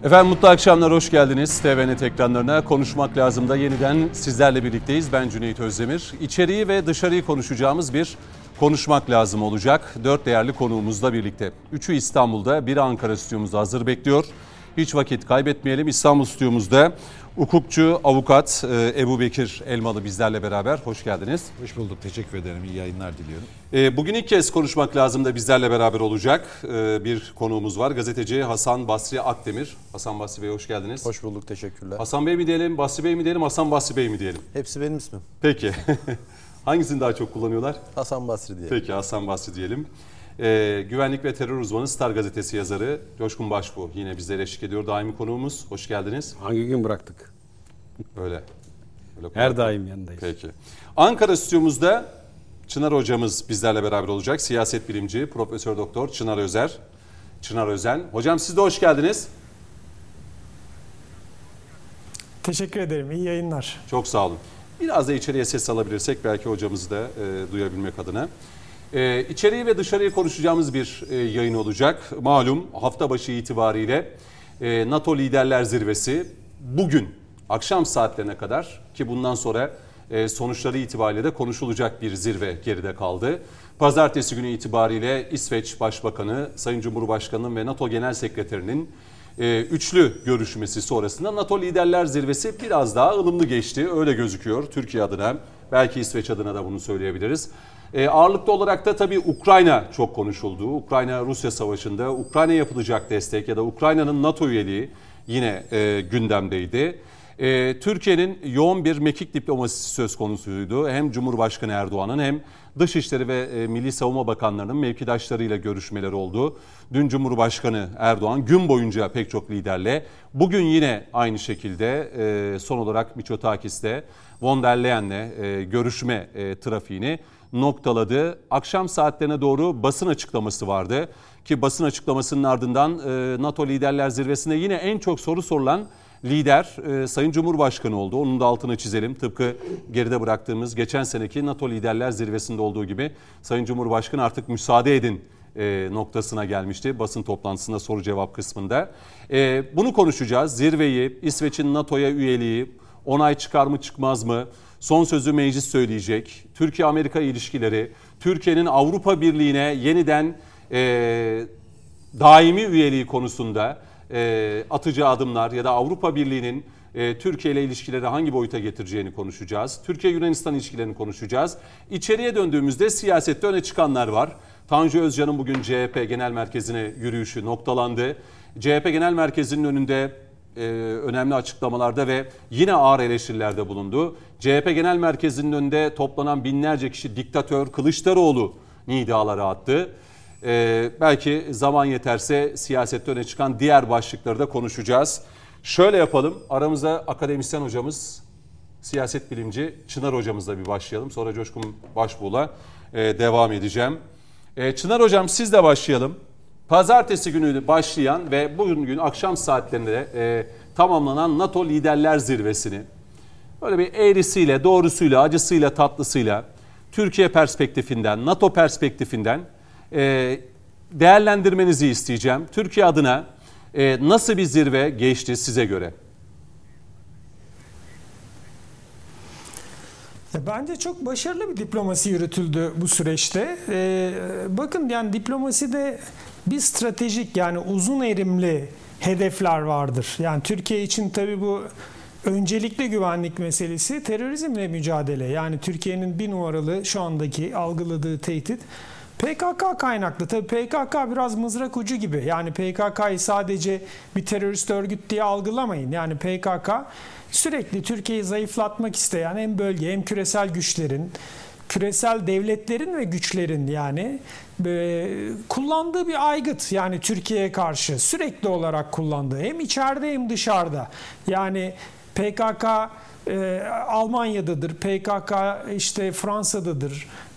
Efendim mutlu akşamlar, hoş geldiniz. TVNet ekranlarına Konuşmak Lazım'da yeniden sizlerle birlikteyiz. Ben Cüneyt Özdemir. İçeriği ve dışarıyı konuşacağımız bir Konuşmak Lazım olacak. 4 değerli konuğumuzla birlikte. 3'ü İstanbul'da, biri Ankara stüdyomuzda hazır bekliyor. Hiç vakit kaybetmeyelim. İstanbul stüdyomuzda hukukçu, avukat Ebu Bekir Elmalı bizlerle beraber. Hoş geldiniz. Hoş bulduk. Teşekkür ederim. İyi yayınlar diliyorum. Bugün ilk kez Konuşmak Lazım da bizlerle beraber olacak bir konuğumuz var. Gazeteci Hasan Basri Akdemir. Hasan Basri Bey hoş geldiniz. Hoş bulduk. Teşekkürler. Hasan Bey mi diyelim, Basri Bey mi diyelim, Hasan Basri Bey mi diyelim? Hepsi benim ismim. Peki. Hangisini daha çok kullanıyorlar? Hasan Basri diye. Peki Hasan Basri diyelim. Güvenlik ve terör uzmanı, Star gazetesi yazarı Coşkun Başbuğ yine bizlere eşlik ediyor. Daimi konuğumuz. Hoş geldiniz. Hangi gün bıraktık? Öyle Her daim yanındayız. Peki. Ankara stüdyomuzda Çınar hocamız bizlerle beraber olacak. Siyaset bilimci, Profesör Doktor Çınar Özen. Hocam siz de hoş geldiniz. Teşekkür ederim. İyi yayınlar. Çok sağ olun. Biraz da içeriye ses alabilirsek belki hocamızı da duyabilmek adına. İçeriği ve dışarıyı konuşacağımız bir yayın olacak. Malum hafta başı itibariyle NATO Liderler Zirvesi bugün akşam saatlerine kadar, ki bundan sonra sonuçları itibariyle de konuşulacak bir zirve geride kaldı. Pazartesi günü itibariyle İsveç Başbakanı, Sayın Cumhurbaşkanı'nın ve NATO Genel Sekreterinin üçlü görüşmesi sonrasında NATO Liderler Zirvesi biraz daha ılımlı geçti. Öyle gözüküyor Türkiye adına, belki İsveç adına da bunu söyleyebiliriz. Ağırlıklı olarak da tabii Ukrayna çok konuşuldu. Ukrayna-Rusya savaşında Ukrayna yapılacak destek ya da Ukrayna'nın NATO üyeliği yine gündemdeydi. Türkiye'nin yoğun bir mekik diplomasisi söz konusuydu. Hem Cumhurbaşkanı Erdoğan'ın hem Dışişleri ve Milli Savunma Bakanlarının mevkidaşlarıyla görüşmeleri oldu. Dün Cumhurbaşkanı Erdoğan gün boyunca pek çok liderle, bugün yine aynı şekilde son olarak Mitsotakis'le, von der Leyen'le görüşme trafiğini noktaladı. Akşam saatlerine doğru basın açıklaması vardı ki basın açıklamasının ardından NATO Liderler Zirvesi'nde yine en çok soru sorulan lider Sayın Cumhurbaşkanı oldu. Onun da altını çizelim. Tıpkı geride bıraktığımız geçen seneki NATO Liderler Zirvesi'nde olduğu gibi Sayın Cumhurbaşkanı artık müsaade edin noktasına gelmişti basın toplantısında soru cevap kısmında. Bunu konuşacağız. Zirveyi, İsveç'in NATO'ya üyeliği, onay çıkar mı çıkmaz mı? Son sözü meclis söyleyecek. Türkiye-Amerika ilişkileri, Türkiye'nin Avrupa Birliği'ne yeniden daimi üyeliği konusunda atacağı adımlar ya da Avrupa Birliği'nin Türkiye ile ilişkileri hangi boyuta getireceğini konuşacağız. Türkiye-Yunanistan ilişkilerini konuşacağız. İçeriye döndüğümüzde siyasette öne çıkanlar var. Tanju Özcan'ın bugün CHP Genel Merkezi'ne yürüyüşü noktalandı. CHP Genel Merkezi'nin önünde önemli açıklamalarda ve yine ağır eleştirilerde bulundu. CHP Genel Merkezi'nin önünde toplanan binlerce kişi diktatör Kılıçdaroğlu nidaları attı. Belki zaman yeterse siyasette öne çıkan diğer başlıkları da konuşacağız. Şöyle yapalım, aramızda akademisyen hocamız, siyaset bilimci Çınar hocamızla bir başlayalım. Sonra Coşkun Başbuğ'la devam edeceğim. Çınar hocam sizle başlayalım. Pazartesi günü başlayan ve bugün akşam saatlerinde tamamlanan NATO Liderler Zirvesi'ni böyle bir eğrisiyle, doğrusuyla, acısıyla, tatlısıyla Türkiye perspektifinden, NATO perspektifinden değerlendirmenizi isteyeceğim. Türkiye adına nasıl bir zirve geçti size göre? Bence çok başarılı bir diplomasi yürütüldü bu süreçte. Bakın yani diplomaside bir stratejik, yani uzun erimli hedefler vardır. Yani Türkiye için tabii bu öncelikli güvenlik meselesi, terörizmle mücadele. Yani Türkiye'nin bir numaralı şu andaki algıladığı tehdit PKK kaynaklı. Tabii PKK biraz mızrak ucu gibi. Yani PKK'yı sadece bir terörist örgüt diye algılamayın. Yani PKK sürekli Türkiye'yi zayıflatmak isteyen hem bölge hem küresel güçlerin, küresel devletlerin ve güçlerin yani kullandığı bir aygıt. Yani Türkiye'ye karşı sürekli olarak kullandığı, hem içeride hem dışarıda. Yani PKK Almanya'dadır, PKK işte Fransa'dadır,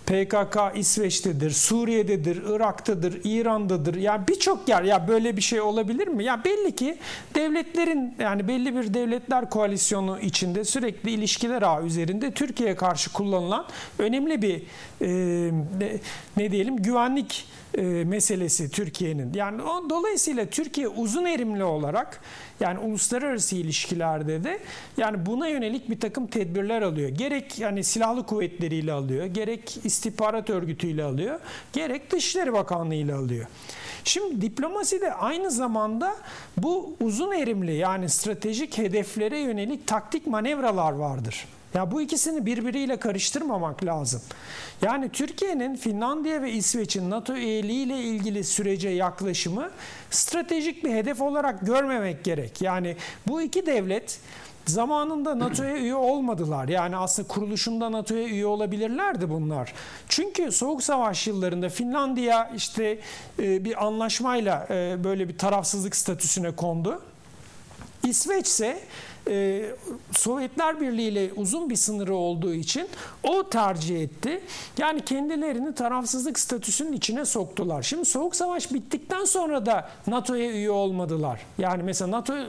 PKK İsveç'tedir, Suriye'dedir, Irak'tadır, İran'dadır. Yani birçok yer. Ya böyle bir şey olabilir mi? Ya belli ki devletlerin, yani belli bir devletler koalisyonu içinde sürekli ilişkiler ağı üzerinde Türkiye'ye karşı kullanılan önemli bir ne diyelim güvenlik meselesi Türkiye'nin. Yani dolayısıyla Türkiye uzun erimli olarak, yani uluslararası ilişkilerde de yani buna yönelik bir takım tedbirler alıyor. Gerek yani silahlı kuvvetleriyle alıyor, gerek istihbarat örgütüyle alıyor, gerek Dışişleri Bakanlığı ile alıyor. Şimdi diplomasi de aynı zamanda bu uzun erimli, yani stratejik hedeflere yönelik taktik manevralar vardır. Ya bu ikisini birbiriyle karıştırmamak lazım. Yani Türkiye'nin Finlandiya ve İsveç'in NATO üyeliğiyle ilgili sürece yaklaşımı stratejik bir hedef olarak görmemek gerek. Yani bu iki devlet zamanında NATO'ya üye olmadılar. Yani aslında kuruluşunda NATO'ya üye olabilirlerdi bunlar. Çünkü Soğuk Savaş yıllarında Finlandiya işte bir anlaşmayla böyle bir tarafsızlık statüsüne kondu. İsveç ise Sovyetler Birliği ile uzun bir sınırı olduğu için o tercih etti. Yani kendilerini tarafsızlık statüsünün içine soktular. Şimdi Soğuk Savaş bittikten sonra da NATO'ya üye olmadılar. Yani mesela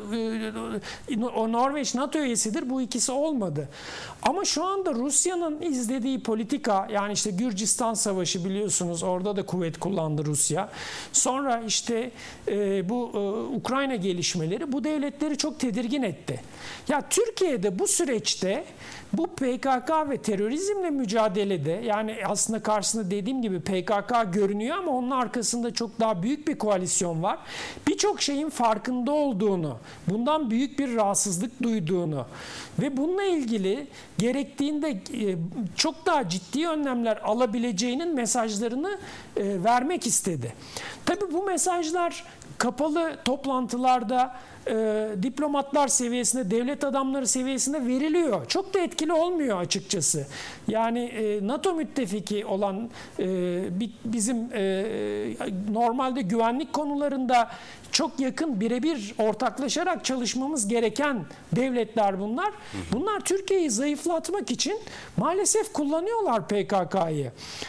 Norveç NATO üyesidir. Bu ikisi olmadı. Ama şu anda Rusya'nın izlediği politika, yani işte Gürcistan Savaşı biliyorsunuz, orada da kuvvet kullandı Rusya. Sonra işte bu Ukrayna gelişmeleri bu devletleri çok tedirgin etti. Ya Türkiye'de bu süreçte bu PKK ve terörizmle mücadelede, yani aslında karşısında dediğim gibi PKK görünüyor ama onun arkasında çok daha büyük bir koalisyon var. Birçok şeyin farkında olduğunu, bundan büyük bir rahatsızlık duyduğunu ve bununla ilgili gerektiğinde çok daha ciddi önlemler alabileceğinin mesajlarını vermek istedi. Tabii bu mesajlar kapalı toplantılarda diplomatlar seviyesinde, devlet adamları seviyesinde veriliyor. Çok da etkili olmuyor açıkçası. Yani NATO müttefiki olan bizim normalde güvenlik konularında çok yakın, birebir ortaklaşarak çalışmamız gereken devletler bunlar. Bunlar Türkiye'yi zayıflatmak için maalesef kullanıyorlar PKK'yı.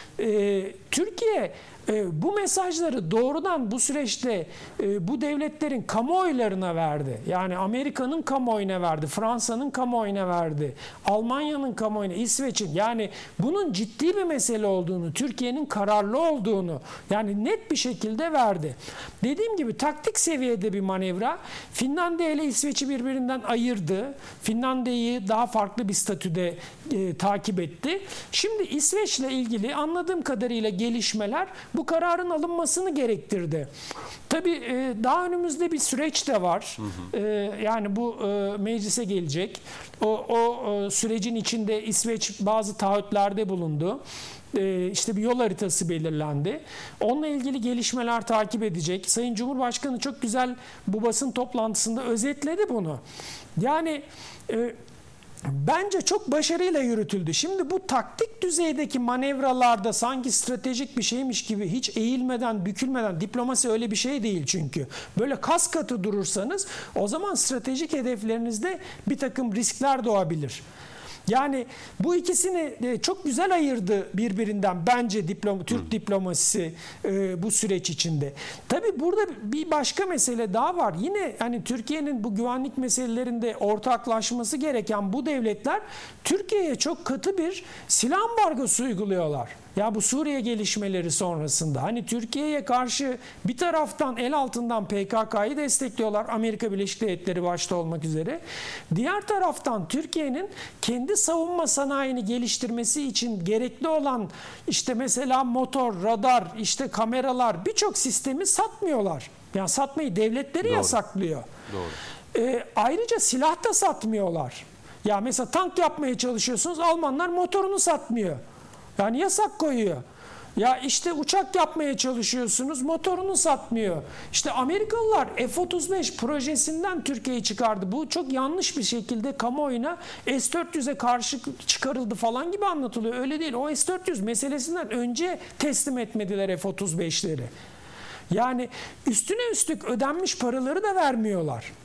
Türkiye bu mesajları doğrudan bu süreçte bu devletlerin kamuoylarına verdi. Yani Amerika'nın kamuoyuna verdi, Fransa'nın kamuoyuna verdi, Almanya'nın kamuoyuna, İsveç'in. Yani bunun ciddi bir mesele olduğunu, Türkiye'nin kararlı olduğunu yani net bir şekilde verdi. Dediğim gibi taktik seviyede bir manevra. Finlandiya ile İsveç'i birbirinden ayırdı. Finlandiya'yı daha farklı bir statüde takip etti. Şimdi İsveç'le ilgili anladığım kadarıyla gelişmeler bu kararın alınmasını gerektirdi. Tabii daha önümüzde bir süreç de var. Yani bu meclise gelecek. O sürecin içinde İsveç bazı taahhütlerde bulundu. İşte bir yol haritası belirlendi. Onunla ilgili gelişmeler takip edecek. Sayın Cumhurbaşkanı çok güzel bu basın toplantısında özetledi bunu. Yani bence çok başarıyla yürütüldü. Şimdi bu taktik düzeydeki manevralarda sanki stratejik bir şeymiş gibi hiç eğilmeden, bükülmeden, diplomasi öyle bir şey değil çünkü. Böyle kas katı durursanız o zaman stratejik hedeflerinizde bir takım riskler doğabilir. Yani bu ikisini çok güzel ayırdı birbirinden bence Türk diplomasisi bu süreç içinde. Tabii burada bir başka mesele daha var. Yine hani Türkiye'nin bu güvenlik meselelerinde ortaklaşması gereken bu devletler Türkiye'ye çok katı bir silah ambargosu uyguluyorlar. Ya bu Suriye gelişmeleri sonrasında hani Türkiye'ye karşı bir taraftan el altından PKK'yı destekliyorlar, Amerika Birleşik Devletleri başta olmak üzere. Diğer taraftan Türkiye'nin kendi savunma sanayini geliştirmesi için gerekli olan işte mesela motor, radar, işte kameralar, birçok sistemi satmıyorlar. Yani satmayı devletleri yasaklıyor. Doğru. Ayrıca silah da satmıyorlar. Ya mesela tank yapmaya çalışıyorsunuz, Almanlar motorunu satmıyor. Yani yasak koyuyor. Ya işte uçak yapmaya çalışıyorsunuz, motorunu satmıyor. İşte Amerikalılar F-35 projesinden Türkiye'yi çıkardı. Bu çok yanlış bir şekilde kamuoyuna S-400'e karşı çıkarıldı falan gibi anlatılıyor. Öyle değil. O S-400 meselesinden önce teslim etmediler F-35'leri. Yani üstüne üstlük ödenmiş paraları da vermiyorlar.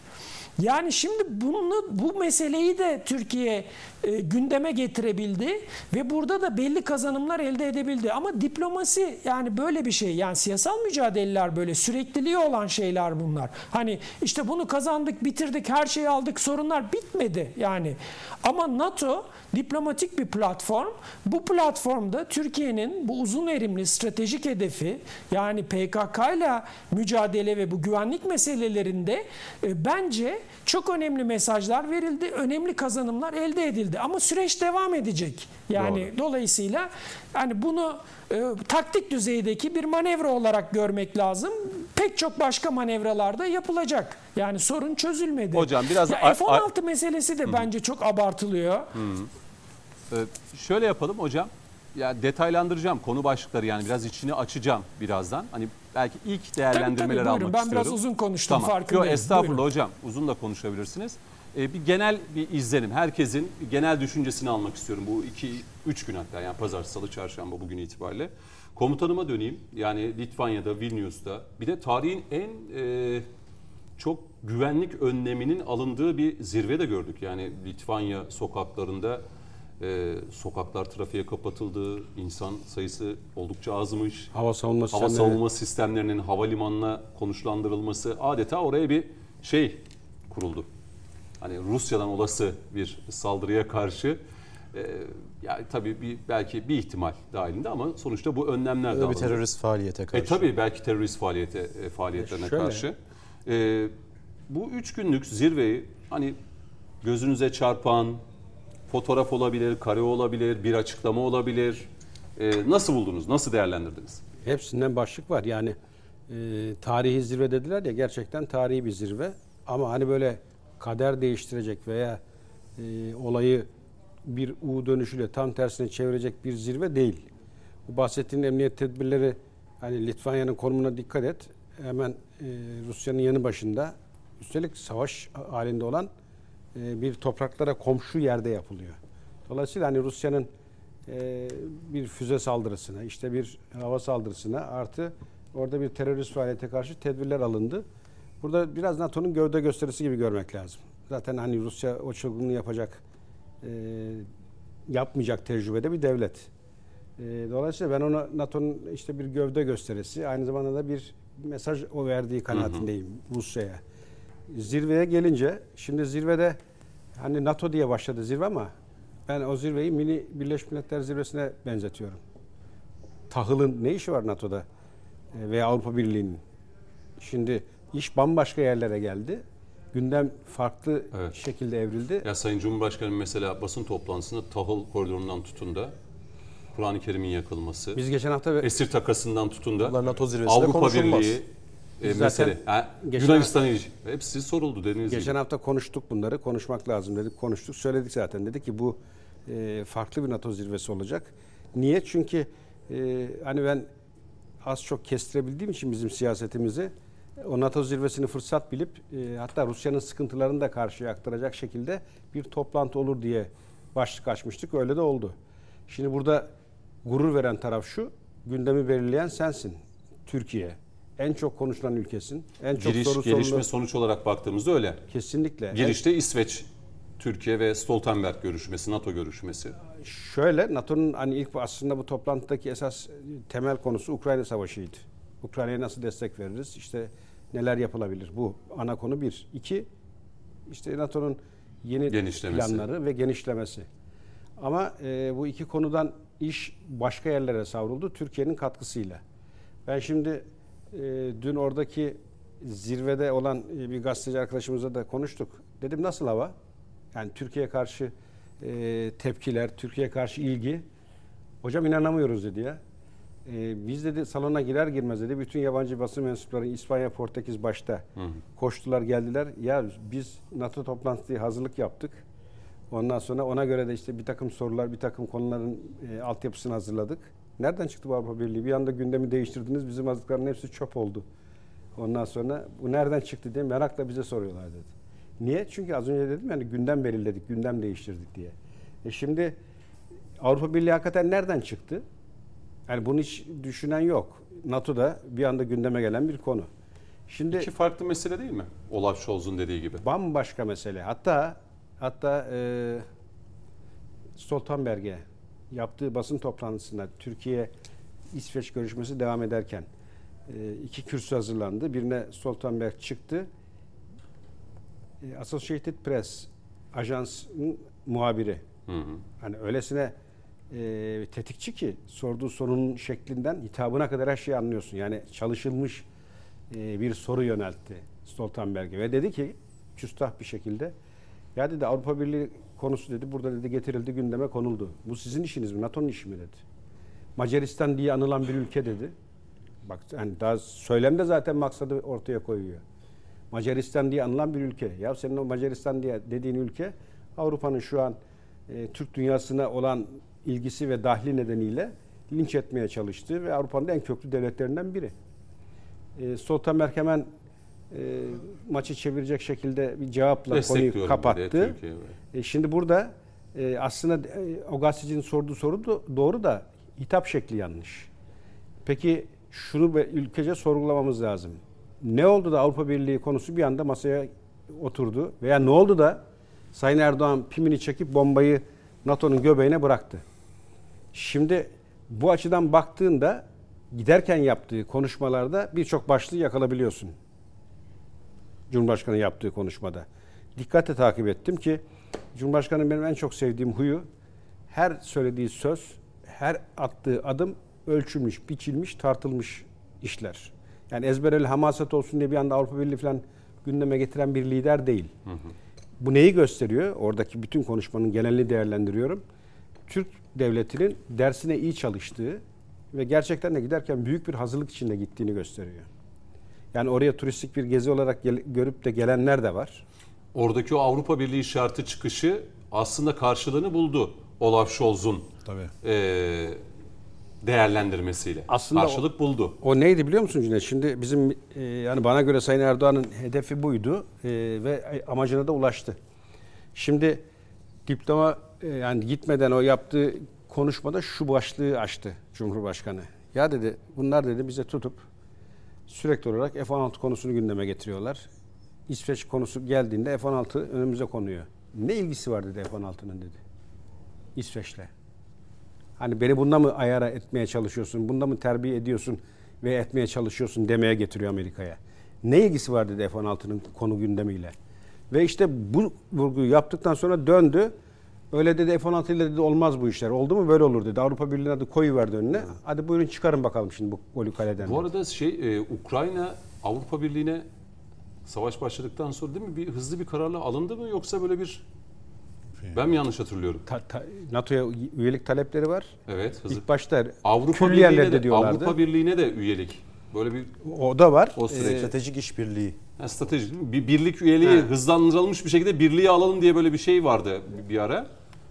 Yani şimdi bu meseleyi de Türkiye gündeme getirebildi ve burada da belli kazanımlar elde edebildi. Ama diplomasi yani böyle bir şey. Yani siyasal mücadeleler böyle sürekliliği olan şeyler bunlar. Hani işte bunu kazandık, bitirdik, her şeyi aldık, sorunlar bitmedi yani. Ama NATO diplomatik bir platform. Bu platformda Türkiye'nin bu uzun erimli stratejik hedefi yani PKK ile mücadele ve bu güvenlik meselelerinde bence çok önemli mesajlar verildi, önemli kazanımlar elde edildi. Ama süreç devam edecek. Yani Doğru. Dolayısıyla hani bunu taktik düzeydeki bir manevra olarak görmek lazım. Pek çok başka manevralarda yapılacak. Yani sorun çözülmedi. Hocam biraz F-16 meselesi de bence çok abartılıyor. Şöyle yapalım hocam. Ya detaylandıracağım konu başlıkları yani biraz içini açacağım birazdan. Hani belki ilk değerlendirmeleri Tabii, buyurun. almak Ben istiyorum. biraz uzun konuştum, Tamam. farkındayım. Yok estağfurullah Buyurun. hocam. Uzun da konuşabilirsiniz. Bir genel bir izlenim. Herkesin genel düşüncesini almak istiyorum. Bu 2-3 gün hatta yani pazartesi, salı, çarşamba bugün itibariyle. Komutanıma döneyim. Yani Litvanya'da, Vilnius'ta bir de tarihin en çok güvenlik önleminin alındığı bir zirve de gördük. Yani Litvanya sokaklarında sokaklar trafiğe kapatıldı. İnsan sayısı oldukça azmış. Hava Hava savunma sistemlerinin havalimanına konuşlandırılması adeta oraya bir şey kuruldu. Hani Rusya'dan olası bir saldırıya karşı yani tabii belki bir ihtimal dahilinde ama sonuçta bu önlemler de bir alındı. terörist faaliyete karşı. Tabii belki terörist faaliyetlerine Şöyle. karşı. Bu 3 günlük zirveyi hani gözünüze çarpan fotoğraf olabilir, kare olabilir, bir açıklama olabilir. Nasıl buldunuz? Nasıl değerlendirdiniz? Hepsinden başlık var. Yani tarihi zirve dediler ya, gerçekten tarihi bir zirve. Ama hani böyle kader değiştirecek veya olayı bir U dönüşüyle tam tersine çevirecek bir zirve değil. Bu bahsettiğin emniyet tedbirleri, hani Litvanya'nın konumuna dikkat et. Hemen Rusya'nın yanı başında, üstelik savaş halinde olan bir topraklara komşu yerde yapılıyor. Dolayısıyla hani Rusya'nın bir füze saldırısına, işte bir hava saldırısına artı orada bir terörist faaliyete karşı tedbirler alındı. Burada biraz NATO'nun gövde gösterisi gibi görmek lazım. Zaten hani Rusya o çılgınlığı yapmayacak tecrübede bir devlet. Dolayısıyla ben ona NATO'nun işte bir gövde gösterisi, aynı zamanda da bir mesaj o verdiği kanaatindeyim Rusya'ya. Zirveye gelince, şimdi zirvede hani NATO diye başladı zirve ama ben o zirveyi mini Birleşmiş Milletler zirvesine benzetiyorum. Tahılın ne işi var NATO'da veya Avrupa Birliği'nin? Şimdi iş bambaşka yerlere geldi. Gündem farklı şekilde evrildi. Ya Sayın Cumhurbaşkanı mesela basın toplantısında tahıl koridorundan tutun da Kur'an-ı Kerim'in yakılması, Biz geçen hafta esir takasından tutun da Bunlar NATO zirvesinde Avrupa konuşulmaz. Birliği Biz mesele. geçen- Yunanistan'a hepsi soruldu dediğiniz geçen gibi. hafta konuştuk bunları. Konuşmak lazım dedik. Konuştuk. Söyledik zaten. Dedik ki bu farklı bir NATO zirvesi olacak. Niye? Çünkü hani ben az çok kestirebildiğim için bizim siyasetimizi, o NATO zirvesini fırsat bilip hatta Rusya'nın sıkıntılarını da karşıya aktaracak şekilde bir toplantı olur diye başlık açmıştık. Öyle de oldu. Şimdi burada gurur veren taraf şu: gündemi belirleyen sensin. Türkiye. En çok konuşulan ülkesin. En çok soru Gelişme sorulu. sonuç olarak baktığımızda öyle. Kesinlikle. Girişte İsveç, Türkiye ve Stoltenberg görüşmesi, NATO görüşmesi. Şöyle, NATO'nun hani ilk aslında bu toplantıdaki esas temel konusu Ukrayna Savaşı'ydı. Ukrayna'ya nasıl destek veririz? İşte neler yapılabilir? Bu ana konu bir. İki, işte NATO'nun yeni Genişlemesi. planları ve genişlemesi. Ama bu iki konudan iş başka yerlere savruldu Türkiye'nin katkısıyla. Ben şimdi dün oradaki zirvede olan bir gazeteci arkadaşımızla da konuştuk. Dedim nasıl hava? Yani Türkiye'ye karşı tepkiler, Türkiye'ye karşı ilgi. Hocam inanamıyoruz dedi ya. Biz dedi salona girer girmez dedi bütün yabancı basın mensupları İspanya, Portekiz başta koştular geldiler. Ya biz NATO toplantısına hazırlık yaptık. Ondan sonra ona göre de işte bir takım sorular, bir takım konuların altyapısını hazırladık. Nereden çıktı bu Avrupa Birliği? Bir anda gündemi değiştirdiniz. Bizim hazırlıkların hepsi çöp oldu. Ondan sonra bu nereden çıktı diye merakla bize soruyorlar dedi. Niye? Çünkü az önce dedim yani gündem belirledik, gündem değiştirdik diye. Şimdi Avrupa Birliği hakikaten nereden çıktı? Yani bunu hiç düşünen yok. NATO'da bir anda gündeme gelen bir konu. Şimdi İki farklı mesele değil mi? Olaf Scholz'un dediği gibi. bambaşka mesele. Hatta Stoltenberg'e yaptığı basın toplantısında Türkiye-İsveç görüşmesi devam ederken iki kürsü hazırlandı. Birine Stoltenberg çıktı. Associated Press ajansın muhabiri. Hani öylesine tetikçi ki sorduğu sorunun şeklinden hitabına kadar her şeyi anlıyorsun. Yani çalışılmış bir soru yöneltti Stoltenberg'e ve dedi ki küstah bir şekilde, ya dedi Avrupa Birliği konusu dedi burada dedi getirildi, gündeme konuldu. Bu sizin işiniz mi? NATO'nun işi mi dedi. Macaristan diye anılan bir ülke dedi. Bak hani daha söylemde zaten maksadı ortaya koyuyor. Macaristan diye anılan bir ülke. Ya senin o Macaristan diye dediğin ülke Avrupa'nın şu an Türk dünyasına olan ilgisi ve dahli nedeniyle linç etmeye çalıştığı ve Avrupa'nın en köklü devletlerinden biri. Stoltenberg hemen maçı çevirecek şekilde bir cevapla konuyu kapattı. Şimdi burada aslında o gazetecinin sorduğu soru doğru da hitap şekli yanlış. Peki şunu ülkece sorgulamamız lazım. Ne oldu da Avrupa Birliği konusu bir anda masaya oturdu? Veya ne oldu da Sayın Erdoğan pimini çekip bombayı NATO'nun göbeğine bıraktı? Şimdi bu açıdan baktığında giderken yaptığı konuşmalarda birçok başlığı yakalabiliyorsun. Cumhurbaşkanı yaptığı konuşmada. Dikkatle takip ettim ki Cumhurbaşkanı'nın benim en çok sevdiğim huyu, her söylediği söz, her attığı adım ölçülmüş, biçilmiş, tartılmış işler. Yani ezbereli hamaset olsun diye bir anda Avrupa Birliği falan gündeme getiren bir lider değil. Bu neyi gösteriyor? Oradaki bütün konuşmanın genelini değerlendiriyorum. Türk devletinin dersine iyi çalıştığı ve gerçekten de giderken büyük bir hazırlık içinde gittiğini gösteriyor. Yani oraya turistik bir gezi olarak görüp de gelenler de var. Oradaki o Avrupa Birliği şartı çıkışı aslında karşılığını buldu Olaf Scholz'un değerlendirmesiyle. Aslında karşılık buldu. O neydi biliyor musun Cüneyt? Şimdi bizim yani bana göre Sayın Erdoğan'ın hedefi buydu ve amacına da ulaştı. Şimdi diploma yani gitmeden o yaptığı konuşmada şu başlığı açtı Cumhurbaşkanı. Ya dedi bunlar dedi bize tutup sürekli olarak F-16 konusunu gündeme getiriyorlar. İsveç konusu geldiğinde F-16 önümüze konuyor. Ne ilgisi var dedi F-16'nın dedi. İsveç'le. Hani beni bunda mı ayara etmeye çalışıyorsun, bunda mı terbiye ediyorsun ve etmeye çalışıyorsun demeye getiriyor Amerika'ya. Ne ilgisi var dedi F-16'nın konu gündemiyle. Ve işte bu vurguyu yaptıktan sonra döndü. Öyle dedi F-16 ile dedi olmaz bu işler. Oldu mu böyle olur dedi. Avrupa Birliği'ne adı koyuverdi önüne. Hadi buyurun çıkarın bakalım şimdi bu golü kaleden. Bu arada Ukrayna Avrupa Birliği'ne savaş başladıktan sonra değil mi bir hızlı bir kararla alındı mı yoksa böyle bir ben mi yanlış hatırlıyorum? NATO'ya üyelik talepleri var. Evet. İlk başta Avrupa Birliği'ne de üyelik. Böyle bir o da var. O süreç stratejik işbirliği. Yani stratejik bir birlik üyeliği hızlandırılmış bir şekilde birliği alalım diye böyle bir şey vardı bir ara.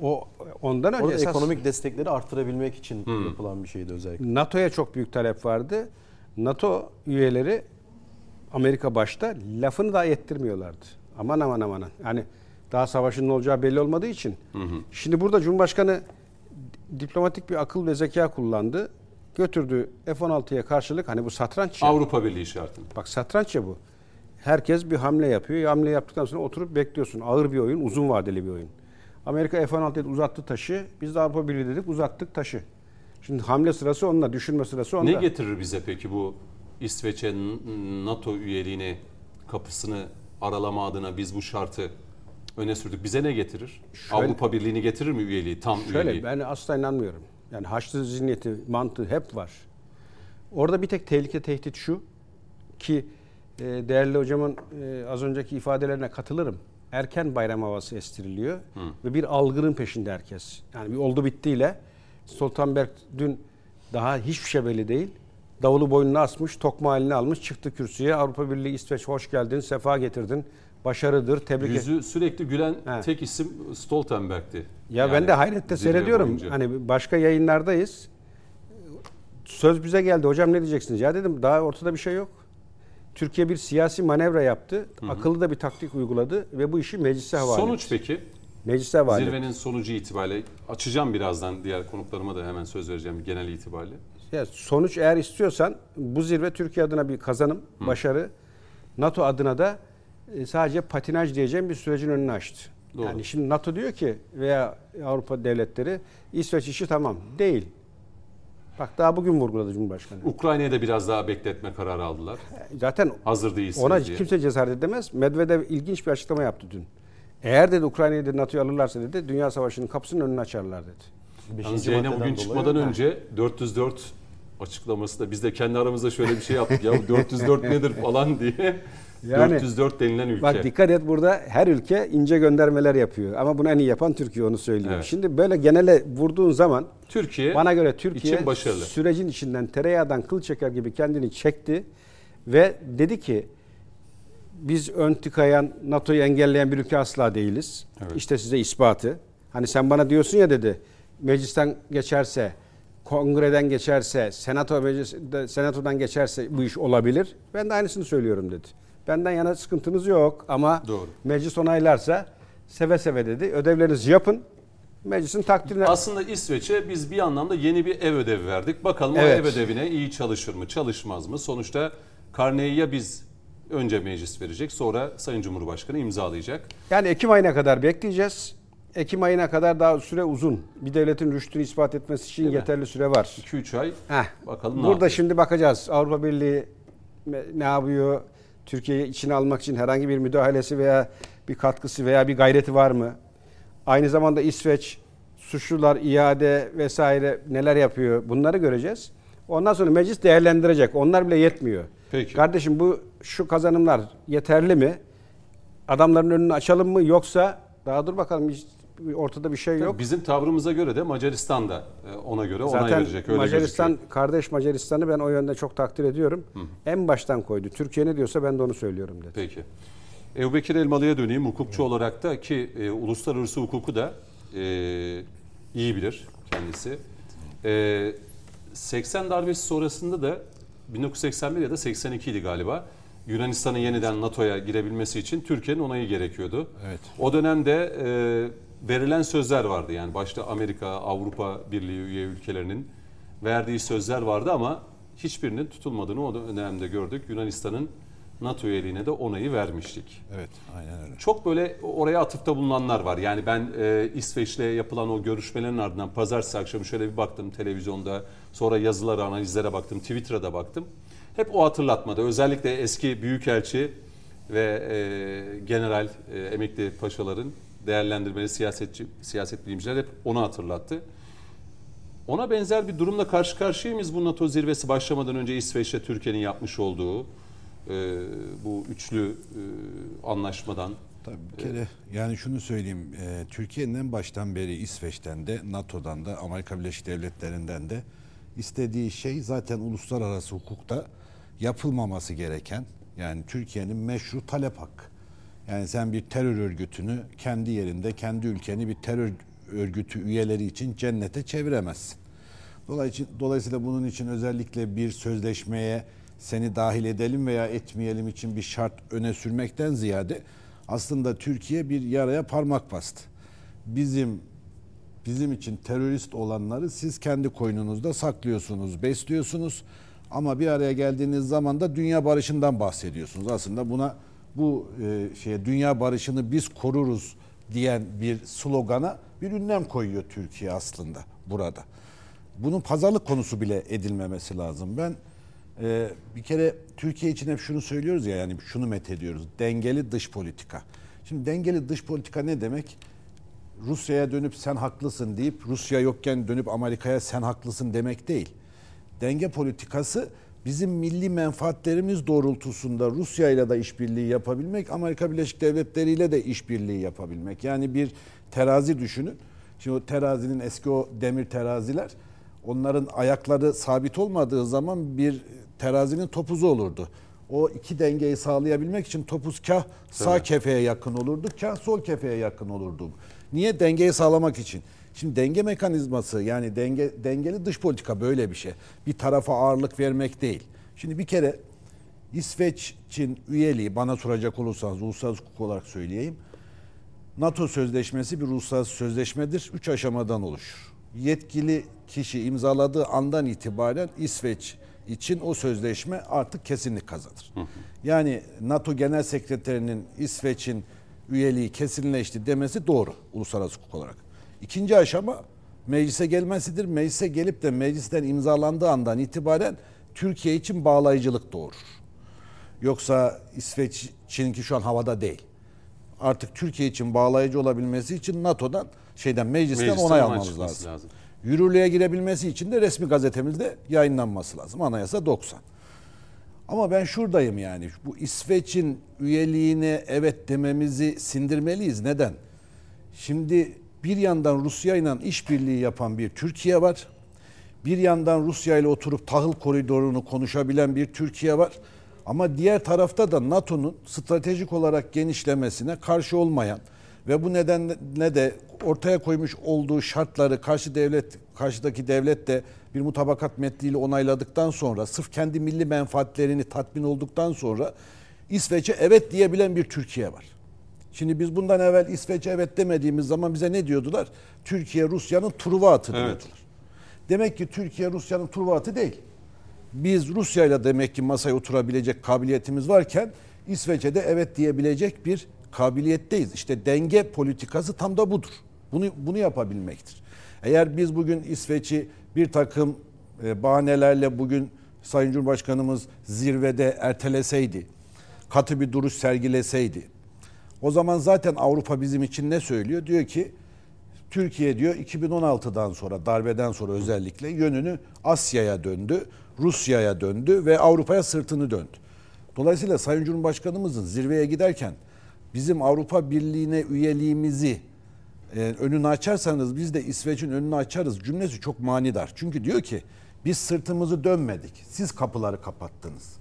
Ondan önce esas ekonomik destekleri artırabilmek için yapılan bir şeydi özellikle. NATO'ya çok büyük talep vardı. NATO üyeleri Amerika başta lafını da ettirmiyorlardı. Aman. Yani daha savaşın ne olacağı belli olmadığı için. Şimdi burada Cumhurbaşkanı diplomatik bir akıl ve zeka kullandı. Götürdü F-16'ya karşılık hani bu satranç. Avrupa Birliği şartı. Bak satranç ya bu. Herkes bir hamle yapıyor. Hamle yaptıktan sonra oturup bekliyorsun. Ağır bir oyun, uzun vadeli bir oyun. Amerika F-16'ya uzattı taşı. Biz de Avrupa Birliği dedik uzattık taşı. Şimdi hamle sırası onda, düşünme sırası onda. Ne getirir bize peki bu İsveç'e NATO üyeliğini kapısını aralama adına biz bu şartı öne sürdük. Bize ne getirir? Avrupa Birliği'ni getirir mi üyeliği, tam üyeliği? Ben asla inanmıyorum. Yani Haçlı zihniyeti, mantığı hep var. Orada bir tek tehlike, tehdit şu ki değerli hocamın az önceki ifadelerine katılırım. Erken bayram havası estiriliyor ve bir algının peşinde herkes. Yani bir oldu bittiyle Stoltenberg dün daha hiçbir şey belli değil. Davulu boynuna asmış, tokma halini almış, çıktı kürsüye. Avrupa Birliği, İsveç hoş geldin, sefa getirdin. Başarıdır, tebrik ederim. Yüzü sürekli gülen tek isim Stoltenberg'ti. Ya yani ben de hayrette seyrediyorum. Boyunca. Hani başka yayınlardayız. Söz bize geldi. Hocam ne diyeceksiniz? Ya dedim daha ortada bir şey yok. Türkiye bir siyasi manevra yaptı. Akıllı da bir taktik uyguladı ve bu işi meclise havale etti. Sonuç peki? Meclise havale. Zirvenin sonucu itibariyle açacağım birazdan, diğer konuklarıma da hemen söz vereceğim genel itibariyle. Ya sonuç eğer istiyorsan bu zirve Türkiye adına bir kazanım, başarı. NATO adına da sadece patinaj diyeceğim bir sürecin önünü açtı. Doğru. Yani şimdi NATO diyor ki veya Avrupa devletleri İsveç işi tamam. Değil. Bak daha bugün vurguladı Cumhurbaşkanı. Ukrayna'ya da biraz daha bekletme kararı aldılar. Zaten Hazır değilsiniz ona diye. kimse cesaret edemez. Medvedev ilginç bir açıklama yaptı dün. Eğer dedi Ukrayna'yı dedi NATO'ya alırlarsa dedi Dünya Savaşı'nın kapısının önünü açarlar dedi. Yalnız yayına bugün çıkmadan önce 404 açıklaması da biz de kendi aramızda şöyle bir şey yaptık ya 404 nedir falan diye. Yani, 404 denilen ülke. Bak dikkat et burada her ülke ince göndermeler yapıyor. Ama bunu en iyi yapan Türkiye onu söylüyor. Evet. Şimdi böyle genele vurduğun zaman Türkiye bana göre Türkiye için başarılı. sürecin içinden tereyağdan kıl çeker gibi kendini çekti. Ve dedi ki biz ön tıkayan, NATO'yu engelleyen bir ülke asla değiliz. Evet. İşte size ispatı. Hani sen bana diyorsun ya dedi meclisten geçerse, kongreden geçerse, senatodan geçerse bu iş olabilir. Ben de aynısını söylüyorum dedi. Benden yana sıkıntınız yok ama Doğru. meclis onaylarsa seve seve dedi. Ödevlerinizi yapın. Meclisin takdirine... Aslında İsveç'e biz bir anlamda yeni bir ev ödevi verdik. Bakalım o Evet. ev ödevine iyi çalışır mı, çalışmaz mı? Sonuçta karneyi ya biz önce meclis verecek, sonra Sayın Cumhurbaşkanı imzalayacak. Yani Ekim ayına kadar bekleyeceğiz. Ekim ayına kadar daha süre uzun. Bir devletin rüştünü ispat etmesi için Değil mi? yeterli süre var. 2-3 ay bakalım ne Burada yapacak. şimdi bakacağız. Avrupa Birliği ne yapıyor? Türkiye'yi içine almak için herhangi bir müdahalesi veya bir katkısı veya bir gayreti var mı? Aynı zamanda İsveç suçlular, iade vesaire neler yapıyor? Bunları göreceğiz. Ondan sonra meclis değerlendirecek. Onlar bile yetmiyor. Peki. Kardeşim şu kazanımlar yeterli mi? Adamların önünü açalım mı yoksa daha dur bakalım hiç ortada bir şey yok. Bizim tavrımıza göre de Macaristan da ona göre onay Zaten verecek. Öyle Macaristan, gözüküyor. kardeş Macaristan'ı ben o yönde çok takdir ediyorum. En baştan koydu. Türkiye ne diyorsa ben de onu söylüyorum dedi. Peki. Ebubekir Elmalı'ya döneyim. Hukukçu olarak da ki uluslararası hukuku da iyi bilir kendisi. 80 darbesi sonrasında da 1981 ya da 82 idi galiba. Yunanistan'ın yeniden NATO'ya girebilmesi için Türkiye'nin onayı gerekiyordu. Evet. O dönemde verilen sözler vardı. Yani başta Amerika, Avrupa Birliği üye ülkelerinin verdiği sözler vardı ama hiçbirinin tutulmadığını o dönemde gördük. Yunanistan'ın NATO üyeliğine de onayı vermiştik. Evet, aynen öyle. Çok böyle oraya atıfta bulunanlar var. Yani ben İsveç'le yapılan o görüşmelerin ardından pazartesi akşamı şöyle bir baktım televizyonda. Sonra yazılara, analizlere baktım, Twitter'a da baktım. Hep o hatırlatmada. Özellikle eski büyükelçi ve general emekli paşaların değerlendirmeli siyaset bilimciler hep onu hatırlattı. Ona benzer bir durumla karşı karşıya mıyız bu NATO zirvesi başlamadan önce İsveç'le Türkiye'nin yapmış olduğu bu üçlü anlaşmadan? Tabii bir kere yani şunu söyleyeyim. Türkiye'nin en baştan beri İsveç'ten de NATO'dan da Amerika Birleşik Devletleri'nden de istediği şey zaten uluslararası hukukta yapılmaması gereken, yani Türkiye'nin meşru talep hakkı. Yani sen bir terör örgütünü kendi yerinde, kendi ülkeni bir terör örgütü üyeleri için cennete çeviremezsin. Dolayısıyla bunun için özellikle bir sözleşmeye seni dahil edelim veya etmeyelim için bir şart öne sürmekten ziyade aslında Türkiye bir yaraya parmak bastı. Bizim için terörist olanları siz kendi koynunuzda saklıyorsunuz, besliyorsunuz ama bir araya geldiğiniz zaman da dünya barışından bahsediyorsunuz. Aslında dünya barışını biz koruruz diyen bir slogana bir ünlem koyuyor Türkiye aslında burada. Bunun pazarlık konusu bile edilmemesi lazım. Ben bir kere Türkiye için hep şunu söylüyoruz ya, yani şunu methediyoruz. Dengeli dış politika. Şimdi dengeli dış politika ne demek? Rusya'ya dönüp sen haklısın deyip Rusya yokken dönüp Amerika'ya sen haklısın demek değil. Denge politikası bizim milli menfaatlerimiz doğrultusunda Rusya ile de işbirliği yapabilmek, Amerika Birleşik Devletleri ile de işbirliği yapabilmek. Yani bir terazi düşünün. Şimdi o terazinin eski o demir teraziler, onların ayakları sabit olmadığı zaman bir terazinin topuzu olurdu. O iki dengeyi sağlayabilmek için topuz kah sağ kefeye yakın olurdu, kah sol kefeye yakın olurdu. Niye? Dengeyi sağlamak için. Şimdi denge mekanizması, yani dengeli dış politika böyle bir şey. Bir tarafa ağırlık vermek değil. Şimdi bir kere İsveç'in üyeliği, bana soracak olursanız uluslararası hukuk olarak söyleyeyim. NATO sözleşmesi bir uluslararası sözleşmedir. 3 aşamadan oluşur. Yetkili kişi imzaladığı andan itibaren İsveç için o sözleşme artık kesinlik kazanır. Yani NATO Genel Sekreterinin İsveç'in üyeliği kesinleşti demesi doğru uluslararası hukuk olarak. İkinci aşama meclise gelmesidir. Meclise gelip de meclisten imzalandığı andan itibaren Türkiye için bağlayıcılık doğurur. Yoksa İsveç'inki şu an havada değil. Artık Türkiye için bağlayıcı olabilmesi için NATO'dan meclisten onay almamız lazım. Yürürlüğe girebilmesi için de resmi gazetemizde yayınlanması lazım. Anayasa 90. Ama ben şuradayım yani. Bu İsveç'in üyeliğine evet dememizi sindirmeliyiz. Neden? Şimdi bir yandan Rusya ile işbirliği yapan bir Türkiye var. Bir yandan Rusya ile oturup tahıl koridorunu konuşabilen bir Türkiye var. Ama diğer tarafta da NATO'nun stratejik olarak genişlemesine karşı olmayan ve bu nedenle de ortaya koymuş olduğu şartları karşıdaki devlet de bir mutabakat metniyle onayladıktan sonra, sırf kendi milli menfaatlerini tatmin olduktan sonra İsveç'e evet diyebilen bir Türkiye var. Şimdi biz bundan evvel İsveç'e evet demediğimiz zaman bize ne diyordular? Türkiye Rusya'nın Truva atı diyordular. Demek ki Türkiye Rusya'nın Truva atı değil. Biz Rusya'yla demek ki masaya oturabilecek kabiliyetimiz varken İsveç'e de evet diyebilecek bir kabiliyetteyiz. İşte denge politikası tam da budur. Bunu yapabilmektir. Eğer biz bugün İsveç'i bir takım bahanelerle bugün Sayın Cumhurbaşkanımız zirvede erteleseydi, katı bir duruş sergileseydi, o zaman zaten Avrupa bizim için ne söylüyor? Diyor ki Türkiye diyor 2016'dan sonra, darbeden sonra özellikle yönünü Asya'ya döndü, Rusya'ya döndü ve Avrupa'ya sırtını döndü. Dolayısıyla Sayın Cumhurbaşkanımızın zirveye giderken bizim Avrupa Birliği'ne üyeliğimizi önünü açarsanız biz de İsveç'in önünü açarız cümlesi çok manidar. Çünkü diyor ki biz sırtımızı dönmedik, siz kapıları kapattınız.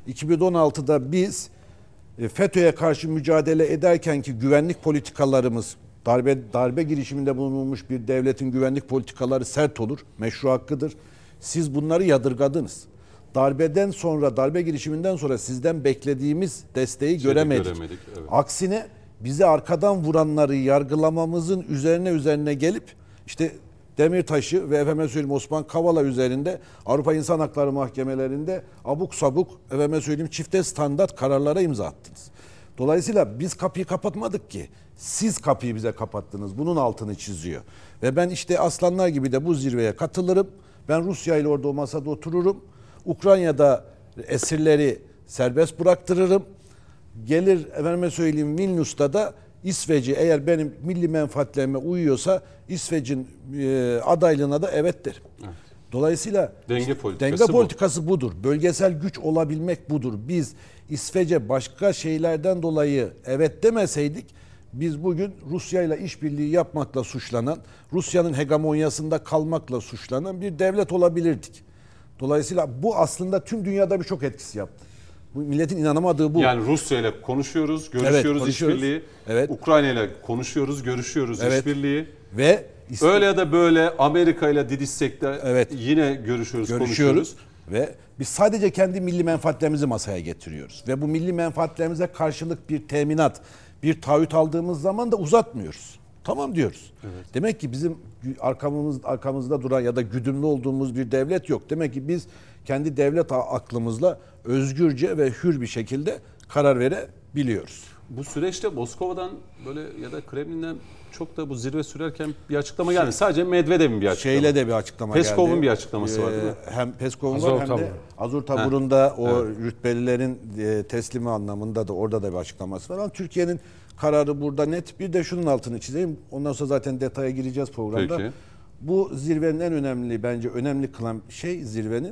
2016'da biz FETÖ'ye karşı mücadele ederken ki güvenlik politikalarımız, darbe girişiminde bulunmuş bir devletin güvenlik politikaları sert olur, meşru hakkıdır. Siz bunları yadırgadınız. Darbeden sonra, darbe girişiminden sonra sizden beklediğimiz desteği göremedik. Evet. Aksine bizi arkadan vuranları yargılamamızın üzerine gelip işte Demirtaş'ı ve efendime söyleyeyim Osman Kavala üzerinde Avrupa İnsan Hakları Mahkemelerinde abuk sabuk efendime söyleyeyim çifte standart kararlara imza attınız. Dolayısıyla biz kapıyı kapatmadık ki. Siz kapıyı bize kapattınız. Bunun altını çiziyor. Ve ben işte aslanlar gibi de bu zirveye katılırım. Ben Rusya ile orada o masada otururum. Ukrayna'da esirleri serbest bıraktırırım. Gelir efendime söyleyeyim Vilnius'ta da İsveç'i eğer benim milli menfaatlerime uyuyorsa İsveç'in adaylığına da evet derim. Evet. Dolayısıyla denge politikası budur. Bölgesel güç olabilmek budur. Biz İsveç'e başka şeylerden dolayı evet demeseydik biz bugün Rusya ile işbirliği yapmakla suçlanan, Rusya'nın hegemonyasında kalmakla suçlanan bir devlet olabilirdik. Dolayısıyla bu aslında tüm dünyada birçok etkisi yaptı. Bu milletin inanamadığı bu. Yani Rusya ile konuşuyoruz, görüşüyoruz, işbirliği. Evet. Ukrayna ile konuşuyoruz, görüşüyoruz, işbirliği. Ve öyle ya da böyle Amerika ile didişsek de yine görüşüyoruz, konuşuyoruz. Ve biz sadece kendi milli menfaatlerimizi masaya getiriyoruz. Ve bu milli menfaatlerimize karşılık bir teminat, bir taahhüt aldığımız zaman da uzatmıyoruz. Tamam diyoruz. Evet. Demek ki bizim arkamızda duran ya da güdümlü olduğumuz bir devlet yok. Demek ki biz kendi devlet aklımızla özgürce ve hür bir şekilde karar verebiliyoruz. Bu süreçte Moskova'dan böyle ya da Kremlin'den çok da bu zirve sürerken bir açıklama geldi. Sadece Medvedev'in bir açıklama. Şeyle de bir açıklama geldi. Peskov'un bir açıklaması var değil mi? Hem Peskov'un var hem de Azur Tabur'unda o rütbelilerin teslimi anlamında da orada da bir açıklaması var. Ama Türkiye'nin kararı burada net. Bir de şunun altını çizeyim. Ondan sonra zaten detaya gireceğiz programda. Peki. Bu zirvenin en önemli kılan şey zirvenin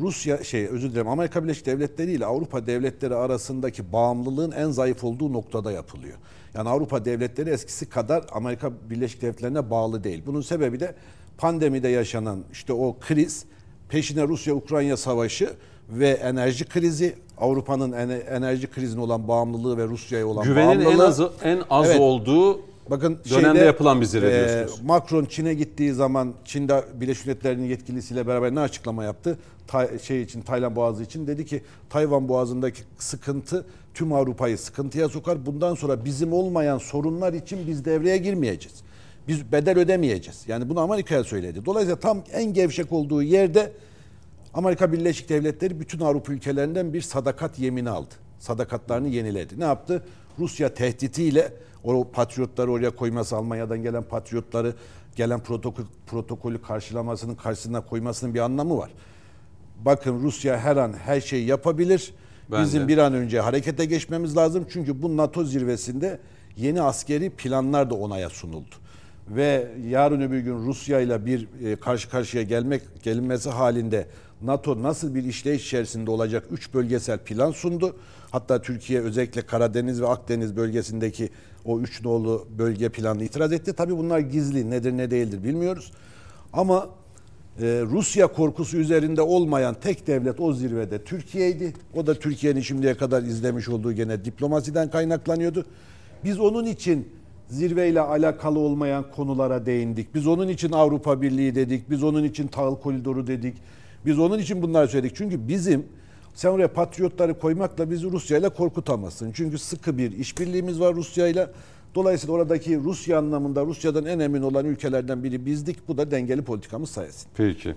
Amerika Birleşik Devletleri ile Avrupa devletleri arasındaki bağımlılığın en zayıf olduğu noktada yapılıyor. Yani Avrupa devletleri eskisi kadar Amerika Birleşik Devletleri'ne bağlı değil. Bunun sebebi de pandemide yaşanan işte o kriz, peşine Rusya-Ukrayna savaşı ve enerji krizi, Avrupa'nın enerji krizine olan bağımlılığı ve Rusya'ya olan güvenin bağımlılığı. en az olduğu dönemde yapılan bir zirve diyorsunuz. Macron Çin'e gittiği zaman Çin'de Birleşmiş Milletler'in yetkilisiyle beraber ne açıklama yaptı? Tayvan Boğazı için dedi ki Tayvan Boğazı'ndaki sıkıntı tüm Avrupa'yı sıkıntıya sokar. Bundan sonra bizim olmayan sorunlar için biz devreye girmeyeceğiz. Biz bedel ödemeyeceğiz. Yani bunu Amerika'ya söyledi. Dolayısıyla tam en gevşek olduğu yerde Amerika Birleşik Devletleri bütün Avrupa ülkelerinden bir sadakat yemini aldı. Sadakatlerini yeniledi. Ne yaptı? Rusya tehditiyle o patriotları oraya koyması, Almanya'dan gelen patriotları gelen protokolü karşılamasının karşısına koymasının bir anlamı var. Bakın Rusya her an her şeyi yapabilir. Bizim bir an önce harekete geçmemiz lazım. Çünkü bu NATO zirvesinde yeni askeri planlar da onaya sunuldu. Ve yarın öbür gün Rusya ile bir karşı karşıya gelinmesi halinde NATO nasıl bir işleyiş içerisinde olacak 3 bölgesel plan sundu. Hatta Türkiye özellikle Karadeniz ve Akdeniz bölgesindeki o 3 nolu bölge planına itiraz etti. Tabii bunlar gizli, nedir ne değildir bilmiyoruz. Ama Rusya korkusu üzerinde olmayan tek devlet o zirvede Türkiye'ydi. O da Türkiye'nin şimdiye kadar izlemiş olduğu gene diplomasiden kaynaklanıyordu. Biz onun için zirveyle alakalı olmayan konulara değindik. Biz onun için Avrupa Birliği dedik. Biz onun için tahıl koridoru dedik. Biz onun için bunları söyledik. Çünkü sen oraya patriotları koymakla bizi Rusya'yla korkutamazsın. Çünkü sıkı bir işbirliğimiz var Rusya'yla. Dolayısıyla oradaki Rusya anlamında Rusya'dan en emin olan ülkelerden biri bizdik. Bu da dengeli politikamız sayesinde. Peki.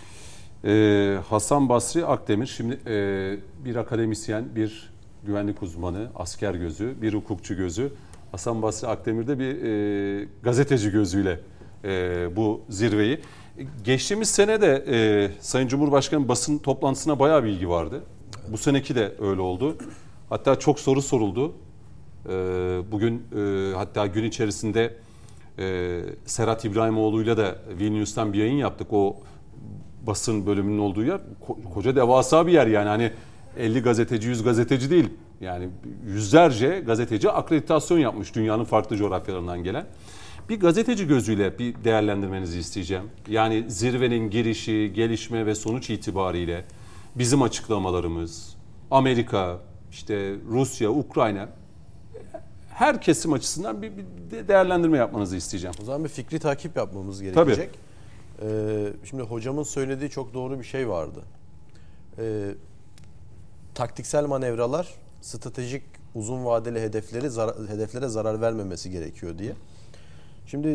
Hasan Basri Akdemir şimdi bir akademisyen, bir güvenlik uzmanı, asker gözü, bir hukukçu gözü. Hasan Basri Akdemir de bir gazeteci gözüyle bu zirveyi. Geçtiğimiz sene de Sayın Cumhurbaşkanı basın toplantısına bayağı bir ilgi vardı. Bu seneki de öyle oldu. Hatta çok soru soruldu. Bugün hatta gün içerisinde Serhat İbrahimoğlu'yla da Vilnius'tan bir yayın yaptık. O basın bölümünün olduğu yer koca devasa bir yer yani hani 50 gazeteci 100 gazeteci değil. Yani yüzlerce gazeteci akreditasyon yapmış dünyanın farklı coğrafyalarından gelen. Bir gazeteci gözüyle bir değerlendirmenizi isteyeceğim. Yani zirvenin girişi, gelişme ve sonuç itibariyle bizim açıklamalarımız, Amerika, işte Rusya, Ukrayna her kesim açısından bir değerlendirme yapmanızı isteyeceğim. O zaman bir fikri takip yapmamız gerekecek. Şimdi hocamın söylediği çok doğru bir şey vardı. Taktiksel manevralar, stratejik uzun vadeli hedeflere zarar vermemesi gerekiyor diye. Şimdi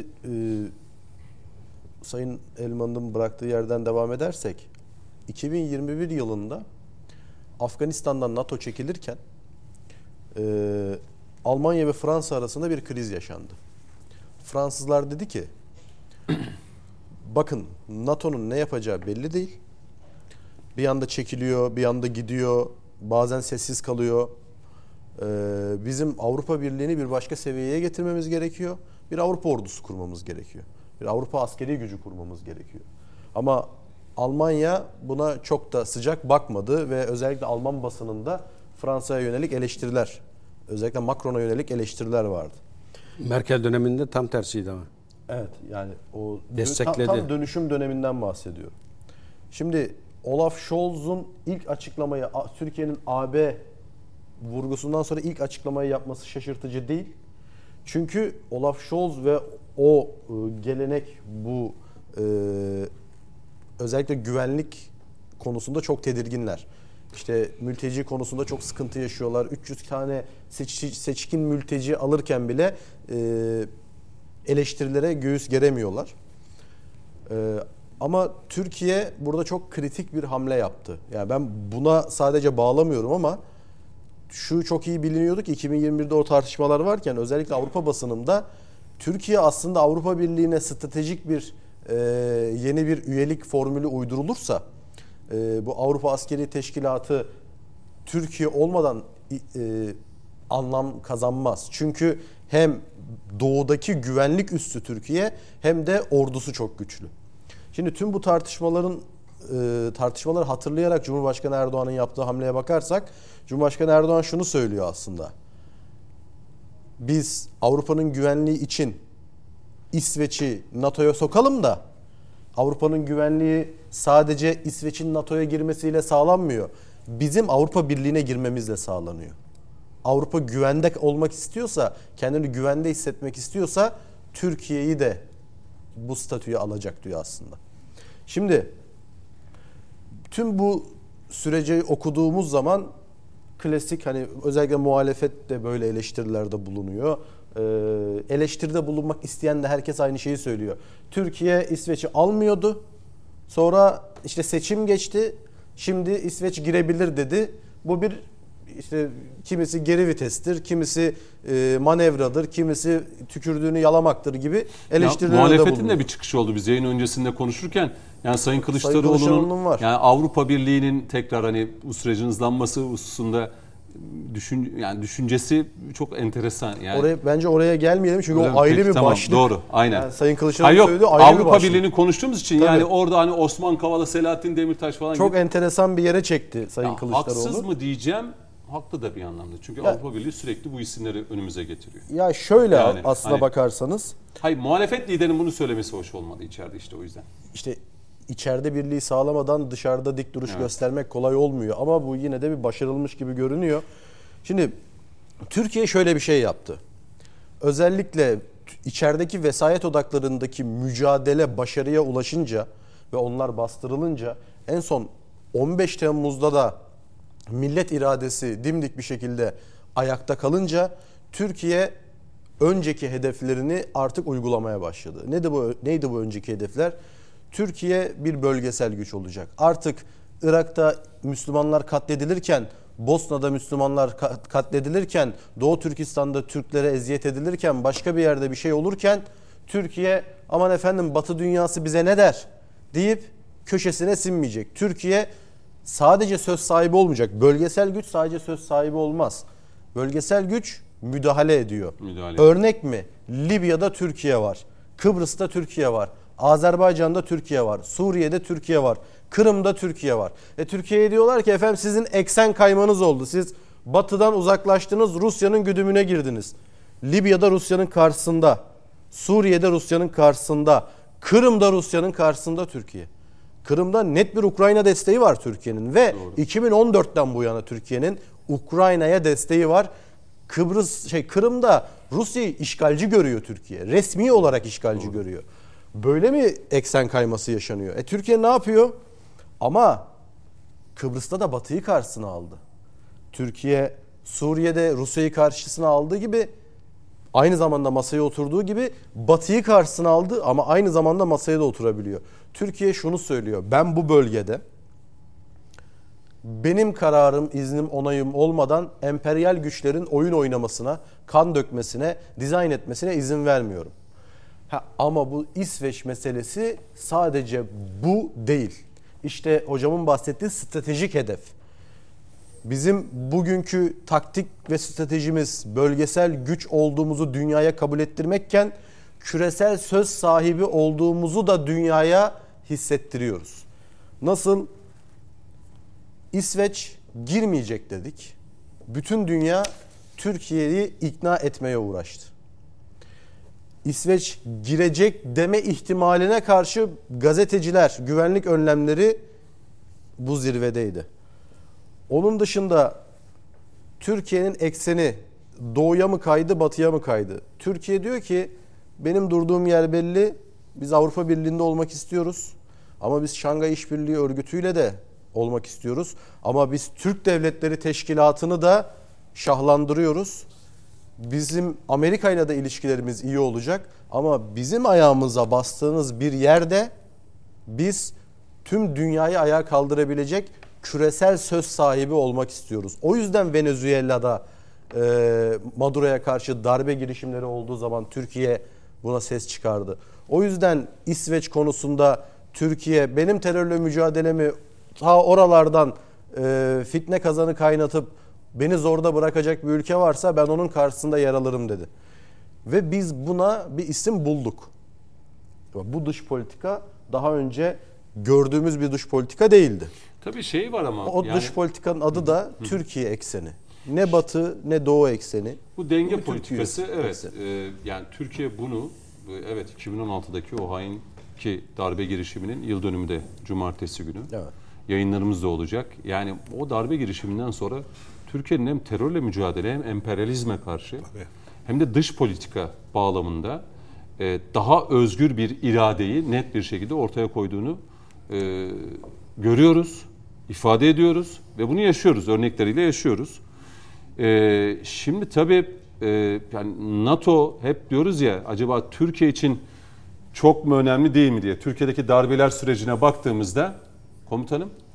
Sayın Elman'ın bıraktığı yerden devam edersek 2021 yılında Afganistan'dan NATO çekilirken Almanya ve Fransa arasında bir kriz yaşandı. Fransızlar dedi ki bakın NATO'nun ne yapacağı belli değil. Bir anda çekiliyor, bir anda gidiyor, bazen sessiz kalıyor. Bizim Avrupa Birliği'ni bir başka seviyeye getirmemiz gerekiyor. Bir Avrupa ordusu kurmamız gerekiyor. Bir Avrupa askeri gücü kurmamız gerekiyor. Ama Almanya buna çok da sıcak bakmadı ve özellikle Alman basınında Fransa'ya yönelik eleştiriler, özellikle Macron'a yönelik eleştiriler vardı. Merkel döneminde tam tersiydi ama. Evet yani o destekledi. Tam dönüşüm döneminden bahsediyorum. Şimdi Olaf Scholz'un ilk açıklamayı, Türkiye'nin AB vurgusundan sonra ilk açıklamayı yapması şaşırtıcı değil. Çünkü Olaf Scholz ve o gelenek bu özellikle güvenlik konusunda çok tedirginler. İşte mülteci konusunda çok sıkıntı yaşıyorlar. 300 tane seçkin mülteci alırken bile eleştirilere göğüs geremiyorlar. Ama Türkiye burada çok kritik bir hamle yaptı. Yani ben buna sadece bağlamıyorum ama şu çok iyi biliniyordu ki 2021'de o tartışmalar varken özellikle Avrupa basınında Türkiye aslında Avrupa Birliği'ne stratejik bir yeni bir üyelik formülü uydurulursa bu Avrupa Askeri Teşkilatı Türkiye olmadan anlam kazanmaz. Çünkü hem doğudaki güvenlik üssü Türkiye hem de ordusu çok güçlü. Şimdi tüm bu tartışmaları hatırlayarak Cumhurbaşkanı Erdoğan'ın yaptığı hamleye bakarsak Cumhurbaşkanı Erdoğan şunu söylüyor aslında. Biz Avrupa'nın güvenliği için İsveç'i NATO'ya sokalım da Avrupa'nın güvenliği sadece İsveç'in NATO'ya girmesiyle sağlanmıyor. Bizim Avrupa Birliği'ne girmemizle sağlanıyor. Avrupa güvende olmak istiyorsa, kendini güvende hissetmek istiyorsa Türkiye'yi de bu statüye alacak diyor aslında. Şimdi tüm bu süreci okuduğumuz zaman klasik hani özellikle muhalefet de böyle eleştirilerde bulunuyor. Eleştiride bulunmak isteyen de herkes aynı şeyi söylüyor. Türkiye İsveç'i almıyordu. Sonra işte seçim geçti. Şimdi İsveç girebilir dedi. Bu bir işte kimisi geri vitestir, kimisi manevradır, kimisi tükürdüğünü yalamaktır gibi eleştiriler de Muhalefetin bulunuyor. de bir çıkışı oldu. Biz yayın öncesinde konuşurken yani Sayın Kılıçdaroğlu'nun Kılıçdaroğlu'nun var. yani Avrupa Birliği'nin tekrar hani bu sürecin hızlanması hususunda düşüncesi çok enteresan. Yani Bence oraya gelmeyelim çünkü o ayrı Peki, bir tamam, başlık. doğru. Aynen. Yani Sayın Ha Kılıçdaroğlu yok, söylediği ayrı bir Avrupa başlık. Birliği'ni konuştuğumuz için Tabii. yani orada hani Osman Kavala, Selahattin Demirtaş falan Çok gibi. enteresan bir yere çekti Sayın Ya, Kılıçdaroğlu. haksız mı diyeceğim? Haklı da bir anlamda. Çünkü Avrupa Birliği sürekli bu isimleri önümüze getiriyor. Ya şöyle Yani, aslına hani- bakarsanız Hayır, muhalefet liderinin bunu söylemesi hoş olmadı içeride işte o yüzden. işte içeride birliği sağlamadan dışarıda dik duruş göstermek kolay olmuyor. Ama bu yine de bir başarılmış gibi görünüyor. Şimdi Türkiye şöyle bir şey yaptı. Özellikle içerideki vesayet odaklarındaki mücadele başarıya ulaşınca ve onlar bastırılınca en son 15 Temmuz'da da millet iradesi dimdik bir şekilde ayakta kalınca Türkiye önceki hedeflerini artık uygulamaya başladı. Neydi bu önceki hedefler? Türkiye bir bölgesel güç olacak. Artık Irak'ta Müslümanlar katledilirken, Bosna'da Müslümanlar katledilirken, Doğu Türkistan'da Türklere eziyet edilirken, başka bir yerde bir şey olurken Türkiye aman efendim Batı dünyası bize ne der deyip köşesine sinmeyecek. Türkiye sadece söz sahibi olmayacak. Bölgesel güç sadece söz sahibi olmaz. Bölgesel güç müdahale ediyor. Örnek mi? Libya'da Türkiye var. Kıbrıs'ta Türkiye var. Azerbaycan'da Türkiye var. Suriye'de Türkiye var. Kırım'da Türkiye var. Türkiye'ye diyorlar ki efendim sizin eksen kaymanız oldu. Siz batıdan uzaklaştınız, Rusya'nın güdümüne girdiniz. Libya'da Rusya'nın karşısında, Suriye'de Rusya'nın karşısında, Kırım'da Rusya'nın karşısında Türkiye. Kırım'da net bir Ukrayna desteği var Türkiye'nin ve 2014'ten bu yana Türkiye'nin Ukrayna'ya desteği var. Kırım'da Rusya'yı işgalci görüyor Türkiye. Resmi olarak işgalci görüyor. Böyle mi eksen kayması yaşanıyor? Türkiye ne yapıyor? Ama Kıbrıs'ta da Batı'yı karşısına aldı. Türkiye Suriye'de Rusya'yı karşısına aldığı gibi aynı zamanda masaya oturduğu gibi Batı'yı karşısına aldı ama aynı zamanda masaya da oturabiliyor. Türkiye şunu söylüyor. Ben bu bölgede benim kararım, iznim, onayım olmadan emperyal güçlerin oyun oynamasına, kan dökmesine, dizayn etmesine izin vermiyorum. Ama bu İsveç meselesi sadece bu değil. İşte hocamın bahsettiği stratejik hedef. Bizim bugünkü taktik ve stratejimiz bölgesel güç olduğumuzu dünyaya kabul ettirmekken küresel söz sahibi olduğumuzu da dünyaya hissettiriyoruz. Nasıl? İsveç girmeyecek dedik. Bütün dünya Türkiye'yi ikna etmeye uğraştı. İsveç girecek deme ihtimaline karşı gazeteciler, güvenlik önlemleri bu zirvedeydi. Onun dışında Türkiye'nin ekseni doğuya mı kaydı, batıya mı kaydı? Türkiye diyor ki benim durduğum yer belli. Biz Avrupa Birliği'nde olmak istiyoruz. Ama biz Şangay İşbirliği Örgütü'yle de olmak istiyoruz. Ama biz Türk Devletleri Teşkilatı'nı da şahlandırıyoruz. Bizim Amerika ile de ilişkilerimiz iyi olacak. Ama bizim ayağımıza bastığınız bir yerde biz tüm dünyayı ayağa kaldırabilecek küresel söz sahibi olmak istiyoruz. O yüzden Venezuela'da Maduro'ya karşı darbe girişimleri olduğu zaman Türkiye buna ses çıkardı. O yüzden İsveç konusunda Türkiye benim terörle mücadelemi ta oralardan fitne kazanı kaynatıp beni zorda bırakacak bir ülke varsa ben onun karşısında yer alırım dedi. Ve biz buna bir isim bulduk. Bu dış politika daha önce gördüğümüz bir dış politika değildi. Tabii şey var ama. O dış politikanın adı da Türkiye ekseni. Ne batı ne doğu ekseni. Bu denge Bu politikası Türkiye evet. Yani Türkiye bunu evet 2016'daki o hainki darbe girişiminin yıl dönümü de cumartesi günü. Evet. Yayınlarımız da olacak. Yani o darbe girişiminden sonra Türkiye'nin hem terörle mücadele hem emperyalizme karşı hem de dış politika bağlamında daha özgür bir iradeyi net bir şekilde ortaya koyduğunu görüyoruz, ifade ediyoruz ve bunu yaşıyoruz, örnekleriyle yaşıyoruz. Şimdi tabii yani NATO hep diyoruz ya acaba Türkiye için çok mu önemli değil mi diye. Türkiye'deki darbeler sürecine baktığımızda komutanım.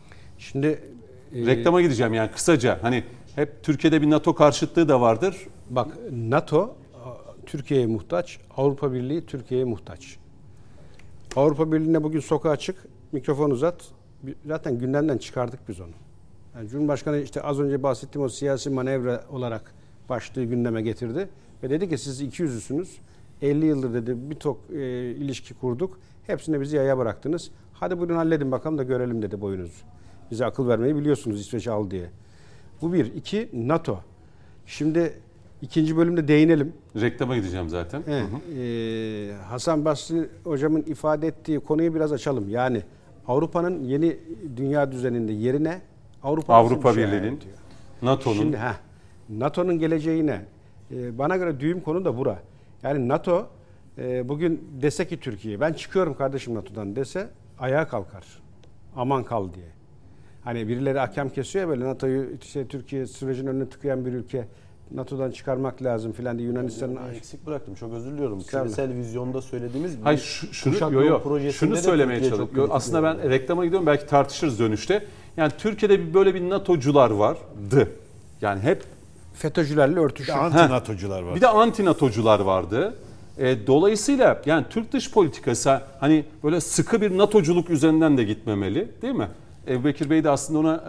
Şimdi Reklama gideceğim yani kısaca. Hani hep Türkiye'de bir NATO karşıtlığı da vardır. bak, NATO Türkiye'ye muhtaç, Avrupa Birliği Türkiye'ye muhtaç. Avrupa Birliği'ne bugün sokağa çık, mikrofon uzat. Zaten gündemden çıkardık biz onu. Yani Cumhurbaşkanı işte az önce bahsettiğim o siyasi manevra olarak başlığı gündeme getirdi. Ve dedi ki siz 200'lüsünüz. 50 yıldır dedi birçok ilişki kurduk. Hepsini bizi yaya bıraktınız. Hadi buyurun halledin bakalım da görelim dedi boyunuzu. Bize akıl vermeyi biliyorsunuz İsveç al diye. Bu bir. İki, NATO. Şimdi ikinci bölümde değinelim. Reklama gideceğim zaten. Evet. Hasan Basri hocamın ifade ettiği konuyu biraz açalım. Yani Avrupa'nın yeni dünya düzeninde yerine Avrupa Birliği'nin, NATO'nun. Şimdi NATO'nun geleceğine bana göre düğüm konu da bura. Yani NATO bugün dese ki Türkiye ben çıkıyorum kardeşim NATO'dan dese ayağa kalkar. Aman kal diye. Hani birileri hakem kesiyor ya böyle NATO'yu işte Türkiye sürecin önüne tıkayan bir ülke NATO'dan çıkarmak lazım filan diye Yunanistan'ın Eksik bıraktım. Çok özür diliyorum. Küresel vizyonda söylediğimiz bir şunu söylemeye çalışıyorum. Aslında ben reklama gidiyorum, belki tartışırız dönüşte. Yani Türkiye'de böyle bir NATO'cular vardı. Yani hep FETÖ'cülerle örtüşüyor. Anti-NATO'cular var. bir de anti-NATO'cular vardı. Dolayısıyla yani Türk dış politikası hani böyle sıkı bir NATO'culuk üzerinden de gitmemeli, değil mi? Ebubekir Bey de aslında ona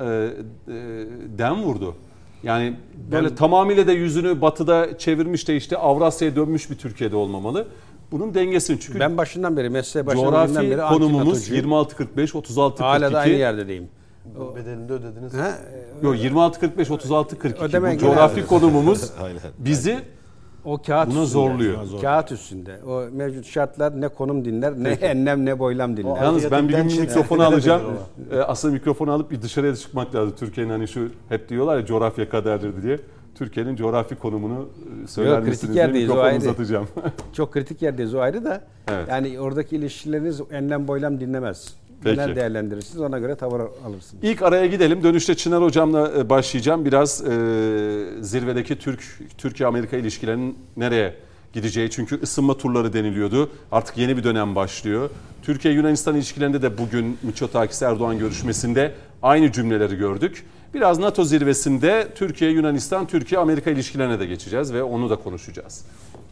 dem vurdu. Yani böyle tamamıyla da yüzünü batıda çevirmiş de işte Avrasya'ya dönmüş bir Türkiye'de olmamalı. Bunun dengesini, çünkü Ben başından beri mesleğe başladığımdan coğrafi beri konumumuz anti-NATO'cuyum. 26-45, 36-42. Hala da aynı yerdeyim. bedelini de ödediniz. Yok 26-45, 36-42. Ödemek Bu coğrafi lazım. konumumuz bizi O kağıt buna üstünde. zorluyor. Kağıt üstünde. O mevcut şartlar ne konum dinler, ne enlem ne boylam dinler. Yalnız ben bir gün Adliyatik mikrofonu dençlik alacağım. nedir Aslında mikrofonu alıp bir dışarıya çıkmak lazım. Türkiye'nin hani şu hep diyorlar ya coğrafya kaderdir diye. Türkiye'nin coğrafi konumunu söyler Yok, kritik misiniz diye yerdeyiz, o mikrofonu ayrı. uzatacağım. Çok kritik yerdeyiz o ayrı da. Evet. Yani oradaki ilişkileriniz enlem boylam dinlemez. Peki. Genel değerlendirirsiniz, ona göre tavır alırsınız. İlk araya gidelim. Dönüşte Çınar Hocam'la başlayacağım. Biraz zirvedeki Türkiye-Amerika ilişkilerinin nereye gideceği. Çünkü ısınma turları deniliyordu. Artık yeni bir dönem başlıyor. Türkiye-Yunanistan ilişkilerinde de bugün Mitsotakis-Erdoğan görüşmesinde aynı cümleleri gördük. Biraz NATO zirvesinde Türkiye-Yunanistan, Türkiye-Amerika ilişkilerine de geçeceğiz ve onu da konuşacağız.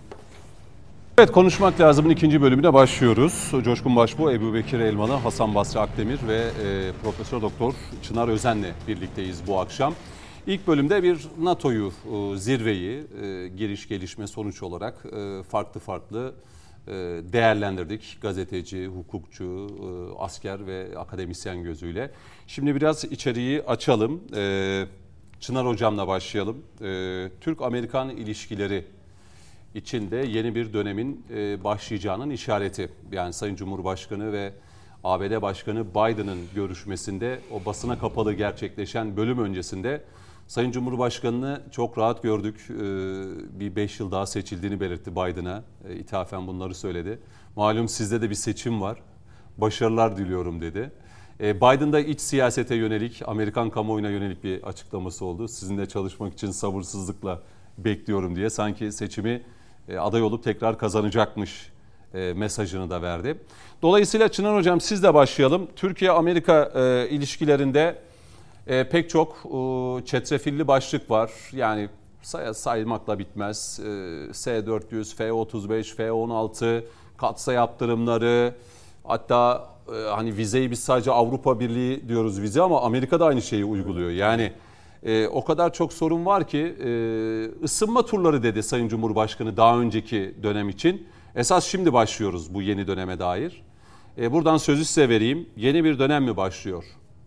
Evet, konuşmak lazımın ikinci bölümüne başlıyoruz. Coşkun Başbuğ, Ebubekir Elmalı, Hasan Basri Akdemir ve Profesör Doktor Çınar Özen'le birlikteyiz bu akşam. İlk bölümde bir NATO'yu, zirveyi, giriş gelişme sonuç olarak farklı değerlendirdik. Gazeteci, hukukçu, asker ve akademisyen gözüyle. Şimdi biraz içeriği açalım. Çınar Hocam'la başlayalım. Türk-Amerikan ilişkileri içinde yeni bir dönemin başlayacağının işareti. Yani Sayın Cumhurbaşkanı ve ABD Başkanı Biden'ın görüşmesinde o basına kapalı gerçekleşen bölüm öncesinde Sayın Cumhurbaşkanı'nı çok rahat gördük. Bir 5 yıl daha seçildiğini belirtti Biden'a. İthafen bunları söyledi. Malum sizde de bir seçim var. Başarılar diliyorum dedi. Biden'da iç siyasete yönelik, Amerikan kamuoyuna yönelik bir açıklaması oldu. Sizinle çalışmak için sabırsızlıkla bekliyorum diye. Sanki seçimi aday olup tekrar kazanacakmış mesajını da verdi. Dolayısıyla Çınar Hocam sizle başlayalım. Türkiye-Amerika ilişkilerinde pek çok çetrefilli başlık var. Yani saymakla bitmez. S-400, F-35, F-16, katsa yaptırımları, hatta hani vizeyi biz sadece Avrupa Birliği diyoruz vize ama Amerika da aynı şeyi uyguluyor. Yani o kadar çok sorun var ki ısınma turları dedi Sayın Cumhurbaşkanı daha önceki dönem için. Esas şimdi başlıyoruz bu yeni döneme dair. Buradan sözü size vereyim. Yeni bir dönem mi başlıyor?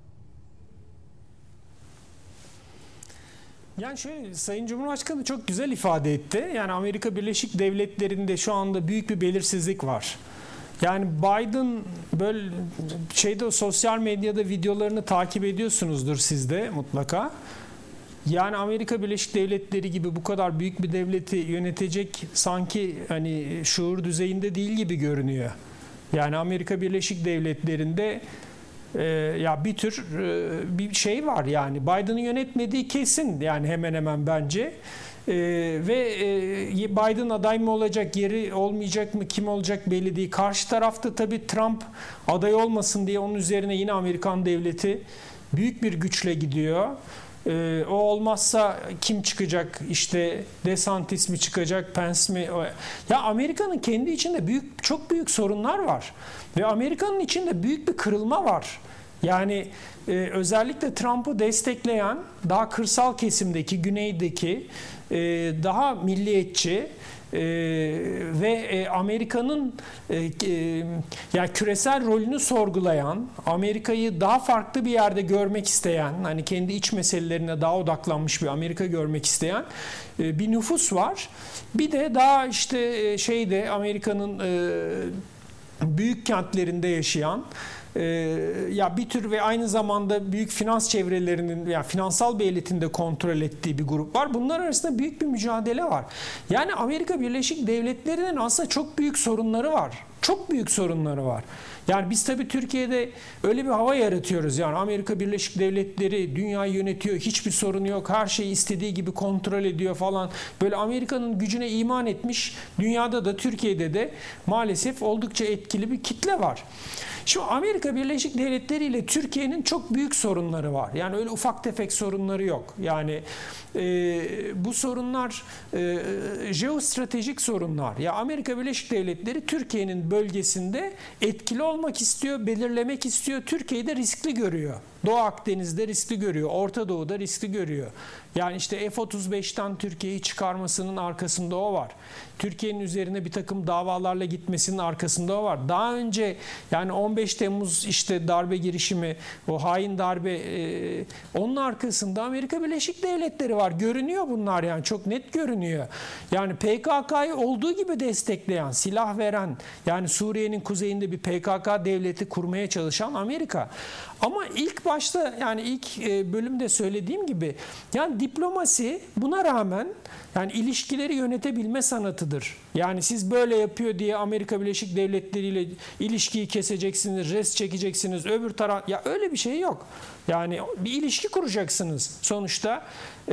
Yani şöyle, Sayın Cumhurbaşkanı çok güzel ifade etti. Yani Amerika Birleşik Devletleri'nde şu anda büyük bir belirsizlik var. Yani Biden böyle sosyal medyada videolarını takip ediyorsunuzdur siz de mutlaka. Yani Amerika Birleşik Devletleri gibi bu kadar büyük bir devleti yönetecek sanki hani şuur düzeyinde değil gibi görünüyor. Yani Amerika Birleşik Devletleri'nde ya bir tür bir şey var yani Biden'ın yönetmediği kesin yani hemen hemen bence. Ve Biden aday mı olacak, yeri olmayacak mı, kim olacak belli değil. Karşı tarafta tabii Trump aday olmasın diye onun üzerine yine Amerikan devleti büyük bir güçle gidiyor. O olmazsa kim çıkacak? İşte DeSantis mi çıkacak, Pence mi? Ya Amerika'nın kendi içinde çok büyük sorunlar var. Ve Amerika'nın içinde büyük bir kırılma var. Yani özellikle Trump'ı destekleyen daha kırsal kesimdeki, güneydeki daha milliyetçi ve Amerika'nın yani küresel rolünü sorgulayan, Amerika'yı daha farklı bir yerde görmek isteyen, hani kendi iç meselelerine daha odaklanmış bir Amerika görmek isteyen bir nüfus var. Bir de daha işte Amerika'nın büyük kentlerinde yaşayan ya bir tür ve aynı zamanda büyük finans çevrelerinin yani finansal bir elitin de kontrol ettiği bir grup var. Bunlar arasında büyük bir mücadele var. Yani Amerika Birleşik Devletleri'nin aslında çok büyük sorunları var. Çok büyük sorunları var. Yani biz tabii Türkiye'de öyle bir hava yaratıyoruz. Yani Amerika Birleşik Devletleri dünyayı yönetiyor, hiçbir sorunu yok, her şeyi istediği gibi kontrol ediyor falan. Böyle Amerika'nın gücüne iman etmiş, dünyada da Türkiye'de de maalesef oldukça etkili bir kitle var. Şimdi Amerika Birleşik Devletleri ile Türkiye'nin çok büyük sorunları var. Yani öyle ufak tefek sorunları yok. Yani bu sorunlar jeostratejik sorunlar. Ya Amerika Birleşik Devletleri Türkiye'nin bölgesinde etkili olmak istiyor, belirlemek istiyor. Türkiye'yi de riskli görüyor. Doğu Akdeniz'de riskli görüyor, Orta Doğu'da riskli görüyor. Yani işte F-35'ten Türkiye'yi çıkarmasının arkasında o var. Türkiye'nin üzerine bir takım davalarla gitmesinin arkasında o var. Daha önce yani 15 Temmuz işte darbe girişimi, o hain darbe, onun arkasında Amerika Birleşik Devletleri var. Görünüyor bunlar yani, çok net görünüyor. Yani PKK'yı olduğu gibi destekleyen, silah veren, yani Suriye'nin kuzeyinde bir PKK devleti kurmaya çalışan Amerika. Ama ilk başta yani ilk bölümde söylediğim gibi yani diplomasi buna rağmen yani ilişkileri yönetebilme sanatıdır. Yani siz böyle yapıyor diye Amerika Birleşik Devletleri ile ilişkiyi keseceksiniz, res çekeceksiniz, öbür taraf, ya öyle bir şey yok. Yani bir ilişki kuracaksınız sonuçta.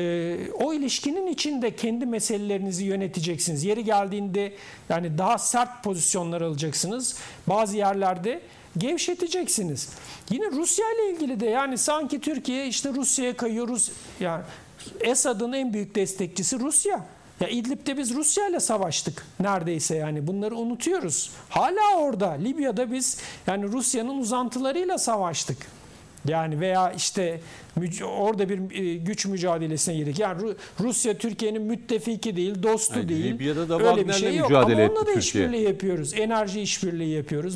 O ilişkinin içinde kendi meselelerinizi yöneteceksiniz. Yeri geldiğinde yani daha sert pozisyonlar alacaksınız. Bazı yerlerde gevşeteceksiniz. Yine Rusya ile ilgili de yani sanki Türkiye işte Rusya'ya kayıyor. Yani Esad'ın en büyük destekçisi Rusya. Ya İdlib'de biz Rusya ile savaştık neredeyse, yani bunları unutuyoruz. Hala orada Libya'da biz yani Rusya'nın uzantılarıyla savaştık. Yani veya işte orada bir güç mücadelesine girdik. Yani Rusya Türkiye'nin müttefiki değil, dostu yani değil. Libya'da da öyle bir şey yok. mücadele ama onunla da Türkiye. işbirliği yapıyoruz. Enerji işbirliği yapıyoruz.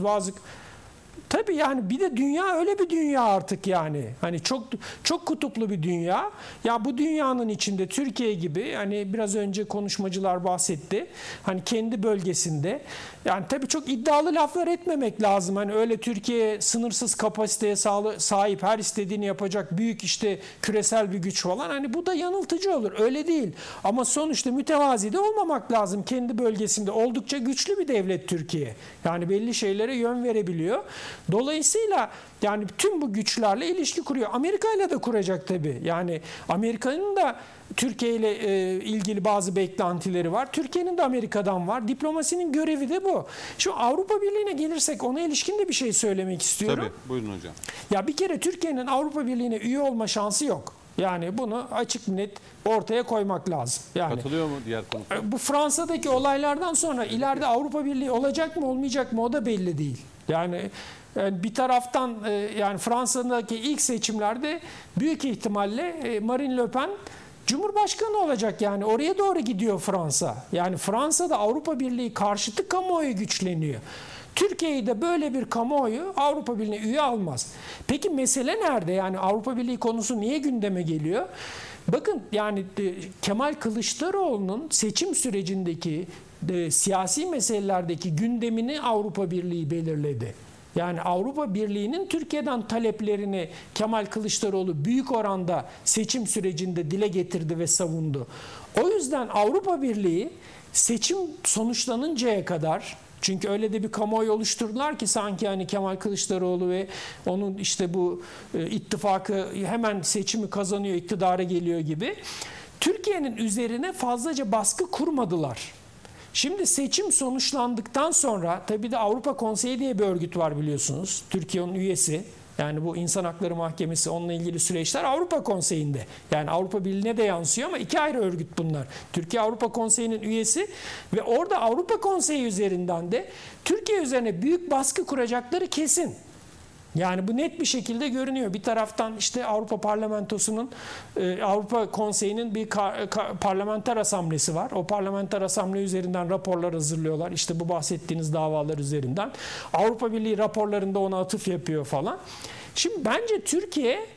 Tabii yani bir de dünya öyle bir dünya artık yani. Hani çok kutuplu bir dünya. Ya bu dünyanın içinde Türkiye gibi, hani biraz önce konuşmacılar bahsetti. Hani kendi bölgesinde. Yani tabii çok iddialı laflar etmemek lazım. Hani öyle Türkiye sınırsız kapasiteye sahip, her istediğini yapacak büyük işte küresel bir güç falan. Hani bu da yanıltıcı olur. Öyle değil. Ama sonuçta mütevazi de olmamak lazım. Kendi bölgesinde oldukça güçlü bir devlet Türkiye. Yani belli şeylere yön verebiliyor. Dolayısıyla yani tüm bu güçlerle ilişki kuruyor. Amerika ile de kuracak tabii. Yani Amerika'nın da Türkiye ile ilgili bazı beklentileri var. Türkiye'nin de Amerika'dan var. Diplomasinin görevi de bu. Şu Avrupa Birliği'ne gelirsek ona ilişkin de bir şey söylemek istiyorum. Tabii, buyurun hocam. Ya bir kere Türkiye'nin Avrupa Birliği'ne üye olma şansı yok. Yani bunu açık net ortaya koymak lazım. Yani Katılıyor mu diğer konuklar? bu Fransa'daki olaylardan sonra ileride Avrupa Birliği olacak mı olmayacak mı o da belli değil. Yani bir taraftan yani Fransa'daki ilk seçimlerde büyük ihtimalle Marine Le Pen Cumhurbaşkanı olacak, yani oraya doğru gidiyor Fransa. Yani Fransa'da Avrupa Birliği karşıtı kamuoyu güçleniyor. Türkiye'yi de böyle bir kamuoyu Avrupa Birliği'ne üye almaz. Peki mesele nerede? Yani Avrupa Birliği konusu niye gündeme geliyor? Bakın yani Kemal Kılıçdaroğlu'nun seçim sürecindeki siyasi meselelerdeki gündemini Avrupa Birliği belirledi. Yani Avrupa Birliği'nin Türkiye'den taleplerini Kemal Kılıçdaroğlu büyük oranda seçim sürecinde dile getirdi ve savundu. O yüzden Avrupa Birliği seçim sonuçlanıncaya kadar, çünkü öyle de bir kamuoyu oluşturdular ki sanki hani Kemal Kılıçdaroğlu ve onun işte bu ittifakı hemen seçimi kazanıyor, iktidara geliyor gibi. Türkiye'nin üzerine fazlaca baskı kurmadılar. Şimdi seçim sonuçlandıktan sonra tabii de Avrupa Konseyi diye bir örgüt var biliyorsunuz. Türkiye'nin üyesi. Yani bu İnsan Hakları Mahkemesi, onunla ilgili süreçler Avrupa Konseyi'nde. Yani Avrupa Birliği'ne de yansıyor ama iki ayrı örgüt bunlar. Türkiye Avrupa Konseyi'nin üyesi ve orada Avrupa Konseyi üzerinden de Türkiye üzerine büyük baskı kuracakları kesin. Yani bu net bir şekilde görünüyor. Bir taraftan işte Avrupa Parlamentosu'nun, Avrupa Konseyi'nin bir parlamenter asamblesi var. O parlamenter asamble üzerinden raporlar hazırlıyorlar. İşte bu bahsettiğiniz davalar üzerinden. Avrupa Birliği raporlarında ona atıf yapıyor falan. Şimdi bence Türkiye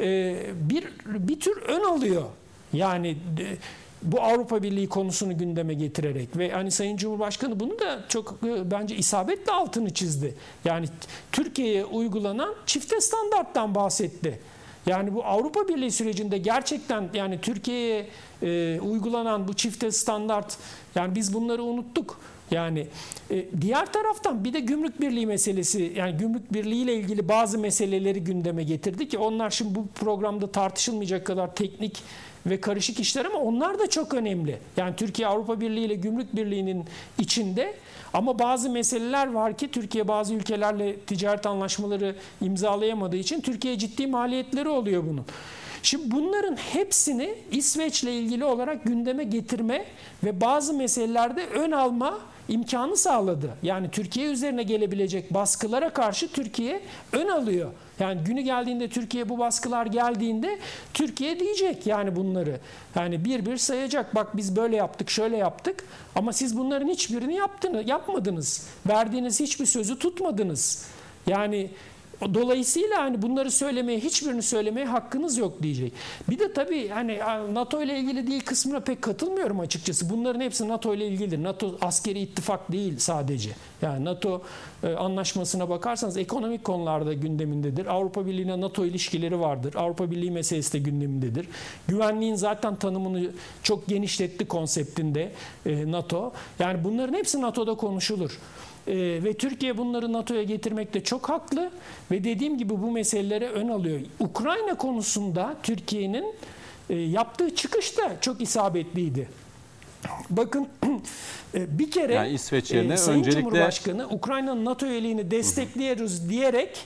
bir tür ön alıyor. Yani bu Avrupa Birliği konusunu gündeme getirerek ve hani Sayın Cumhurbaşkanı bunu da çok bence isabetle altını çizdi. Yani Türkiye'ye uygulanan çifte standarttan bahsetti. Yani bu Avrupa Birliği sürecinde gerçekten yani Türkiye'ye uygulanan bu çifte standart, yani biz bunları unuttuk. Yani diğer taraftan bir de gümrük birliği meselesi, yani gümrük birliği ile ilgili bazı meseleleri gündeme getirdi ki onlar şimdi bu programda tartışılmayacak kadar teknik ve karışık işler ama onlar da çok önemli. Yani Türkiye Avrupa Birliği ile Gümrük Birliği'nin içinde ama bazı meseleler var ki Türkiye bazı ülkelerle ticaret anlaşmaları imzalayamadığı için Türkiye'ye ciddi maliyetleri oluyor bunun. Şimdi bunların hepsini İsveç'le ilgili olarak gündeme getirme ve bazı meselelerde ön alma imkanı sağladı. Yani Türkiye üzerine gelebilecek baskılara karşı Türkiye ön alıyor. Yani günü geldiğinde Türkiye bu baskılar geldiğinde Türkiye diyecek yani bunları. Yani bir sayacak. Bak biz böyle yaptık, şöyle yaptık ama siz bunların hiçbirini yapmadınız. Verdiğiniz hiçbir sözü tutmadınız. Yani dolayısıyla hani bunları söylemeye, hiçbirini söylemeye hakkınız yok diyecek. Bir de tabii hani NATO ile ilgili değil kısmına pek katılmıyorum açıkçası. Bunların hepsi NATO ile ilgilidir. NATO askeri ittifak değil sadece. Yani NATO anlaşmasına bakarsanız ekonomik konularda gündemindedir. Avrupa Birliği ile NATO ilişkileri vardır. Avrupa Birliği meselesi de gündemindedir. Güvenliğin zaten tanımını çok genişletti konseptinde NATO. Yani bunların hepsi NATO'da konuşulur. Ve Türkiye bunları NATO'ya getirmekte çok haklı ve dediğim gibi bu meselelere ön alıyor. Ukrayna konusunda Türkiye'nin yaptığı çıkış da çok isabetliydi. Bakın bir kere yani İsveç yerine Sayın öncelikle Cumhurbaşkanı Ukrayna'nın NATO üyeliğini destekliyoruz diyerek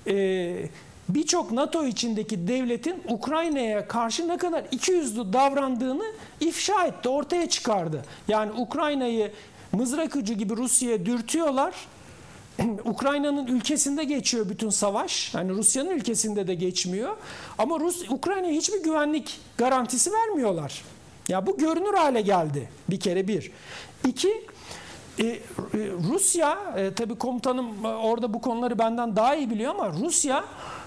birçok NATO içindeki devletin Ukrayna'ya karşı ne kadar ikiyüzlü davrandığını ifşa etti, ortaya çıkardı. Yani Ukrayna'yı mızrak ucu gibi Rusya'ya dürtüyorlar. Ukrayna'nın ülkesinde geçiyor bütün savaş. Yani Rusya'nın ülkesinde de geçmiyor. Ama Ukrayna'ya hiçbir güvenlik garantisi vermiyorlar. Ya bu görünür hale geldi bir kere bir. İki, Rusya tabii komutanım orada bu konuları benden daha iyi biliyor ama Rusya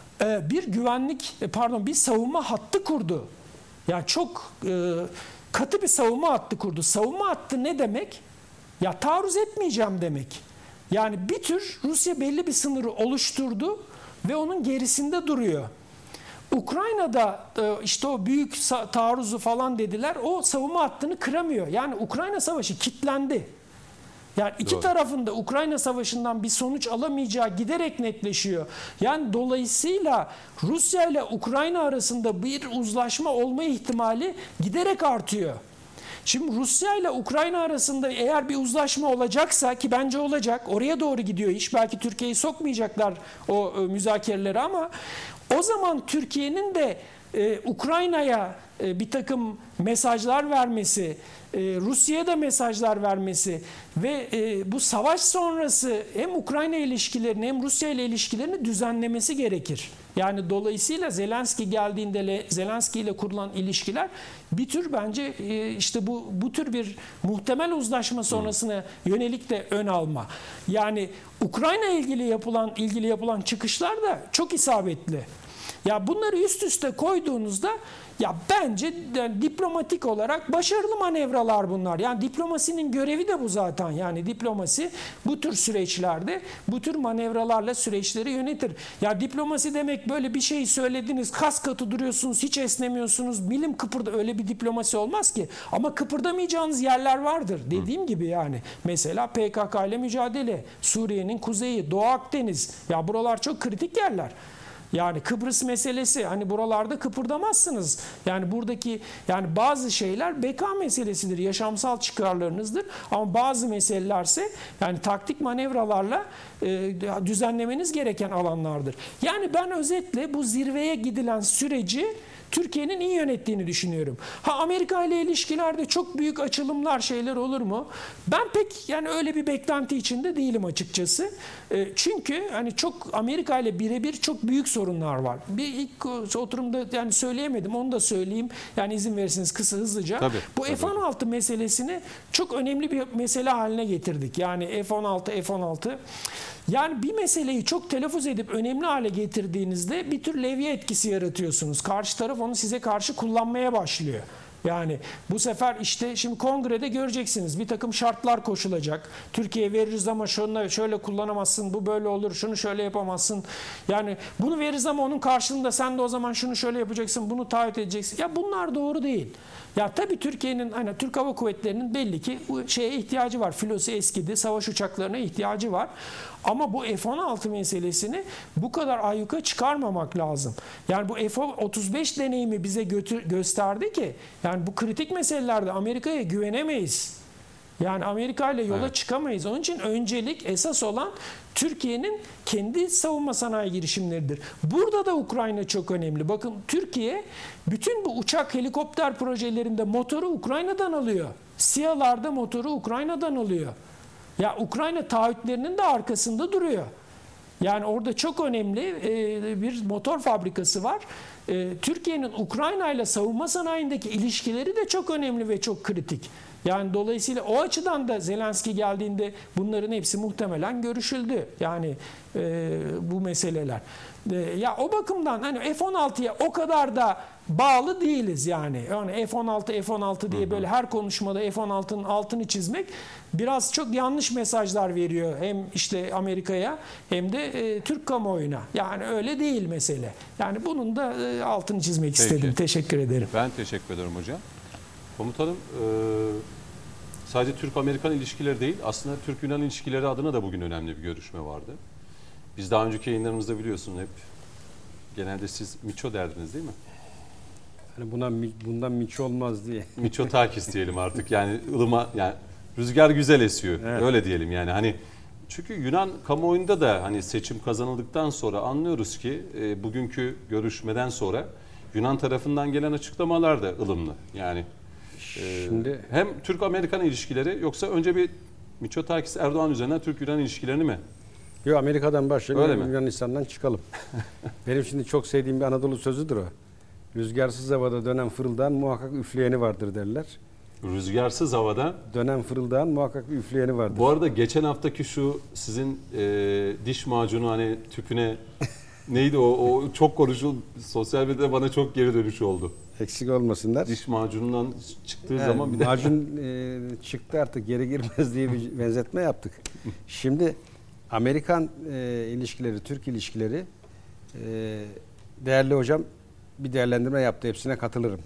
bir savunma hattı kurdu. Yani çok katı bir savunma hattı kurdu. Savunma hattı ne demek? Ya taarruz etmeyeceğim demek. Yani bir tür Rusya belli bir sınırı oluşturdu ve onun gerisinde duruyor. Ukrayna'da işte o büyük taarruzu falan dediler. O savunma hattını kıramıyor. Yani Ukrayna Savaşı kilitlendi. Yani iki tarafında Ukrayna Savaşı'ndan bir sonuç alamayacağı giderek netleşiyor. Yani dolayısıyla Rusya ile Ukrayna arasında bir uzlaşma olma ihtimali giderek artıyor. Şimdi Rusya ile Ukrayna arasında eğer bir uzlaşma olacaksa ki bence olacak, oraya doğru gidiyor iş. Belki Türkiye'yi sokmayacaklar o müzakerelere ama o zaman Türkiye'nin de Ukrayna'ya bir takım mesajlar vermesi, Rusya'ya da mesajlar vermesi ve bu savaş sonrası hem Ukrayna ilişkilerini hem Rusya ile ilişkilerini düzenlemesi gerekir. Yani dolayısıyla Zelenski geldiğinde Zelenski ile kurulan ilişkiler bir tür bence işte bu tür bir muhtemel uzlaşma sonrasına yönelik de ön alma. Yani Ukrayna ilgili yapılan çıkışlar da çok isabetli. Ya bunları üst üste koyduğunuzda ya bence yani diplomatik olarak başarılı manevralar bunlar. Yani diplomasinin görevi de bu zaten. Yani diplomasi bu tür süreçlerde bu tür manevralarla süreçleri yönetir. Ya diplomasi demek böyle bir şey söylediniz, kas katı duruyorsunuz, hiç esnemiyorsunuz, milim kıpırda, öyle bir diplomasi olmaz ki. Ama kıpırdamayacağınız yerler vardır. Dediğim gibi yani. Mesela PKK ile mücadele, Suriye'nin kuzeyi, Doğu Akdeniz. Ya buralar çok kritik yerler. Yani Kıbrıs meselesi, hani buralarda kıpırdamazsınız. Yani buradaki yani bazı şeyler beka meselesidir, yaşamsal çıkarlarınızdır. Ama bazı meselelerse yani taktik manevralarla düzenlemeniz gereken alanlardır. Yani ben özetle bu zirveye gidilen süreci Türkiye'nin iyi yönettiğini düşünüyorum. Amerika ile ilişkilerde çok büyük açılımlar, şeyler olur mu? Ben pek yani öyle bir beklenti içinde değilim açıkçası. Çünkü hani çok Amerika ile birebir çok büyük sorunlar var. Bir ilk oturumda yani söyleyemedim, onu da söyleyeyim. Yani izin verirseniz kısa hızlıca. Tabii, Bu F-16 meselesini çok önemli bir mesele haline getirdik. Yani F-16. Yani bir meseleyi çok telaffuz edip önemli hale getirdiğinizde bir tür levye etkisi yaratıyorsunuz. Karşı taraf onu size karşı kullanmaya başlıyor. Yani bu sefer işte şimdi kongrede göreceksiniz bir takım şartlar koşulacak. Türkiye'ye veririz ama şunu şöyle kullanamazsın, bu böyle olur, şunu şöyle yapamazsın. Yani bunu veririz ama onun karşılığında sen de o zaman şunu şöyle yapacaksın, bunu taahhüt edeceksin. Ya bunlar doğru değil. Ya tabii Türkiye'nin hani Türk Hava Kuvvetleri'nin belli ki bu şeye ihtiyacı var. Filosu eskidi, savaş uçaklarına ihtiyacı var. Ama bu F-16 meselesini bu kadar ayyuka çıkarmamak lazım. Yani bu F-35 deneyimi bize gösterdi ki yani bu kritik meselelerde Amerika'ya güvenemeyiz. Yani Amerika ile yola çıkamayız. Onun için öncelik esas olan Türkiye'nin kendi savunma sanayi girişimleridir. Burada da Ukrayna çok önemli. Bakın Türkiye bütün bu uçak helikopter projelerinde motoru Ukrayna'dan alıyor. SİHA'larda motoru Ukrayna'dan alıyor. Ya Ukrayna taahhütlerinin de arkasında duruyor. Yani orada çok önemli bir motor fabrikası var. Türkiye'nin Ukrayna ile savunma sanayindeki ilişkileri de çok önemli ve çok kritik. Yani dolayısıyla o açıdan da Zelenski geldiğinde bunların hepsi muhtemelen görüşüldü. Yani bu meseleler. Ya o bakımdan hani F-16'ya o kadar da bağlı değiliz yani. Yani F-16 diye böyle her konuşmada F-16'nın altını çizmek biraz çok yanlış mesajlar veriyor. Hem işte Amerika'ya hem de Türk kamuoyuna. Yani öyle değil mesele. Yani bunun da altını çizmek istedim. Teşekkür ederim. Ben teşekkür ederim hocam. Komutanım, sadece Türk-Amerikan ilişkileri değil, aslında Türk-Yunan ilişkileri adına da bugün önemli bir görüşme vardı. Biz daha önceki yayınlarımızda biliyorsun hep genelde siz Miço derdiniz değil mi? Hani bundan miço olmaz diye. Miçotakis diyelim artık, yani ılıma, yani rüzgar güzel esiyor, Evet. öyle diyelim yani. Hani çünkü Yunan kamuoyunda da hani seçim kazanıldıktan sonra anlıyoruz ki bugünkü görüşmeden sonra Yunan tarafından gelen açıklamalar da ılımlı. Yani Şimdi hem Türk-Amerikan ilişkileri, yoksa önce bir Miçotakis Erdoğan üzerinden Türk-Yunan ilişkilerini mi? Yok, Amerika'dan başlayalım, Öyle mi? Yunanistan'dan çıkalım. Benim şimdi çok sevdiğim bir Anadolu sözüdür o. Rüzgarsız havada dönen fırıldağın muhakkak üfleyeni vardır derler. Rüzgarsız havada. Dönen fırıldağın muhakkak bir üfleyeni vardır. Bu arada geçen haftaki şu sizin diş macunu hani tüpüne neydi o çok konuşuldu. Sosyal medyada bana çok geri dönüş oldu. Eksik olmasınlar. Diş macunundan çıktığı Yani zaman bir de macun çıktı artık, geri girmez diye bir benzetme yaptık. Şimdi Amerikan ilişkileri, Türk ilişkileri, değerli hocam bir değerlendirme yaptı. Hepsine katılırım.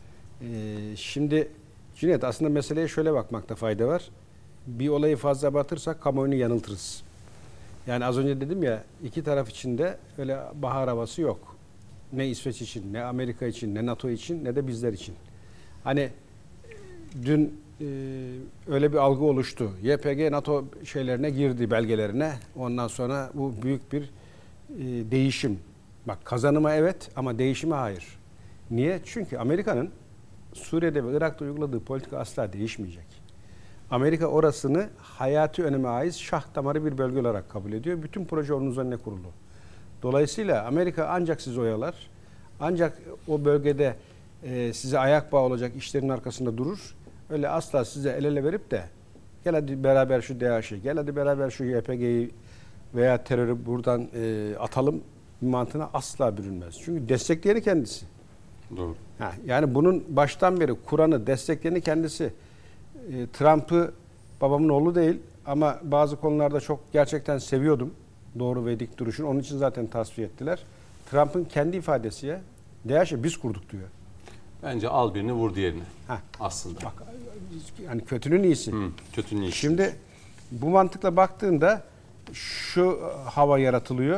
Şimdi Cüneyt, aslında meseleye şöyle bakmakta fayda var. Bir olayı fazla abartırsak kamuoyunu yanıltırız. Yani az önce dedim ya, iki taraf için de öyle bahar havası yok. Ne İsveç için, ne Amerika için, ne NATO için, ne de bizler için. Hani dün öyle bir algı oluştu. YPG NATO şeylerine girdi, belgelerine. Ondan sonra bu büyük bir değişim. Bak, kazanıma evet ama değişime hayır. Niye? Çünkü Amerika'nın Suriye'de ve Irak'ta uyguladığı politika asla değişmeyecek. Amerika orasını hayati öneme ait şah damarı bir bölge olarak kabul ediyor. Bütün proje onun üzerine kurulu. Dolayısıyla Amerika ancak sizi oyalar, ancak o bölgede size ayak bağı olacak işlerin arkasında durur. Öyle asla size el ele verip de gel hadi beraber şu DAEŞ'i, gel hadi beraber şu YPG'yi veya terörü buradan atalım mantığına asla bürünmez. Çünkü destekleyeni kendisi. doğru. Yani bunun baştan beri Kur'an'ı destekleyeni kendisi. Trump'ı babamın oğlu değil ama bazı konularda çok gerçekten seviyordum. Doğru ve dik duruşunu. Onun için zaten tasfiye ettiler. Trump'ın kendi ifadesi ya, DAEŞ'i biz kurduk diyor. Bence al birini vur diğerini Heh. aslında. Bak, yani kötünün iyisi. Kötünün iyisi. Şimdi bu mantıkla baktığında şu hava yaratılıyor.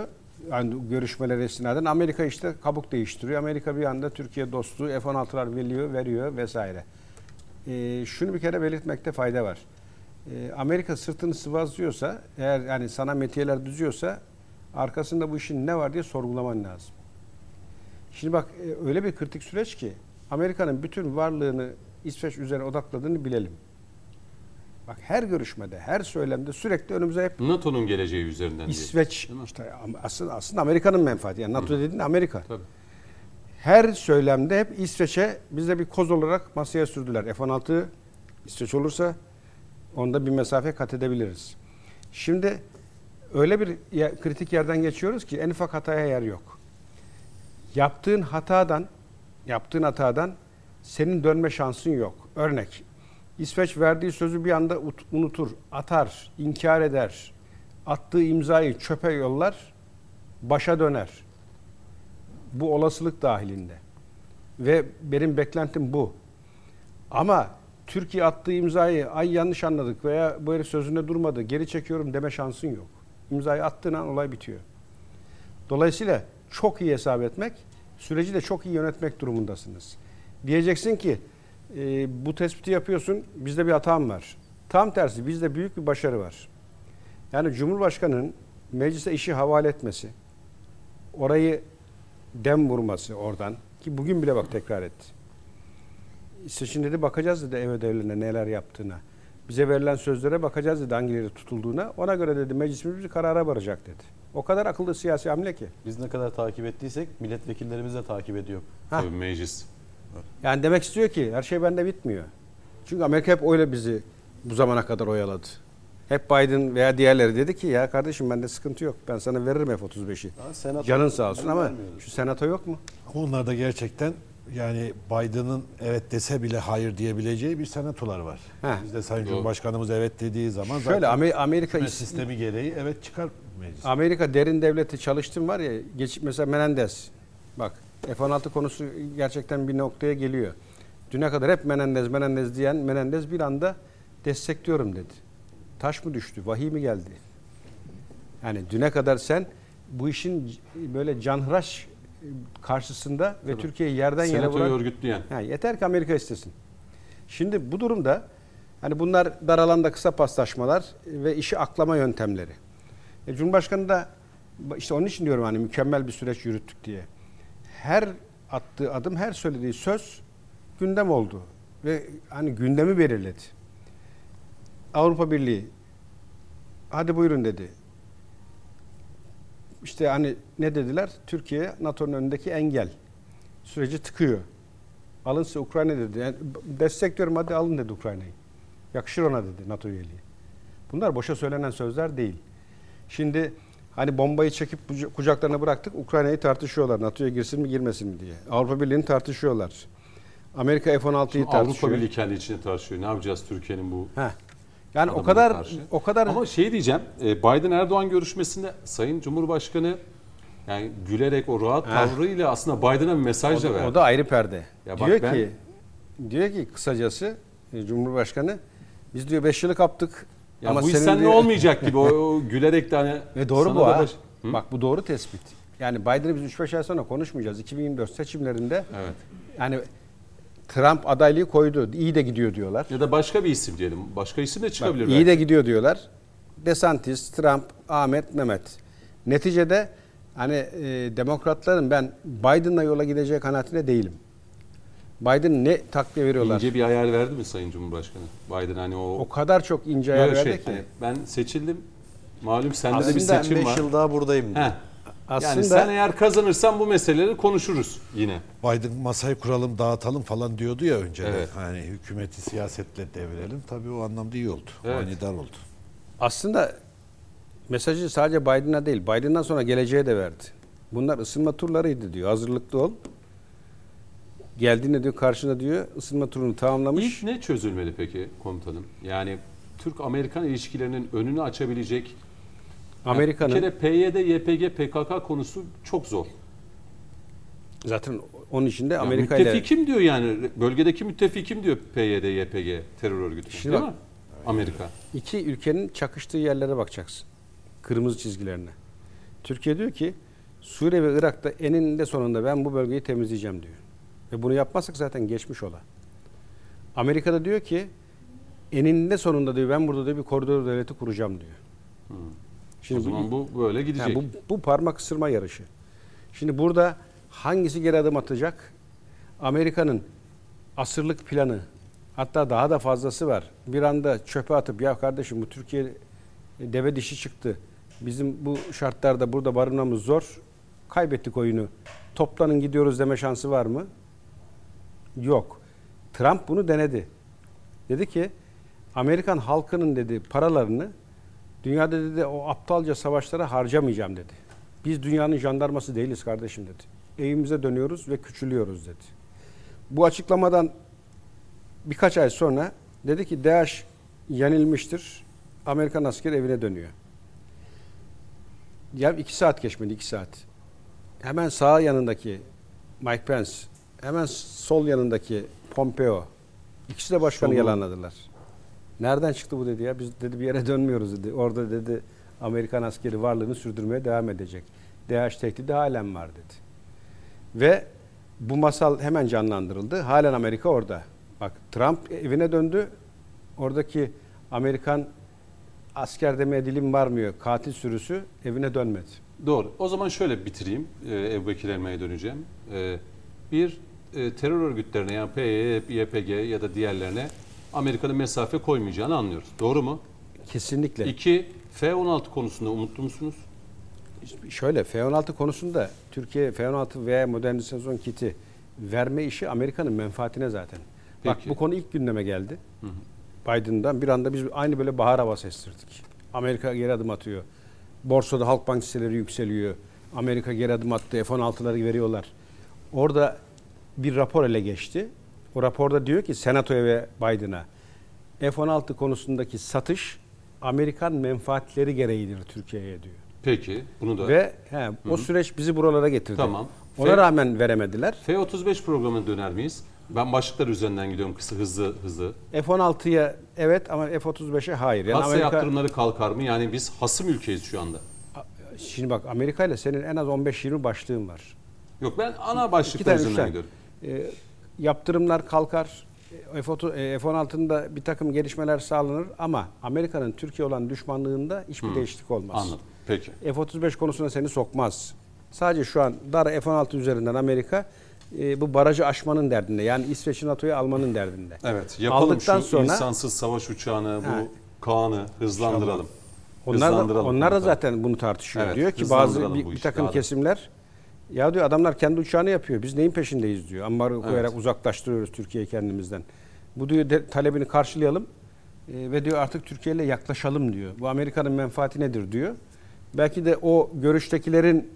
yani görüşmelere istinaden Amerika işte kabuk değiştiriyor. Amerika bir anda Türkiye dostluğu F-16'lar veriyor vesaire. Şunu bir kere belirtmekte fayda var. Amerika sırtını sıvazlıyorsa, eğer yani sana metiyeler düzüyorsa arkasında bu işin ne var diye sorgulaman lazım. Şimdi bak öyle bir kritik süreç ki Amerika'nın bütün varlığını İsveç üzerine odakladığını bilelim. Bak her görüşmede, her söylemde sürekli önümüze hep NATO'nun geleceği üzerinden İsveç, işte aslında Amerika'nın menfaati. Yani NATO dediğin Amerika. Tabii. Her söylemde hep İsveç'e bize bir koz olarak masaya sürdüler. F-16 İsveç olursa onda bir mesafe kat edebiliriz. Şimdi öyle bir kritik yerden geçiyoruz ki en ufak hataya yer yok. Yaptığın hatadan senin dönme şansın yok. Örnek, İsveç verdiği sözü bir anda unutur, atar, inkar eder. Attığı imzayı çöpe yollar, başa döner. Bu olasılık dahilinde. Ve benim beklentim bu. Ama Türkiye attığı imzayı ay yanlış anladık veya bu herif sözünde durmadı, geri çekiyorum deme şansın yok. İmzayı attığın an olay bitiyor. Dolayısıyla çok iyi hesap etmek, süreci de çok iyi yönetmek durumundasınız. Diyeceksin ki bu tespiti yapıyorsun, bizde bir hatam var. Tam tersi, bizde büyük bir başarı var. Yani Cumhurbaşkanı'nın meclise işi havale etmesi, orayı dem vurması oradan, ki bugün bile bak tekrar etti. İsveç'in dedi bakacağız dedi ev ödevlerine neler yaptığına. Bize verilen sözlere bakacağız dedi hangileri tutulduğuna. Ona göre dedi meclisimiz bir karara varacak dedi. O kadar akıllı siyasi hamle ki. Biz ne kadar takip ettiysek milletvekillerimiz de takip ediyor. Tabii meclis. Yani demek istiyor ki her şey bende bitmiyor. Çünkü Amerika hep öyle bizi bu zamana kadar oyaladı. Hep Biden veya diğerleri dedi ki ya kardeşim bende sıkıntı yok. Ben sana veririm F-35'i. Canın sağ olsun ama şu senato yok mu? Onlar da gerçekten yani Biden'ın evet dese bile hayır diyebileceği bir senatolar var. Heh. Bizde Sayın Cumhurbaşkanımız evet dediği zaman Şöyle zaten Amerika hükümet sistemi gereği evet çıkar meclis. Amerika derin devleti çalıştım var ya mesela Menendez. Bak F-16 konusu gerçekten bir noktaya geliyor. Düne kadar hep Menendez diyen Menendez bir anda destekliyorum dedi. Taş mı düştü? Vahiy mi geldi? Yani düne kadar sen bu işin böyle canhıraş karşısında ve Türkiye'yi yerden yere Senatoyu vuran... örgütleyen. Yani yeter ki Amerika istesin. Şimdi bu durumda hani bunlar dar alanda kısa paslaşmalar ve işi aklama yöntemleri. Cumhurbaşkanı da işte onun için diyorum hani mükemmel bir süreç yürüttük diye. Her attığı adım, her söylediği söz gündem oldu ve hani gündemi belirledi. Avrupa Birliği hadi buyurun dedi. İşte hani ne dediler? Türkiye NATO'nun önündeki engel. Süreci tıkıyor. Alınsa Ukrayna dedi. Yani destekliyorum hadi alın dedi Ukrayna'yı. Yakışır ona dedi NATO üyeliği. Bunlar boşa söylenen sözler değil. Şimdi hani bombayı çekip kucaklarına bıraktık. Ukrayna'yı tartışıyorlar. NATO'ya girsin mi girmesin mi diye. Avrupa Birliği'ni tartışıyorlar. Amerika F-16'yı tartışıyor. Avrupa Birliği kendi içinde tartışıyor. Ne yapacağız Türkiye'nin bu? Yani o kadar Ama şey diyeceğim. Biden Erdoğan görüşmesinde Sayın Cumhurbaşkanı yani gülerek o rahat tavrıyla aslında Biden'a bir mesaj da verdi. O da ayrı perde. Ya bak Diyor ki kısacası Cumhurbaşkanı biz diyor 5 yılı kaptık. Ya ama bu iş senin seninle diyor, olmayacak gibi o gülerek de hani ve doğru sana bu da ha. Hı? Bak bu doğru tespit. Yani Biden'ı biz 3-5 ay sonra konuşmayacağız. 2024 seçimlerinde Evet. yani Trump adaylığı koydu. İyi de gidiyor diyorlar. Ya da başka bir isim diyelim. Başka isim de çıkabilir. Bak, iyi de gidiyor diyorlar. DeSantis, Trump, Ahmet, Mehmet. Neticede hani demokratların ben Biden'la yola gideceği kanaatinde değilim. Biden ne takviye veriyorlar? İnce bir ayar verdi mi Sayın Cumhurbaşkanı? Biden hani O kadar çok ince ayar verdi ki. hani ben seçildim. Malum sende de bir Aslında seçim 5 var. yıl daha buradayım diyor. Heh. Aslında Yani sen eğer kazanırsan bu meseleleri konuşuruz yine. Biden masayı kuralım dağıtalım falan diyordu ya önceden. Evet. Hani hükümeti siyasetle devirelim. Tabii o anlamda iyi oldu. Evet. Manidar oldu. aslında mesajı sadece Biden'a değil, Biden'dan sonra geleceğe de verdi. Bunlar ısınma turlarıydı diyor. Hazırlıklı ol. Geldiğinde diyor karşına diyor ısınma turunu tamamlamış. İlk ne çözülmeli peki komutanım? Yani Türk-Amerikan ilişkilerinin önünü açabilecek Amerika'nın bir kere PYD, YPG, PKK konusu çok zor. zaten onun içinde Yani Amerika ile müttefikim diyor yani. Bölgedeki müttefikim diyor PYD, YPG terör örgütü. Şimdi Değil bak, mi? Amerika. iki ülkenin çakıştığı yerlere bakacaksın. Kırmızı çizgilerine. Türkiye diyor ki Suriye ve Irak'ta eninde sonunda ben bu bölgeyi temizleyeceğim diyor. Ve bunu yapmazsak zaten geçmiş ola. Amerika'da diyor ki eninde sonunda diyor ben burada diyor bir koridor devleti kuracağım diyor. O zaman bu böyle gidecek. Yani bu parmak ısırma yarışı. Şimdi burada hangisi geri adım atacak? Amerika'nın asırlık planı, hatta daha da fazlası var. Bir anda çöpe atıp ya kardeşim bu Türkiye deve dişi çıktı. Bizim bu şartlarda burada barınmamız zor. Kaybettik oyunu. Toplanın gidiyoruz deme şansı var mı? Yok. Trump bunu denedi. Dedi ki Amerikan halkının dedi paralarını dünyada dedi o aptalca savaşlara harcamayacağım dedi. Biz dünyanın jandarması değiliz kardeşim dedi. Evimize dönüyoruz ve küçülüyoruz dedi. Bu açıklamadan birkaç ay sonra dedi ki DAEŞ yenilmiştir. Amerikan askeri evine dönüyor. Ya 2 saat geçmedi, 2 saat. Hemen sağ yanındaki Mike Pence, hemen sol yanındaki Pompeo. İkisi de başkanı yalanladılar. Nereden çıktı bu dedi ya? Biz dedi bir yere dönmüyoruz dedi. Orada dedi Amerikan askeri varlığını sürdürmeye devam edecek. DAEŞ tehdidi halen var dedi. Ve bu masal hemen canlandırıldı. Halen Amerika orada. Bak Trump evine döndü. Oradaki Amerikan asker demeye dilim varmıyor. Katil sürüsü evine dönmedi. Doğru. O zaman şöyle bitireyim. Ebubekir Elma'ya döneceğim. Bir, terör örgütlerine yani PYD, YPG ya da diğerlerine Amerika'nın mesafe koymayacağını anlıyoruz. Doğru mu? Kesinlikle. 2, F-16 konusunda umutlu musunuz? Şöyle F-16 konusunda Türkiye F-16 veya modernizasyon kiti verme işi Amerika'nın menfaatine zaten. Bak Peki. bu konu ilk gündeme geldi. Biden'dan bir anda biz aynı böyle bahar havası estirdik. Amerika geri adım atıyor. Borsada Halkbank hisseleri yükseliyor. Amerika geri adım attı. F-16'ları veriyorlar. Orada bir rapor ele geçti. O raporda diyor ki Senato'ya ve Biden'a F-16 konusundaki satış Amerikan menfaatleri gereğidir Türkiye'ye diyor. Peki. Bunu da... Ve o süreç bizi buralara getirdi. Tamam. Ona rağmen veremediler. F-35 programına döner miyiz? Ben başlıklar üzerinden gidiyorum kısa hızlı. F-16'ya evet ama F-35'e hayır. Yani Kasa yaptırımları kalkar mı? Yani biz hasım ülkeyiz şu anda. Şimdi bak Amerika ile senin en az 15-20 başlığın var. Yok ben ana başlıklar üzerinden gidiyorum. Yaptırımlar kalkar. F-16'nın da bir takım gelişmeler sağlanır ama Amerika'nın Türkiye olan düşmanlığında hiçbir değişiklik olmaz. Anladım. Peki. F-35 konusuna seni sokmaz. Sadece şu an dar F-16 üzerinden Amerika bu barajı aşmanın derdinde. Yani İsveç'i NATO'ya almanın derdinde. Evet. Yapalım aldıktan şu sonra, insansız savaş uçağını, bu Kaan'ı hızlandıralım. Onlar da zaten bunu tartışıyor. Evet, diyor ki hızlandıralım bazı bu bir işi, takım daha da. kesimler ya diyor adamlar kendi uçağını yapıyor. Biz neyin peşindeyiz diyor. Ambargo koyarak uzaklaştırıyoruz Türkiye'yi kendimizden. Bu diyor talebini karşılayalım ve diyor artık Türkiye ile yaklaşalım diyor. Bu Amerika'nın menfaati nedir diyor. Belki de o görüştekilerin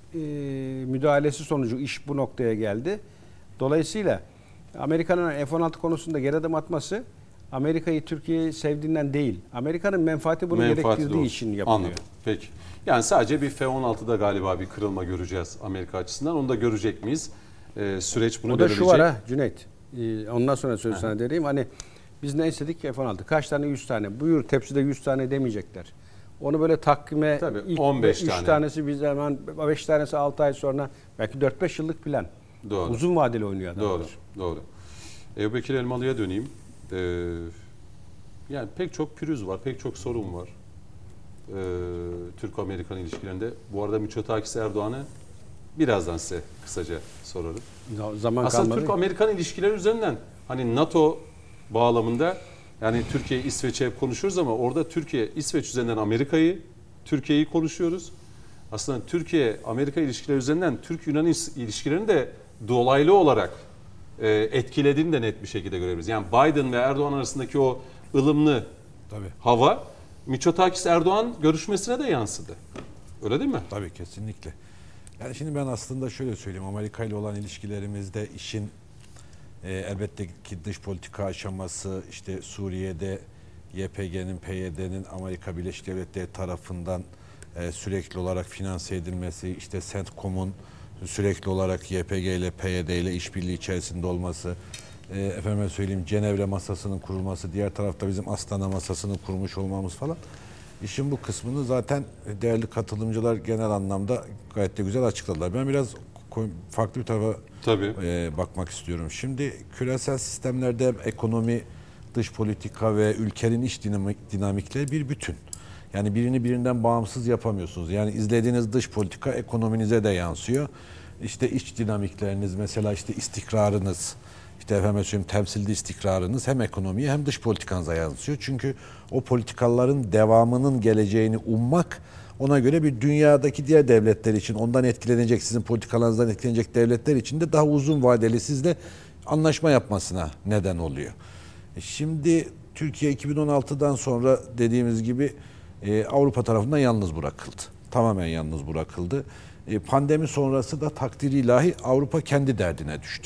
müdahalesi sonucu iş bu noktaya geldi. Dolayısıyla Amerika'nın F-16 konusunda geri adım atması Amerika'yı Türkiye'yi sevdiğinden değil. Amerika'nın menfaati bunu gerektirdiği için yapılıyor. Anladım. Peki. Yani sadece bir F-16'da galiba bir kırılma göreceğiz Amerika açısından. Onu da görecek miyiz? Süreç bunu belirleyecek. O da şu var ha Cüneyt. Ondan sonra söz sana vereyim. Hani biz ne istedik ki F-16? Kaç tane? 100 tane. Buyur tepside 100 tane demeyecekler. Onu böyle takvime Tabii, ilk 15 3 tane. tanesi biz hemen 5 tanesi 6 ay sonra belki 4-5 yıllık plan. Doğru. Uzun vadeli oynuyor adamlar. Doğru. Ebubekir Elmalı'ya döneyim. Yani pek çok pürüz var, pek çok sorun var. Türk-Amerikan ilişkilerinde. Bu arada Mitsotakis Erdoğan'ı birazdan size kısaca sorarım. Zaman Aslında kalmadı. Türk-Amerikan ilişkileri üzerinden hani NATO bağlamında yani Türkiye, İsveç'e hep konuşuyoruz ama orada Türkiye, İsveç üzerinden Amerika'yı, Türkiye'yi konuşuyoruz. Aslında Türkiye-Amerika ilişkileri üzerinden Türk-Yunan ilişkilerini de dolaylı olarak etkilediğini de net bir şekilde görebiliriz. Yani Biden ve Erdoğan arasındaki o ılımlı hava Mitsotakis Erdoğan görüşmesine de yansıdı. Öyle değil mi? Tabii kesinlikle. Yani şimdi ben aslında şöyle söyleyeyim. Amerika ile olan ilişkilerimizde işin elbette ki dış politika aşaması, işte Suriye'de YPG'nin, PYD'nin Amerika Birleşik Devletleri tarafından sürekli olarak finanse edilmesi, işte CENTCOM'un sürekli olarak YPG ile PYD ile işbirliği içerisinde olması, efendime söyleyeyim Cenevre masasının kurulması, diğer tarafta bizim Astana masasını kurmuş olmamız falan. İşin bu kısmını zaten değerli katılımcılar genel anlamda gayet de güzel açıkladılar. Ben biraz farklı bir tarafa Tabii. bakmak istiyorum. Şimdi küresel sistemlerde hem ekonomi, dış politika ve ülkenin iç dinamikleri bir bütün. Yani birini birinden bağımsız yapamıyorsunuz. Yani izlediğiniz dış politika ekonominize de yansıyor. İşte iç dinamikleriniz, mesela işte istikrarınız, işte efendim söyleyeyim temsilde istikrarınız hem ekonomiye hem dış politikanıza yansıyor. Çünkü o politikaların devamının geleceğini ummak, ona göre bir dünyadaki diğer devletler için, ondan etkilenecek, sizin politikalarınızdan etkilenecek devletler için de daha uzun vadeli sizle anlaşma yapmasına neden oluyor. Şimdi Türkiye 2016'dan sonra dediğimiz gibi Avrupa tarafından yalnız bırakıldı. Tamamen yalnız bırakıldı. Pandemi sonrası da takdiri ilahi Avrupa kendi derdine düştü.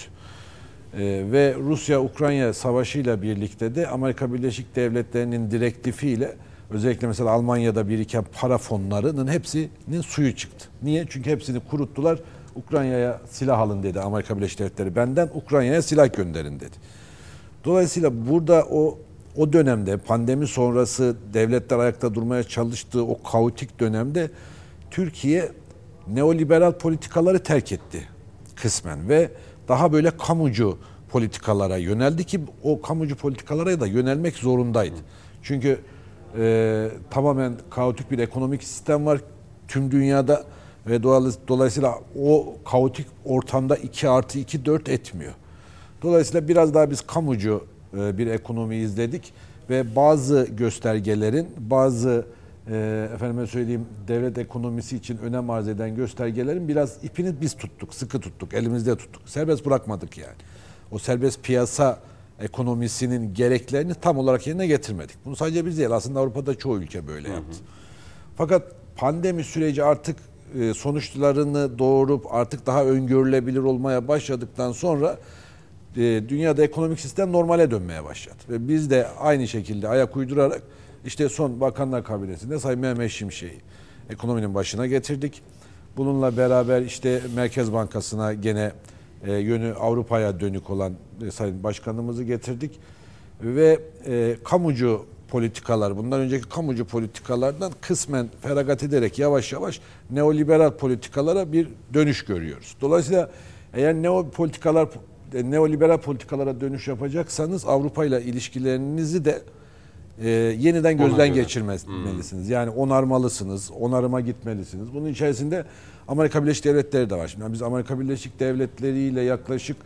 Ve Rusya-Ukrayna savaşıyla birlikte de Amerika Birleşik Devletleri'nin direktifiyle özellikle mesela Almanya'da biriken para fonlarının hepsinin suyu çıktı. Niye? Çünkü hepsini kuruttular. Ukrayna'ya silah alın dedi Amerika Birleşik Devletleri. Benden Ukrayna'ya silah gönderin dedi. Dolayısıyla burada o dönemde pandemi sonrası devletler ayakta durmaya çalıştığı o kaotik dönemde Türkiye neoliberal politikaları terk etti kısmen ve daha böyle kamucu politikalara yöneldi ki o kamucu politikalara da yönelmek zorundaydı. Çünkü tamamen kaotik bir ekonomik sistem var tüm dünyada ve dolayısıyla o kaotik ortamda 2+2 4 etmiyor. Dolayısıyla biraz daha biz kamucu bir ekonomi izledik ve bazı göstergelerin, bazı efendime söyleyeyim devlet ekonomisi için önem arz eden göstergelerin biraz ipini biz tuttuk, sıkı tuttuk, elimizde tuttuk. Serbest bırakmadık yani. O serbest piyasa ekonomisinin gereklerini tam olarak yerine getirmedik. Bunu sadece biz değil, aslında Avrupa'da çoğu ülke böyle yaptı. Fakat pandemi süreci artık sonuçlarını doğurup artık daha öngörülebilir olmaya başladıktan sonra dünyada ekonomik sistem normale dönmeye başladı. Ve biz de aynı şekilde ayak uydurarak işte son Bakanlar Kabinesi'nde Sayın Mehmet Şimşek'i ekonominin başına getirdik. Bununla beraber işte Merkez Bankası'na gene yönü Avrupa'ya dönük olan Sayın Başkanımızı getirdik. Ve kamucu politikalar, bundan önceki kamucu politikalardan kısmen feragat ederek yavaş yavaş neoliberal politikalara bir dönüş görüyoruz. Dolayısıyla eğer neoliberal politikalara dönüş yapacaksanız Avrupa ile ilişkilerinizi de yeniden gözden geçirmelisiniz. Yani onarmalısınız, onarıma gitmelisiniz. Bunun içerisinde Amerika Birleşik Devletleri de var. Şimdi biz Amerika Birleşik Devletleri ile yaklaşık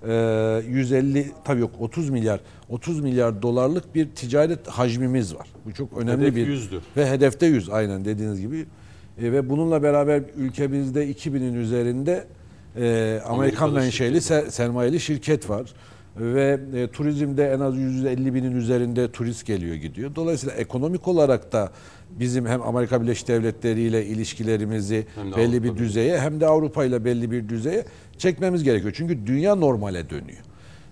30 milyar dolarlık bir ticaret hacmimiz var. Bu çok önemli Hedef bir 100'dü. ve hedefte 100 aynen dediğiniz gibi. Ve bununla beraber ülkemizde 2000'in üzerinde Amerikan menşeli sermayeli şirket var. Ve turizmde en az 150 binin üzerinde turist geliyor gidiyor. Dolayısıyla ekonomik olarak da bizim hem Amerika Birleşik Devletleri ile ilişkilerimizi belli bir düzeye hem de Avrupa ile belli bir düzeye çekmemiz gerekiyor. Çünkü dünya normale dönüyor.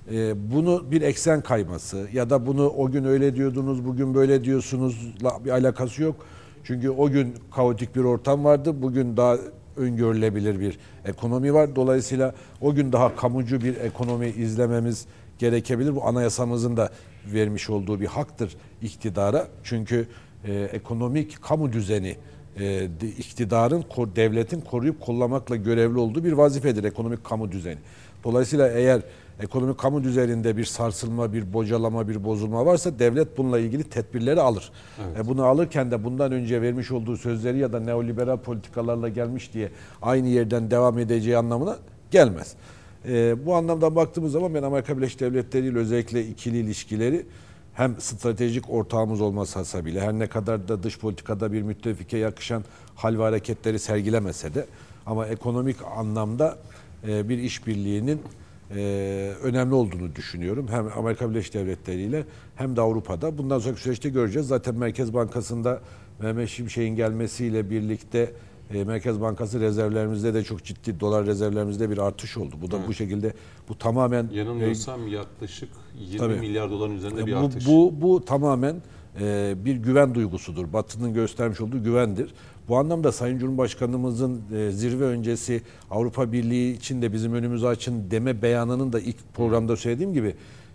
Bunu bir eksen kayması ya da bunu o gün öyle diyordunuz bugün böyle diyorsunuzla bir alakası yok. Çünkü o gün kaotik bir ortam vardı. Bugün daha öngörülebilir bir ekonomi var. Dolayısıyla o gün daha kamucu bir ekonomi izlememiz gerekebilir. Bu anayasamızın da vermiş olduğu bir haktır iktidara. Çünkü ekonomik kamu düzeni iktidarın, devletin koruyup kollamakla görevli olduğu bir vazifedir ekonomik kamu düzeni. Dolayısıyla eğer ekonomik kamu düzeninde bir sarsılma, bir bocalama, bir bozulma varsa devlet bununla ilgili tedbirleri alır. Evet. Bunu alırken de bundan önce vermiş olduğu sözleri ya da neoliberal politikalarla gelmiş diye aynı yerden devam edeceği anlamına gelmez. Bu anlamda baktığımız zaman ben Amerika Birleşik Devletleri ile özellikle ikili ilişkileri hem stratejik ortağımız olması hasebiyle her ne kadar da dış politikada bir müttefike yakışan hal ve hareketleri sergilemese de ama ekonomik anlamda bir işbirliğinin önemli olduğunu düşünüyorum. Hem Amerika Birleşik Devletleri ile hem de Avrupa'da. Bundan sonraki süreçte göreceğiz. Zaten Merkez Bankası'nda Mehmet Şimşek'in gelmesiyle birlikte Merkez Bankası rezervlerimizde de çok ciddi dolar rezervlerimizde bir artış oldu. Bu da bu şekilde bu tamamen yanılmıyorsam yaklaşık 20 milyar doların üzerinde bir artış. Bu tamamen bir güven duygusudur. Batı'nın göstermiş olduğu güvendir. Bu anlamda Sayın Cumhurbaşkanımızın zirve öncesi Avrupa Birliği için de bizim önümüzü açın deme beyanının da ilk programda söylediğim gibi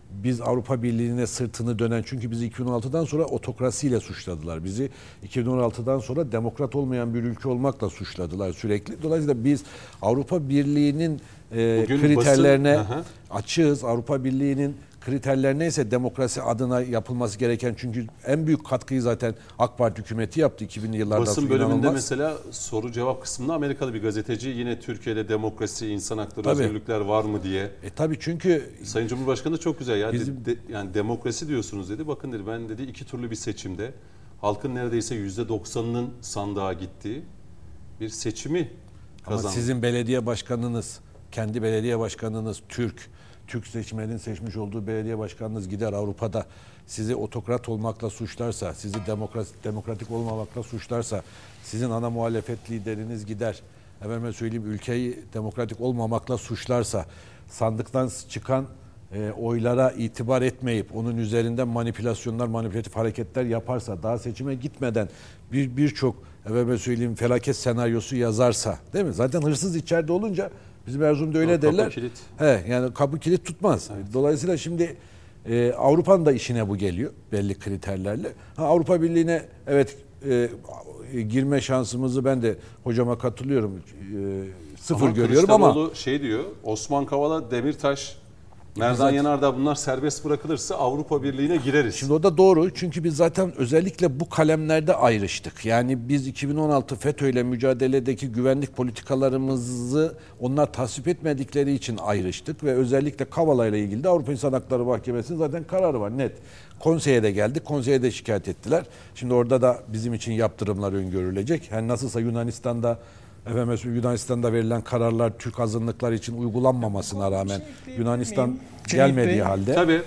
biz Avrupa Birliği'ne sırtını dönen, çünkü bizi 2016'dan sonra otokrasiyle suçladılar. Bizi 2016'dan sonra demokrat olmayan bir ülke olmakla suçladılar sürekli. Dolayısıyla biz Avrupa Birliği'nin kriterlerine açığız. Avrupa Birliği'nin kriterler neyse demokrasi adına yapılması gereken, çünkü en büyük katkıyı zaten AK Parti hükümeti yaptı 2000'li yıllardan sonra. Basın bölümünde inanılmaz. mesela soru cevap kısmında Amerikalı bir gazeteci yine Türkiye'de demokrasi, insan hakları, Tabii. özgürlükler var mı diye. Tabii, çünkü Sayın Cumhurbaşkanı da çok güzel ya. Bizim- Yani demokrasi diyorsunuz dedi. Bakın dedi, ben dedi 2 turlu bir seçimde halkın neredeyse %90'ının sandığa gittiği bir seçimi ama kazandı. sizin belediye başkanınız, kendi belediye başkanınız Türk seçmenin seçmiş olduğu belediye başkanınız gider Avrupa'da sizi otokrat olmakla suçlarsa, sizi demokratik olmamakla suçlarsa, sizin ana muhalefet lideriniz gider, efendime söyleyeyim, ülkeyi demokratik olmamakla suçlarsa, sandıktan çıkan oylara itibar etmeyip onun üzerinden manipülatif hareketler yaparsa, daha seçime gitmeden birçok efendime söyleyeyim felaket senaryosu yazarsa, değil mi? Zaten hırsız içeride olunca, bizim Erzurum'da öyle Kapı derler. kilit. Yani kapı kilit tutmaz. Evet. Dolayısıyla şimdi Avrupa'nın da işine bu geliyor belli kriterlerle. Avrupa Birliği'ne evet girme şansımızı, ben de hocama katılıyorum, sıfır görüyorum ama Kılıçdaroğlu şey diyor, Osman Kavala, Demirtaş, Merdan Yanardağ bunlar serbest bırakılırsa Avrupa Birliği'ne gireriz. şimdi o da doğru, çünkü biz zaten özellikle bu kalemlerde ayrıştık. Yani biz 2016 FETÖ'yle mücadeledeki güvenlik politikalarımızı onlar tasvip etmedikleri için ayrıştık ve özellikle Kavala ile ilgili de Avrupa İnsan Hakları Mahkemesi'nin zaten kararı var, net. Konseye de geldi, konseye de şikayet ettiler. Şimdi orada da bizim için yaptırımlar öngörülecek. Yani nasılsa Yunanistan'da verilen kararlar Türk azınlıklar için uygulanmamasına rağmen Yunanistan gelmediği halde. Tabii.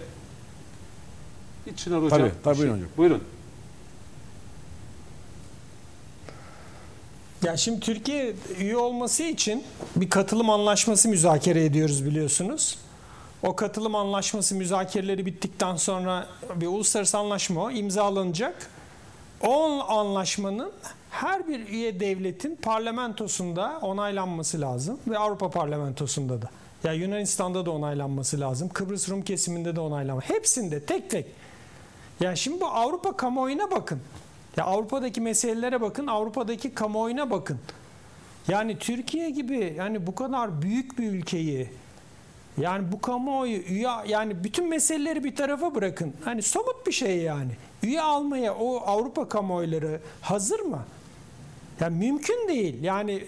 Hiç Çınar Hocam. Tabii hocam. Buyurun. Ya şimdi Türkiye üye olması için bir katılım anlaşması müzakere ediyoruz, biliyorsunuz. O katılım anlaşması müzakereleri bittikten sonra bir uluslararası anlaşma imzalanacak. O anlaşmanın her bir üye devletin parlamentosunda onaylanması lazım ve Avrupa Parlamentosu'nda da. Ya Yunanistan'da da onaylanması lazım. Kıbrıs Rum kesiminde de onaylanması. Hepsinde tek tek. Ya şimdi bu Avrupa kamuoyuna bakın. Ya Avrupa'daki meselelere bakın, Avrupa'daki kamuoyuna bakın. Yani Türkiye gibi, yani bu kadar büyük bir ülkeyi, yani bu kamuoyu üye, yani bütün meseleleri bir tarafa bırakın. Hani somut bir şey yani. Üye almaya o Avrupa kamuoyları hazır mı? Yani mümkün değil. Yani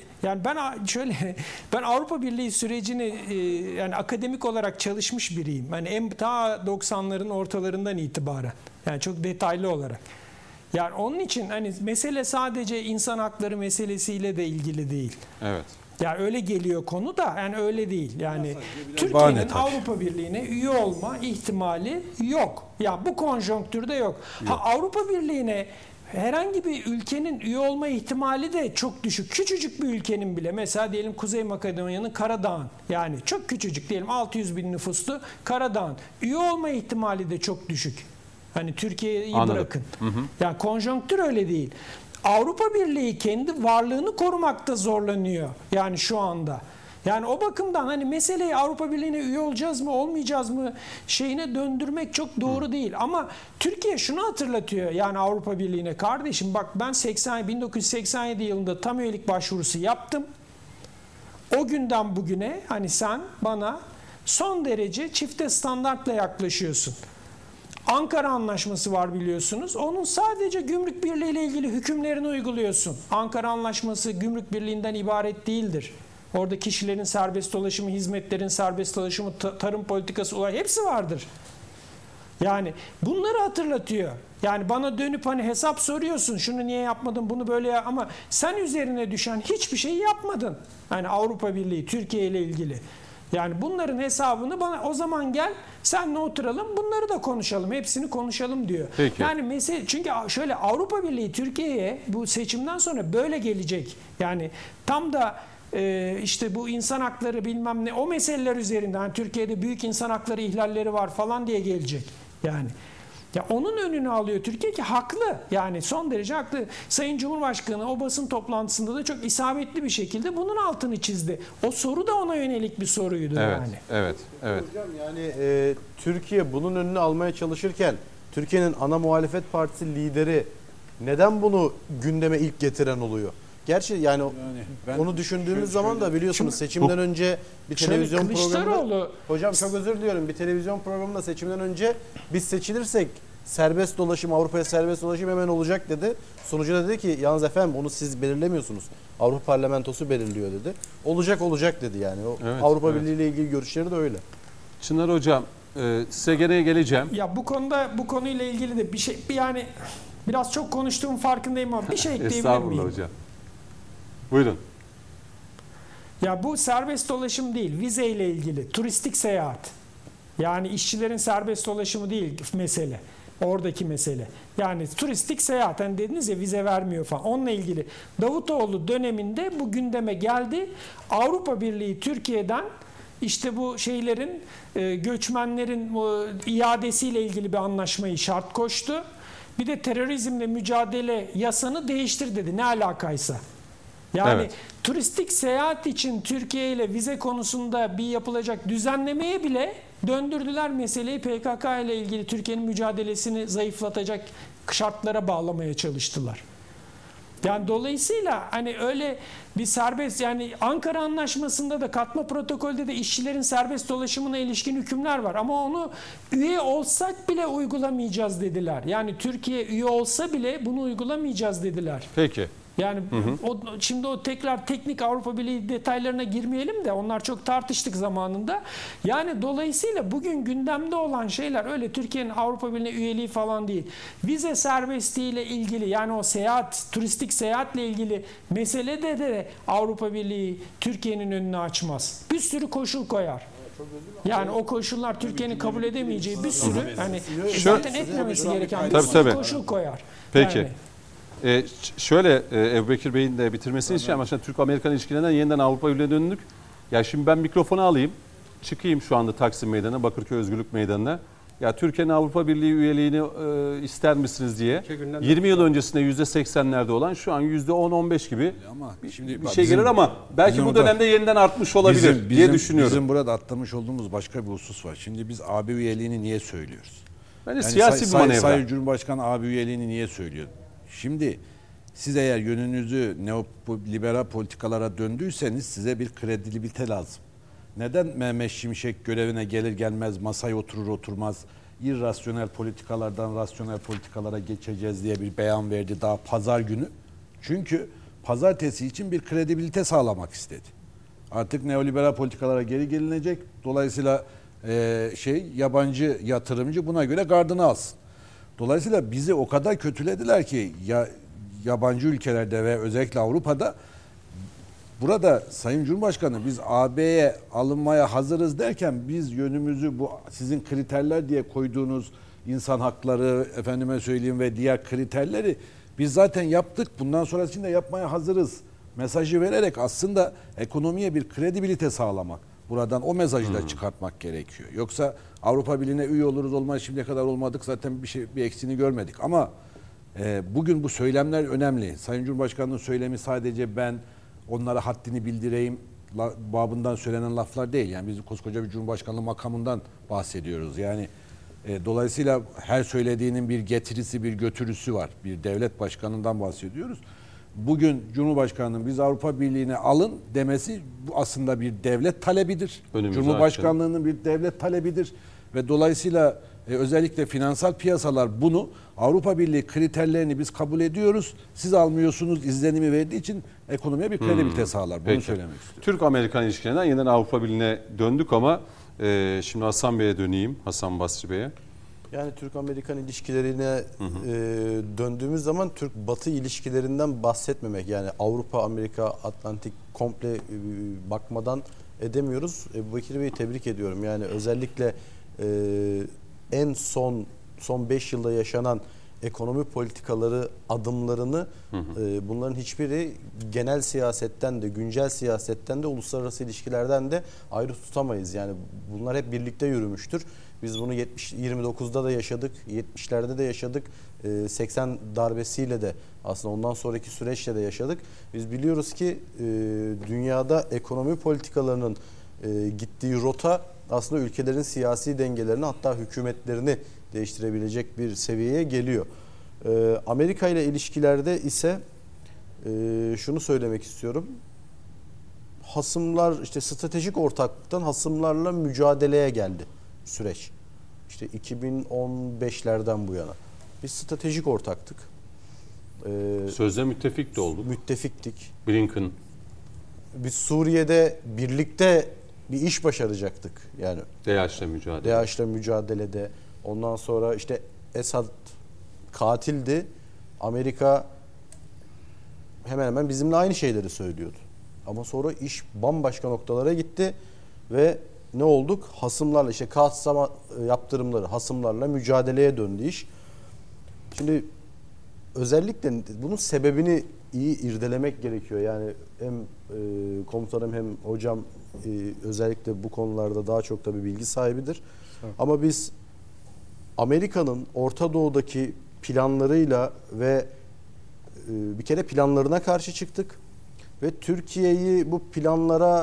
ben Avrupa Birliği sürecini yani akademik olarak çalışmış biriyim. Yani ta 90'ların ortalarından itibaren. Yani çok detaylı olarak. Yani onun için hani mesele sadece insan hakları meselesiyle de ilgili değil. Evet. Yani öyle geliyor konu da, yani öyle değil. Yani Türkiye'nin Avrupa Birliği'ne üye olma ihtimali yok. Ya bu konjonktürde yok. Avrupa Birliği'ne herhangi bir ülkenin üye olma ihtimali de çok düşük. Küçücük bir ülkenin bile, mesela diyelim Kuzey Makedonya'nın Karadağ'ın, yani çok küçücük diyelim 600 bin nüfuslu Karadağ'ın üye olma ihtimali de çok düşük. Hani Türkiye'yi bırakın. Yani konjonktür öyle değil. Avrupa Birliği kendi varlığını korumakta zorlanıyor yani şu anda. Yani o bakımdan hani meseleyi Avrupa Birliği'ne üye olacağız mı olmayacağız mı şeyine döndürmek çok doğru değil. Ama Türkiye şunu hatırlatıyor yani Avrupa Birliği'ne, kardeşim bak ben 1987 yılında tam üyelik başvurusu yaptım. O günden bugüne hani sen bana son derece çifte standartla yaklaşıyorsun. Ankara Anlaşması var biliyorsunuz. Onun sadece Gümrük Birliği ile ilgili hükümlerini uyguluyorsun. Ankara Anlaşması Gümrük Birliği'nden ibaret değildir. Orada kişilerin serbest dolaşımı, hizmetlerin serbest dolaşımı, tarım politikası, hepsi vardır. Yani bunları hatırlatıyor. Yani bana dönüp hani hesap soruyorsun. Şunu niye yapmadın, bunu böyle yap, ama sen üzerine düşen hiçbir şey yapmadın. Yani Avrupa Birliği, Türkiye ile ilgili. Yani bunların hesabını bana, o zaman gel senle oturalım bunları da konuşalım, hepsini konuşalım diyor. Peki. Yani mesele, çünkü şöyle Avrupa Birliği Türkiye'ye bu seçimden sonra böyle gelecek. Yani tam da işte bu insan hakları bilmem ne, o meseleler üzerinden, yani Türkiye'de büyük insan hakları ihlalleri var falan diye gelecek. Yani Ya onun önünü alıyor Türkiye ki haklı. Yani son derece haklı. Sayın Cumhurbaşkanı o basın toplantısında da çok isabetli bir şekilde bunun altını çizdi. O soru da ona yönelik bir soruydu Evet, yani. evet, evet. Hocam yani Türkiye bunun önünü almaya çalışırken Türkiye'nin ana muhalefet partisi lideri neden bunu gündeme ilk getiren oluyor? Gerçi yani ben onu düşündüğümüz zaman da biliyorsunuz Şimdi- seçimden önce bir Şöyle televizyon programında Kılıçdaroğlu hocam çok özür diliyorum, bir televizyon programında seçimden önce biz seçilirsek serbest dolaşım, Avrupa'ya serbest dolaşım hemen olacak dedi. Sonucunda dedi ki yalnız efendim onu siz belirlemiyorsunuz. Avrupa Parlamentosu belirliyor dedi. Olacak dedi yani. O Evet, Avrupa evet. Birliği ile ilgili görüşleri de öyle. Çınar Hocam, size gene geleceğim. ya bu konuyla ilgili de bir şey yani biraz çok konuştuğum farkındayım ama bir şey ekleyebilir Estağfurullah miyim? hocam. Buyurun. Ya bu serbest dolaşım değil, vize ile ilgili, turistik seyahat. Yani işçilerin serbest dolaşımı değil mesele. Oradaki mesele. Yani turistik seyahat, hani dediniz ya vize vermiyor falan. Onunla ilgili Davutoğlu döneminde bu gündeme geldi. Avrupa Birliği Türkiye'den işte bu şeylerin göçmenlerin iadesiyle ilgili bir anlaşmayı şart koştu. Bir de terörizmle mücadele yasanı değiştir dedi. Ne alakaysa. Yani Evet. turistik seyahat için Türkiye ile vize konusunda bir yapılacak düzenlemeye bile döndürdüler meseleyi. PKK ile ilgili Türkiye'nin mücadelesini zayıflatacak şartlara bağlamaya çalıştılar. Yani dolayısıyla hani öyle bir serbest, yani Ankara Anlaşması'nda da katma protokolde de işçilerin serbest dolaşımına ilişkin hükümler var. Ama onu üye olsak bile uygulamayacağız dediler. Yani Türkiye üye olsa bile bunu uygulamayacağız dediler. Peki. Yani şimdi o tekrar teknik Avrupa Birliği detaylarına girmeyelim de onlar çok tartıştık zamanında. Yani dolayısıyla bugün gündemde olan şeyler öyle Türkiye'nin Avrupa Birliği'ne üyeliği falan değil. Vize serbestliği ile ilgili, yani o seyahat, turistik seyahatle ilgili meselede de Avrupa Birliği Türkiye'nin önünü açmaz. Bir sürü koşul koyar. Yani o koşullar Türkiye'nin kabul edemeyeceği bir sürü, hani zaten etmemesi gereken bir Tabii, sürü tabii. koşul koyar. Peki. Yani. Şöyle Ebubekir Bey'in de bitirmesini istiyorum. Aslında Türk-Amerikan ilişkilerinden yeniden Avrupa Birliği'ne döndük. Ya şimdi ben mikrofonu alayım. Çıkayım şu anda Taksim Meydanı'na, Bakırköy Özgürlük Meydanı'na. Ya Türkiye'nin Avrupa Birliği üyeliğini ister misiniz diye. 20 yıl öncesinde %80'lerde olan şu an %10-15 gibi Ama şimdi bir bak, şey bizim- gelir ama belki bizim bu orada- dönemde yeniden artmış olabilir diye düşünüyorum. Bizim burada atlamış olduğumuz başka bir husus var. Şimdi biz AB üyeliğini niye söylüyoruz? Bence siyasi bir manevra. Sayın Cumhurbaşkanı AB üyeliğini niye söylüyor? Şimdi siz eğer yönünüzü neoliberal politikalara döndüyseniz size bir kredibilite lazım. Neden Mehmet Şimşek görevine gelir gelmez masaya oturur oturmaz irrasyonel politikalardan rasyonel politikalara geçeceğiz diye bir beyan verdi daha pazar günü? Çünkü pazartesi için bir kredibilite sağlamak istedi. Artık neoliberal politikalara geri gelinecek. Dolayısıyla yabancı yatırımcı buna göre gardını alsın. Dolayısıyla bizi o kadar kötülediler ki yabancı ülkelerde ve özellikle Avrupa'da, burada Sayın Cumhurbaşkanı biz AB'ye alınmaya hazırız derken biz yönümüzü bu sizin kriterler diye koyduğunuz insan hakları efendime söyleyeyim ve diğer kriterleri biz zaten yaptık. Bundan sonrasını da yapmaya hazırız mesajı vererek aslında ekonomiye bir kredibilite sağlamak. Buradan o mesajı da çıkartmak gerekiyor. Yoksa Avrupa Birliği'ne üye oluruz olmaz şimdiye kadar olmadık zaten bir eksiğini görmedik. Ama bugün bu söylemler önemli. Sayın Cumhurbaşkanı'nın söylemi sadece ben onlara haddini bildireyim babından söylenen laflar değil. Yani biz koskoca bir Cumhurbaşkanlığı makamından bahsediyoruz. Yani dolayısıyla her söylediğinin bir getirisi, bir götürüsü var. Bir devlet başkanından bahsediyoruz. Bugün Cumhurbaşkanı'nın biz Avrupa Birliği'ne alın demesi bu aslında bir devlet talebidir. Önümüzü Cumhurbaşkanlığının bir devlet talebidir. Ve dolayısıyla özellikle finansal piyasalar bunu Avrupa Birliği kriterlerini biz kabul ediyoruz. Siz almıyorsunuz izlenimi verdiği için ekonomiye bir kredibilite sağlar. Bunu Peki. söylemek istiyorum. Türk-Amerikan ilişkilerinden yeniden Avrupa Birliği'ne döndük ama şimdi Hasan Bey'e döneyim. Hasan Basri Bey'e. Yani Türk-Amerikan ilişkilerine döndüğümüz zaman Türk-Batı ilişkilerinden bahsetmemek, yani Avrupa-Amerika, Atlantik komple bakmadan edemiyoruz. Ebubekir Bey'i tebrik ediyorum. Yani özellikle en son 5 yılda yaşanan ekonomi politikaları adımlarını bunların hiçbiri genel siyasetten de, güncel siyasetten de, uluslararası ilişkilerden de ayrı tutamayız. Yani bunlar hep birlikte yürümüştür. Biz bunu 29'da da yaşadık, 70'lerde de yaşadık, 80 darbesiyle de aslında ondan sonraki süreçle de yaşadık. Biz biliyoruz ki dünyada ekonomi politikalarının gittiği rota aslında ülkelerin siyasi dengelerini, hatta hükümetlerini değiştirebilecek bir seviyeye geliyor. Amerika ile ilişkilerde ise şunu söylemek istiyorum. Hasımlar, işte stratejik ortaklıktan hasımlarla mücadeleye geldi süreç. İşte 2015'lerden bu yana. Biz stratejik ortaktık. Sözde müttefik de olduk. Müttefiktik. Blinken. Biz Suriye'de birlikte bir iş başaracaktık. Yani DAEŞ'le mücadele. DAEŞ'le mücadelede. Ondan sonra işte Esad katildi. Amerika hemen hemen bizimle aynı şeyleri söylüyordu. Ama sonra iş bambaşka noktalara gitti ve ne olduk? Hasımlarla, işte Kassam yaptırımları, hasımlarla mücadeleye döndü iş. Şimdi özellikle bunun sebebini iyi irdelemek gerekiyor. Yani hem komutanım hem hocam özellikle bu konularda daha çok tabii bilgi sahibidir. Evet. Ama biz Amerika'nın Orta Doğu'daki planlarıyla ve bir kere planlarına karşı çıktık ve Türkiye'yi bu planlara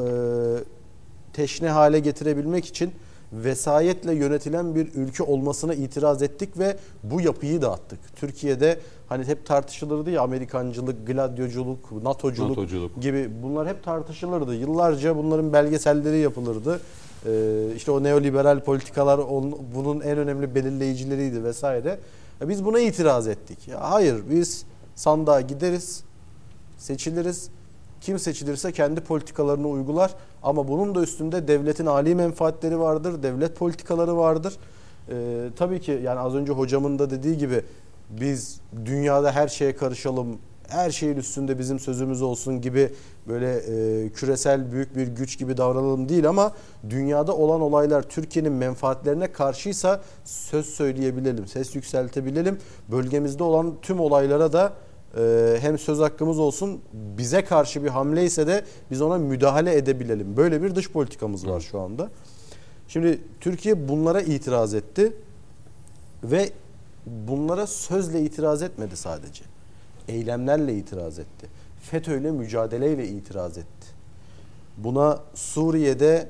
teşne hale getirebilmek için vesayetle yönetilen bir ülke olmasına itiraz ettik ve bu yapıyı dağıttık. Türkiye'de hani hep tartışılırdı ya, Amerikancılık, gladyoculuk, NATO'culuk gibi, bunlar hep tartışılırdı. Yıllarca bunların belgeselleri yapılırdı. İşte o neoliberal politikalar bunun en önemli belirleyicileriydi vesaire. Biz buna itiraz ettik. Ya hayır, biz sandığa gideriz, seçiliriz. Kim seçilirse kendi politikalarını uygular. Ama bunun da üstünde devletin âli menfaatleri vardır, devlet politikaları vardır. Tabii ki yani az önce hocamın da dediği gibi biz dünyada her şeye karışalım, her şeyin üstünde bizim sözümüz olsun gibi böyle küresel büyük bir güç gibi davranalım değil, ama dünyada olan olaylar Türkiye'nin menfaatlerine karşıysa söz söyleyebilelim, ses yükseltebilelim. Bölgemizde olan tüm olaylara da hem söz hakkımız olsun, bize karşı bir hamle ise de biz ona müdahale edebilelim. Böyle bir dış politikamız var şu anda. Şimdi Türkiye bunlara itiraz etti ve bunlara sözle itiraz etmedi sadece. Eylemlerle itiraz etti. FETÖ'yle mücadeleyle itiraz etti. Buna Suriye'de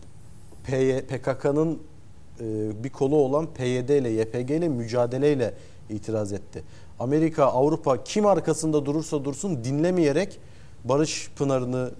PKK'nın bir kolu olan PYD ile YPG ile mücadeleyle itiraz etti. Amerika, Avrupa kim arkasında durursa dursun dinlemeyerek Barış Pınarı'nı,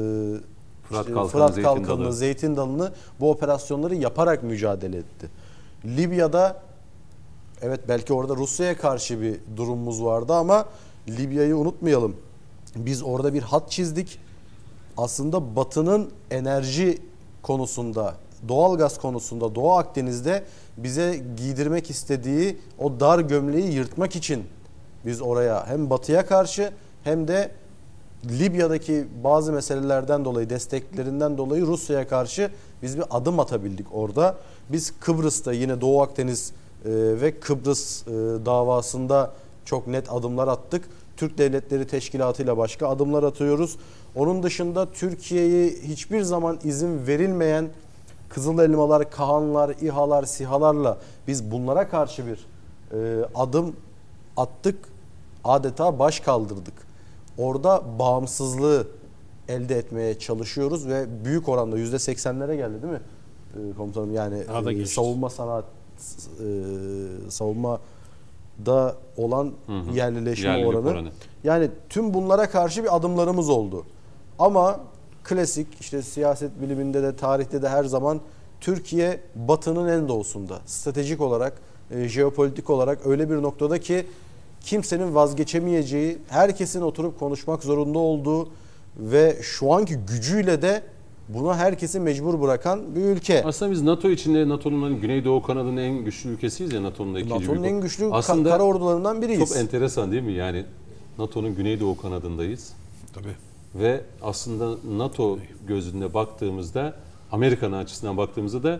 Fırat Kalkanı'nı, Zeytin Dalı'nı, bu operasyonları yaparak mücadele etti. Libya'da evet belki orada Rusya'ya karşı bir durumumuz vardı ama Libya'yı unutmayalım. Biz orada bir hat çizdik. Aslında Batı'nın enerji konusunda, doğalgaz konusunda Doğu Akdeniz'de bize giydirmek istediği o dar gömleği yırtmak için biz oraya hem Batı'ya karşı hem de Libya'daki bazı meselelerden dolayı, desteklerinden dolayı Rusya'ya karşı biz bir adım atabildik orada. Biz Kıbrıs'ta yine Doğu Akdeniz ve Kıbrıs davasında çok net adımlar attık. Türk Devletleri Teşkilatı ile başka adımlar atıyoruz. Onun dışında Türkiye'yi hiçbir zaman izin verilmeyen Kızıl Elmalar, Kahanlar, İHA'lar, SİHA'larla biz bunlara karşı bir adım attık. Adeta baş kaldırdık. Orada bağımsızlığı elde etmeye çalışıyoruz ve büyük oranda %80'lere geldi değil mi komutanım? Yani savunma sanat, savunmada olan yerlileşme oranı. Yani tüm bunlara karşı bir adımlarımız oldu. Ama klasik işte siyaset biliminde de tarihte de her zaman Türkiye Batı'nın en doğusunda. Stratejik olarak, jeopolitik olarak öyle bir noktada ki kimsenin vazgeçemeyeceği, herkesin oturup konuşmak zorunda olduğu ve şu anki gücüyle de buna herkesi mecbur bırakan bir ülke. Aslında biz NATO içinde, NATO'nun Güneydoğu kanadının en güçlü ülkesiyiz ya, NATO'nun da ikinci NATO'nun en güçlü aslında kara ordularından biriyiz. Çok enteresan değil mi? Yani NATO'nun Güneydoğu kanadındayız. Tabii. Ve aslında NATO gözünde baktığımızda, Amerika'nın açısından baktığımızda da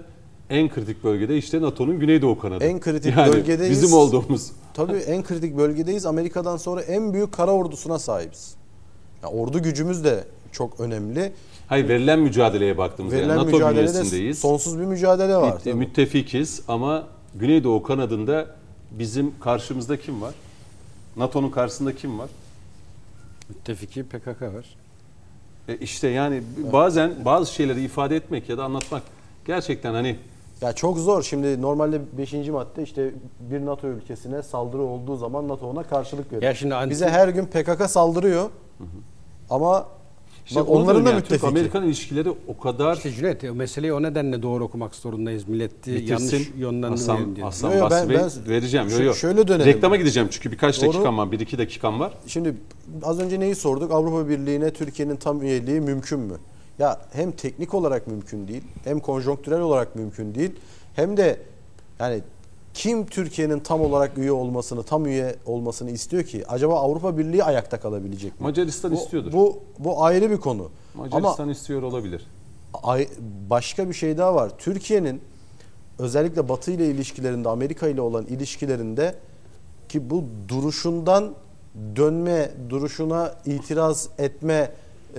En kritik bölgede işte NATO'nun Güneydoğu kanadı. En kritik yani bölgedeyiz. Bizim olduğumuz. Tabii en kritik bölgedeyiz. Amerika'dan sonra en büyük kara ordusuna sahibiz. Ya ordu gücümüz de çok önemli. Hayır, verilen mücadeleye baktığımızda Verilen NATO mücadelede bünyesindeyiz. sonsuz bir mücadele var. Tabii. Müttefikiz ama Güneydoğu kanadında bizim karşımızda kim var? NATO'nun karşısında kim var? Müttefiki PKK var. İşte yani bazen bazı şeyleri ifade etmek ya da anlatmak gerçekten hani Ya çok zor. Şimdi normalde 5. madde işte bir NATO ülkesine saldırı olduğu zaman NATO ona karşılık veriyor. Ya şimdi Bize her gün PKK saldırıyor. Ama işte bak onların da yani müttefiki. Türk-Amerikan ilişkileri o kadar İşte Cüneyt, meseleyi o nedenle doğru okumak zorundayız. Milleti yanlış yönlendirmeyelim diye. Hasan Yo, yo, Basri ben vereceğim. şöyle dönelim. Reklama gideceğim çünkü birkaç Doğru. dakikam var. 1-2 dakikam var. Şimdi az önce neyi sorduk? Avrupa Birliği'ne Türkiye'nin tam üyeliği mümkün mü? Ya hem teknik olarak mümkün değil, hem konjonktürel olarak mümkün değil, hem de yani kim Türkiye'nin tam olarak üye olmasını, tam üye olmasını istiyor ki? Acaba Avrupa Birliği ayakta kalabilecek mi? Macaristan istiyordur. Bu ayrı bir konu. Macaristan Ama istiyor olabilir. başka bir şey daha var. Türkiye'nin özellikle Batı ile ilişkilerinde, Amerika ile olan ilişkilerinde ki bu duruşundan dönme, duruşuna itiraz etme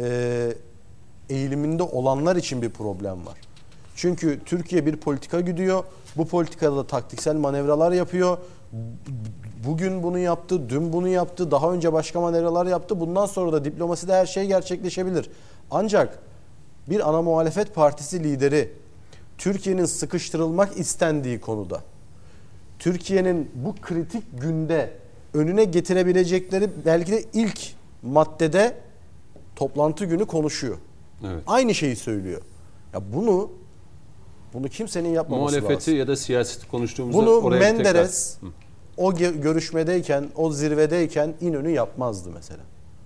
eğiliminde olanlar için bir problem var. Çünkü Türkiye bir politika güdüyor. Bu politikada da taktiksel manevralar yapıyor. Bugün bunu yaptı, dün bunu yaptı, daha önce başka manevralar yaptı. Bundan sonra da diplomaside her şey gerçekleşebilir. Ancak bir ana muhalefet partisi lideri Türkiye'nin sıkıştırılmak istendiği konuda, Türkiye'nin bu kritik günde önüne getirebilecekleri belki de ilk maddede toplantı günü konuşuyor. Evet. Aynı şeyi söylüyor. Ya bunu kimsenin yapmaması Muhalefeti lazım. ya da siyaseti konuştuğumuzda Bunu oraya Menderes o görüşmedeyken, o zirvedeyken İnönü yapmazdı mesela.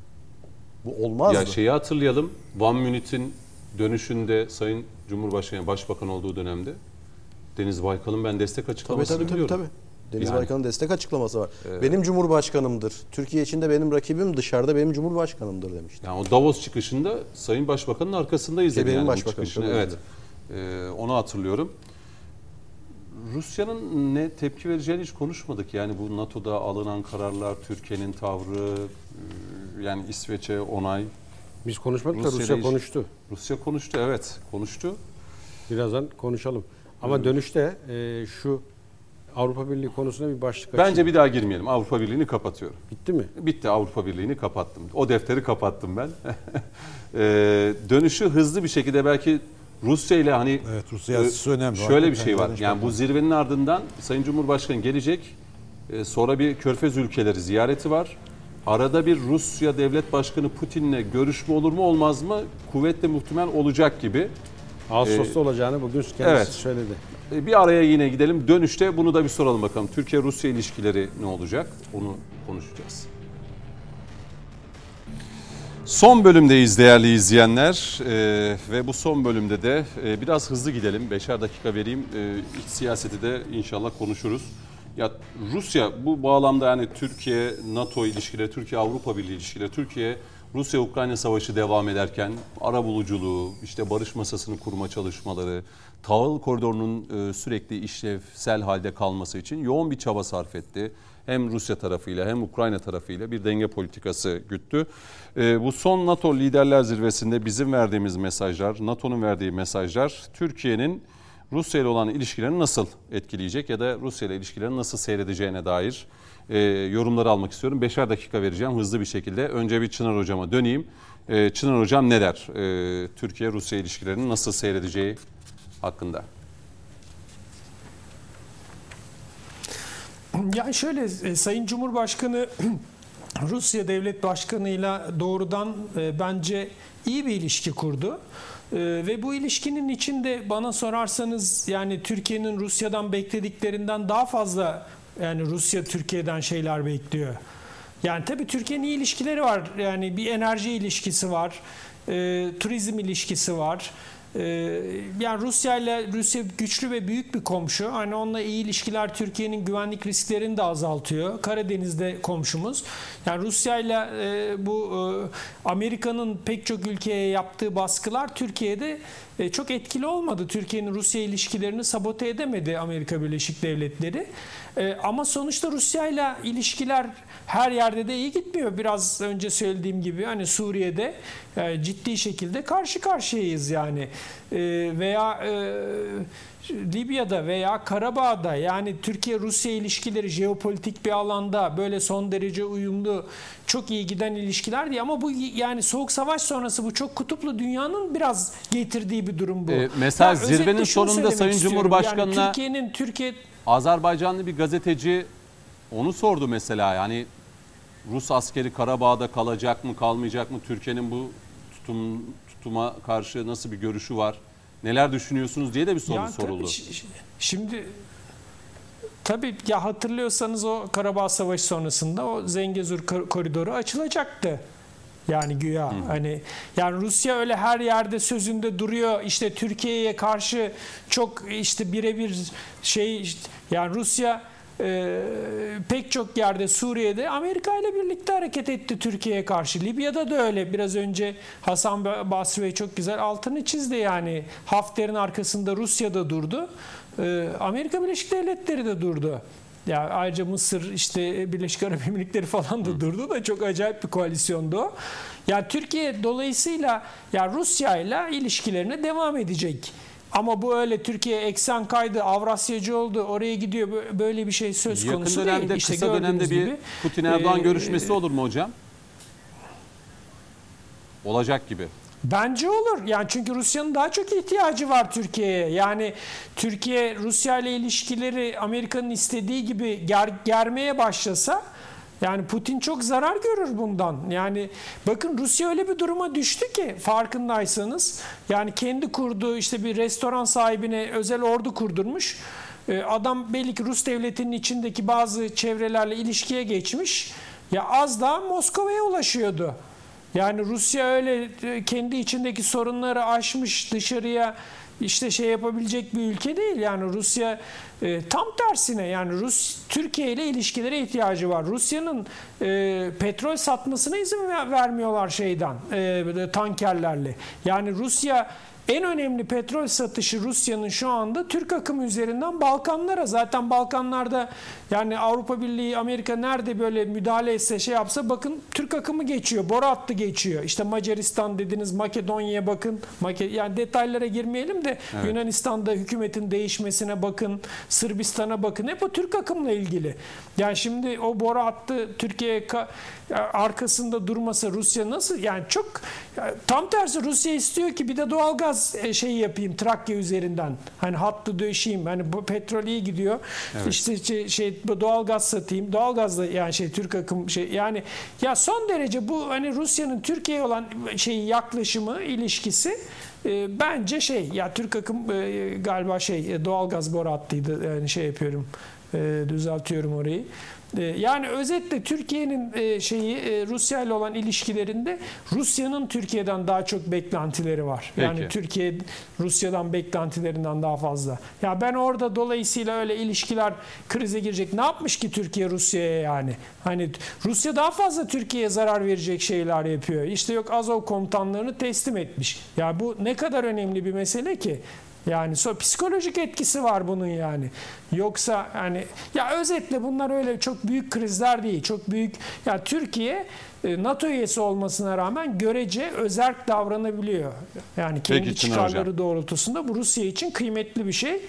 Bu olmazdı. Ya şeyi hatırlayalım. One Minute'in dönüşünde Sayın Cumhurbaşkanı Başbakan olduğu dönemde Deniz Baykal'ın ben destek açıklamasını biliyorum. Tabii. Deniz Yani. Baykal'ın destek açıklaması var. Benim Cumhurbaşkanımdır. Türkiye içinde benim rakibim, dışarıda benim Cumhurbaşkanımdır demişti. Yani o Davos çıkışında Sayın Başbakan'ın arkasındayız dedi benim yani bu başbakanım, çıkışını. tabii. Evet. Onu hatırlıyorum. Rusya'nın ne tepki vereceğini hiç konuşmadık. Yani bu NATO'da alınan kararlar, Türkiye'nin tavrı, yani İsveç'e onay. Biz konuşmadık da Rusya'yla Rusya iş- konuştu. Rusya konuştu, evet konuştu. Birazdan konuşalım. Ama dönüşte şu Avrupa Birliği konusuna bir başlık açayım. Bence bir daha girmeyelim. Avrupa Birliği'ni kapatıyorum. Bitti mi? Bitti, Avrupa Birliği'ni kapattım. O defteri kapattım ben. Dönüşü hızlı bir şekilde belki Rusya ile hani Evet, Rus siyaseti önemli. şöyle bir şey var. Hakikaten Yani bu zirvenin ardından Sayın Cumhurbaşkanı gelecek. Sonra bir Körfez ülkeleri ziyareti var. Arada bir Rusya Devlet Başkanı Putin'le görüşme olur mu olmaz mı? Kuvvetle muhtemel olacak gibi. Ağustos'ta olacağını bugün kendisi evet. söyledi. Bir araya yine gidelim. Dönüşte bunu da bir soralım bakalım. Türkiye-Rusya ilişkileri ne olacak? Onu konuşacağız. Son bölümdeyiz değerli izleyenler ve bu son bölümde de biraz hızlı gidelim. 5'er dakika vereyim. İç siyaseti de inşallah konuşuruz. Ya Rusya bu bağlamda yani Türkiye-NATO ilişkileri, Türkiye-Avrupa Birliği ilişkileri, Rusya-Ukrayna savaşı devam ederken arabuluculuğu, işte barış masasını kurma çalışmaları, tahıl koridorunun sürekli işlevsel halde kalması için yoğun bir çaba sarf etti. Hem Rusya tarafıyla hem Ukrayna tarafıyla bir denge politikası güttü. Bu son NATO liderler zirvesinde bizim verdiğimiz mesajlar, NATO'nun verdiği mesajlar Türkiye'nin Rusya ile olan ilişkilerini nasıl etkileyecek ya da Rusya ile ilişkilerini nasıl seyredeceğine dair yorumları almak istiyorum. 5'er dakika vereceğim hızlı bir şekilde. Önce bir Çınar Hocam'a döneyim. Çınar Hocam ne der? Türkiye-Rusya ilişkilerinin nasıl seyredeceği hakkında. Yani şöyle Sayın Cumhurbaşkanı Rusya Devlet Başkanı'yla doğrudan bence iyi bir ilişki kurdu. Ve bu ilişkinin içinde bana sorarsanız yani Türkiye'nin Rusya'dan beklediklerinden daha fazla yani Rusya Türkiye'den şeyler bekliyor. Yani tabii Türkiye'nin iyi ilişkileri var. Yani bir enerji ilişkisi var. Turizm ilişkisi var. Yani Rusya güçlü ve büyük bir komşu. Hani onunla iyi ilişkiler Türkiye'nin güvenlik risklerini de azaltıyor. Karadeniz'de komşumuz. Yani Rusya ile bu Amerika'nın pek çok ülkeye yaptığı baskılar Türkiye'de çok etkili olmadı. Türkiye'nin Rusya ilişkilerini sabote edemedi Amerika Birleşik Devletleri. Ama sonuçta Rusya ile ilişkiler her yerde de iyi gitmiyor. Biraz önce söylediğim gibi hani Suriye'de ciddi şekilde karşı karşıyayız yani. Veya Libya'da veya Karabağ'da, yani Türkiye-Rusya ilişkileri jeopolitik bir alanda böyle son derece uyumlu, çok iyi giden ilişkiler değil. Ama bu yani Soğuk Savaş sonrası bu çok kutuplu dünyanın biraz getirdiği bir durum bu. Mesela Ya zirvenin özetle şunu sonunda söylemek Sayın istiyorum. Cumhurbaşkanı'na Yani Türkiye Azerbaycanlı bir gazeteci onu sordu mesela, yani Rus askeri Karabağ'da kalacak mı kalmayacak mı, Türkiye'nin bu tutuma karşı nasıl bir görüşü var, neler düşünüyorsunuz diye de bir soru yani soruldu. Şimdi tabii ya, hatırlıyorsanız o Karabağ Savaşı sonrasında o Zengezur koridoru açılacaktı. Yani güya hani yani Rusya öyle her yerde sözünde duruyor, işte Türkiye'ye karşı çok işte birebir yani Rusya pek çok yerde, Suriye'de Amerika ile birlikte hareket etti Türkiye'ye karşı. Libya'da da öyle. Biraz önce Hasan Basri Bey çok güzel altını çizdi yani. Hafter'in arkasında Rusya'da durdu. Amerika Birleşik Devletleri de durdu. Ya ayrıca Mısır, işte Birleşik Arap Emirlikleri falan da durdu da çok acayip bir koalisyondu o. Ya Türkiye dolayısıyla ya Rusya ile ilişkilerine devam edecek. Ama bu öyle Türkiye eksen kaydı, Avrasyacı oldu, oraya gidiyor, böyle bir şey söz konusu değil. Yakın dönemde, İşte kısa dönemde bir gibi, Putin-Erdoğan görüşmesi olur mu hocam? Olacak gibi. Bence olur. Yani çünkü Rusya'nın daha çok ihtiyacı var Türkiye'ye. Yani Türkiye Rusya ile ilişkileri Amerika'nın istediği gibi germeye başlasa, yani Putin çok zarar görür bundan. Yani bakın Rusya öyle bir duruma düştü ki, farkındaysanız, yani kendi kurduğu işte bir restoran sahibine özel ordu kurdurmuş. Adam belli ki Rus devletinin içindeki bazı çevrelerle ilişkiye geçmiş. Ya az daha Moskova'ya ulaşıyordu. Yani Rusya öyle kendi içindeki sorunları aşmış, dışarıya işte yapabilecek bir ülke değil. Yani Rusya tam tersine, yani Türkiye ile ilişkilere ihtiyacı var. Rusya'nın petrol satmasına izin vermiyorlar tankerlerle. Yani Rusya, en önemli petrol satışı Rusya'nın şu anda Türk akımı üzerinden Balkanlara. Zaten Balkanlarda yani Avrupa Birliği, Amerika nerede böyle müdahale etse yapsa, bakın Türk akımı geçiyor, boru hattı geçiyor. İşte Macaristan dediniz, Makedonya'ya bakın. Yani detaylara girmeyelim de evet. Yunanistan'da hükümetin değişmesine bakın, Sırbistan'a bakın. Hep o Türk akımla ilgili. Yani şimdi o boru hattı Türkiye arkasında durmasa Rusya nasıl? Yani çok tam tersi, Rusya istiyor ki bir de doğalgaz yapayım Trakya üzerinden. Hani hattı döşeyim. Hani bu petrol iyi gidiyor. Evet. İşte doğalgaz satayım. Doğalgazla yani Türk akım yani ya son derece bu hani Rusya'nın Türkiye'ye olan yaklaşımı, ilişkisi bence ya Türk akım galiba doğalgaz boru hattıydı. Yani yapıyorum. Düzeltiyorum orayı. Yani özetle Türkiye'nin Rusya ile olan ilişkilerinde Rusya'nın Türkiye'den daha çok beklentileri var. Peki. Yani Türkiye Rusya'dan beklentilerinden daha fazla. Ya ben orada dolayısıyla öyle ilişkiler krize girecek. Ne yapmış ki Türkiye Rusya'ya yani? Hani Rusya daha fazla Türkiye'ye zarar verecek şeyler yapıyor. İşte yok Azov komutanlarını teslim etmiş. Ya bu ne kadar önemli bir mesele ki. Yani psikolojik etkisi var bunun yani. Yoksa hani ya özetle bunlar öyle çok büyük krizler değil. Çok büyük, ya Türkiye NATO üyesi olmasına rağmen görece özerk davranabiliyor. Yani kendi Peki, çıkarları doğrultusunda bu Rusya için kıymetli bir şey.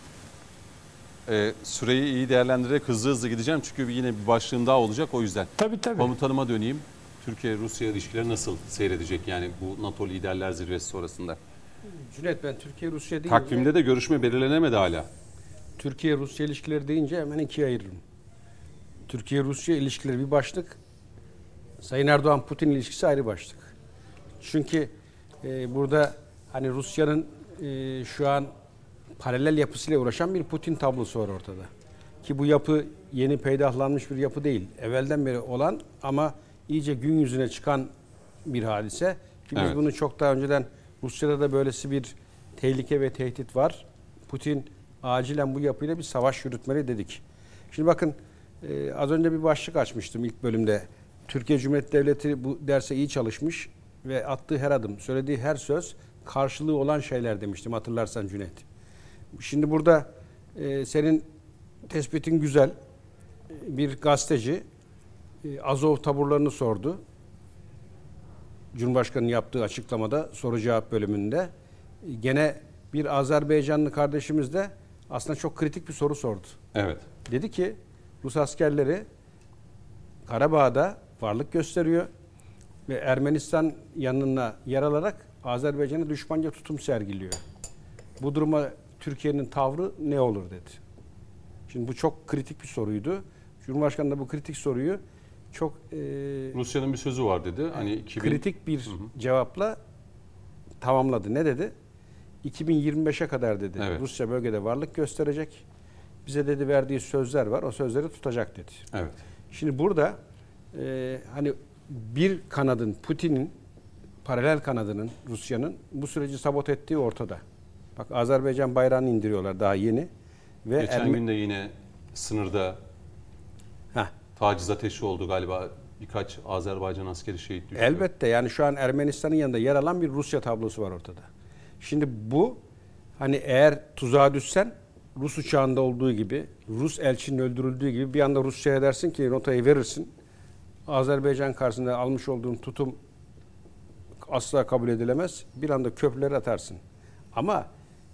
Süreyi iyi değerlendirerek hızlı gideceğim çünkü yine bir başlığım daha olacak, o yüzden. Tabii. Komutanıma döneyim. Türkiye-Rusya ilişkileri nasıl seyredecek yani bu NATO liderler zirvesi sonrasında? Cüneyt, ben Türkiye-Rusya deyince... Takvimde de görüşme belirlenemedi hala. Türkiye-Rusya ilişkileri deyince hemen ikiye ayırırım. Türkiye-Rusya ilişkileri bir başlık. Sayın Erdoğan-Putin ilişkisi ayrı başlık. Çünkü burada hani Rusya'nın şu an paralel yapısıyla uğraşan bir Putin tablosu var ortada. Ki bu yapı yeni peydahlanmış bir yapı değil. Evvelden beri olan ama iyice gün yüzüne çıkan bir hadise. Ki biz bunu çok daha önceden, Rusya'da da böylesi bir tehlike ve tehdit var. Putin acilen bu yapıyla bir savaş yürütmeli dedik. Şimdi bakın az önce bir başlık açmıştım ilk bölümde. Türkiye Cumhuriyeti Devleti bu derse iyi çalışmış ve attığı her adım, söylediği her söz karşılığı olan şeyler demiştim, hatırlarsan Cüneyt. Şimdi burada senin tespitin güzel. Bir gazeteci Azov taburlarını sordu. Cumhurbaşkanı'nın yaptığı açıklamada soru cevap bölümünde gene bir Azerbaycanlı kardeşimiz de aslında çok kritik bir soru sordu. Evet. Dedi ki Rus askerleri Karabağ'da varlık gösteriyor ve Ermenistan yanına yer alarak Azerbaycan'a düşmanca tutum sergiliyor. Bu duruma Türkiye'nin tavrı ne olur dedi. Şimdi bu çok kritik bir soruydu. Cumhurbaşkanı da bu kritik soruyu çok Rusya'nın bir sözü var dedi. Hani kritik bir cevapla tamamladı. Ne dedi? 2025'e kadar dedi. Evet. Rusya bölgede varlık gösterecek. Bize dedi verdiği sözler var. O sözleri tutacak dedi. Evet. Şimdi burada hani bir kanadın, Putin'in paralel kanadının, Rusya'nın bu süreci sabote ettiği ortada. Bak Azerbaycan bayrağını indiriyorlar daha yeni. Ve Geçen gün de yine sınırda taciz ateşi oldu galiba. Birkaç Azerbaycan askeri şehit düştü. Elbette yani şu an Ermenistan'ın yanında yer alan bir Rusya tablosu var ortada. Şimdi bu hani eğer tuzağa düşsen Rus uçağında olduğu gibi, Rus elçinin öldürüldüğü gibi bir anda Rusya'ya dersin ki notayı verirsin. Azerbaycan karşısında almış olduğun tutum asla kabul edilemez. Bir anda köprüleri atarsın. Ama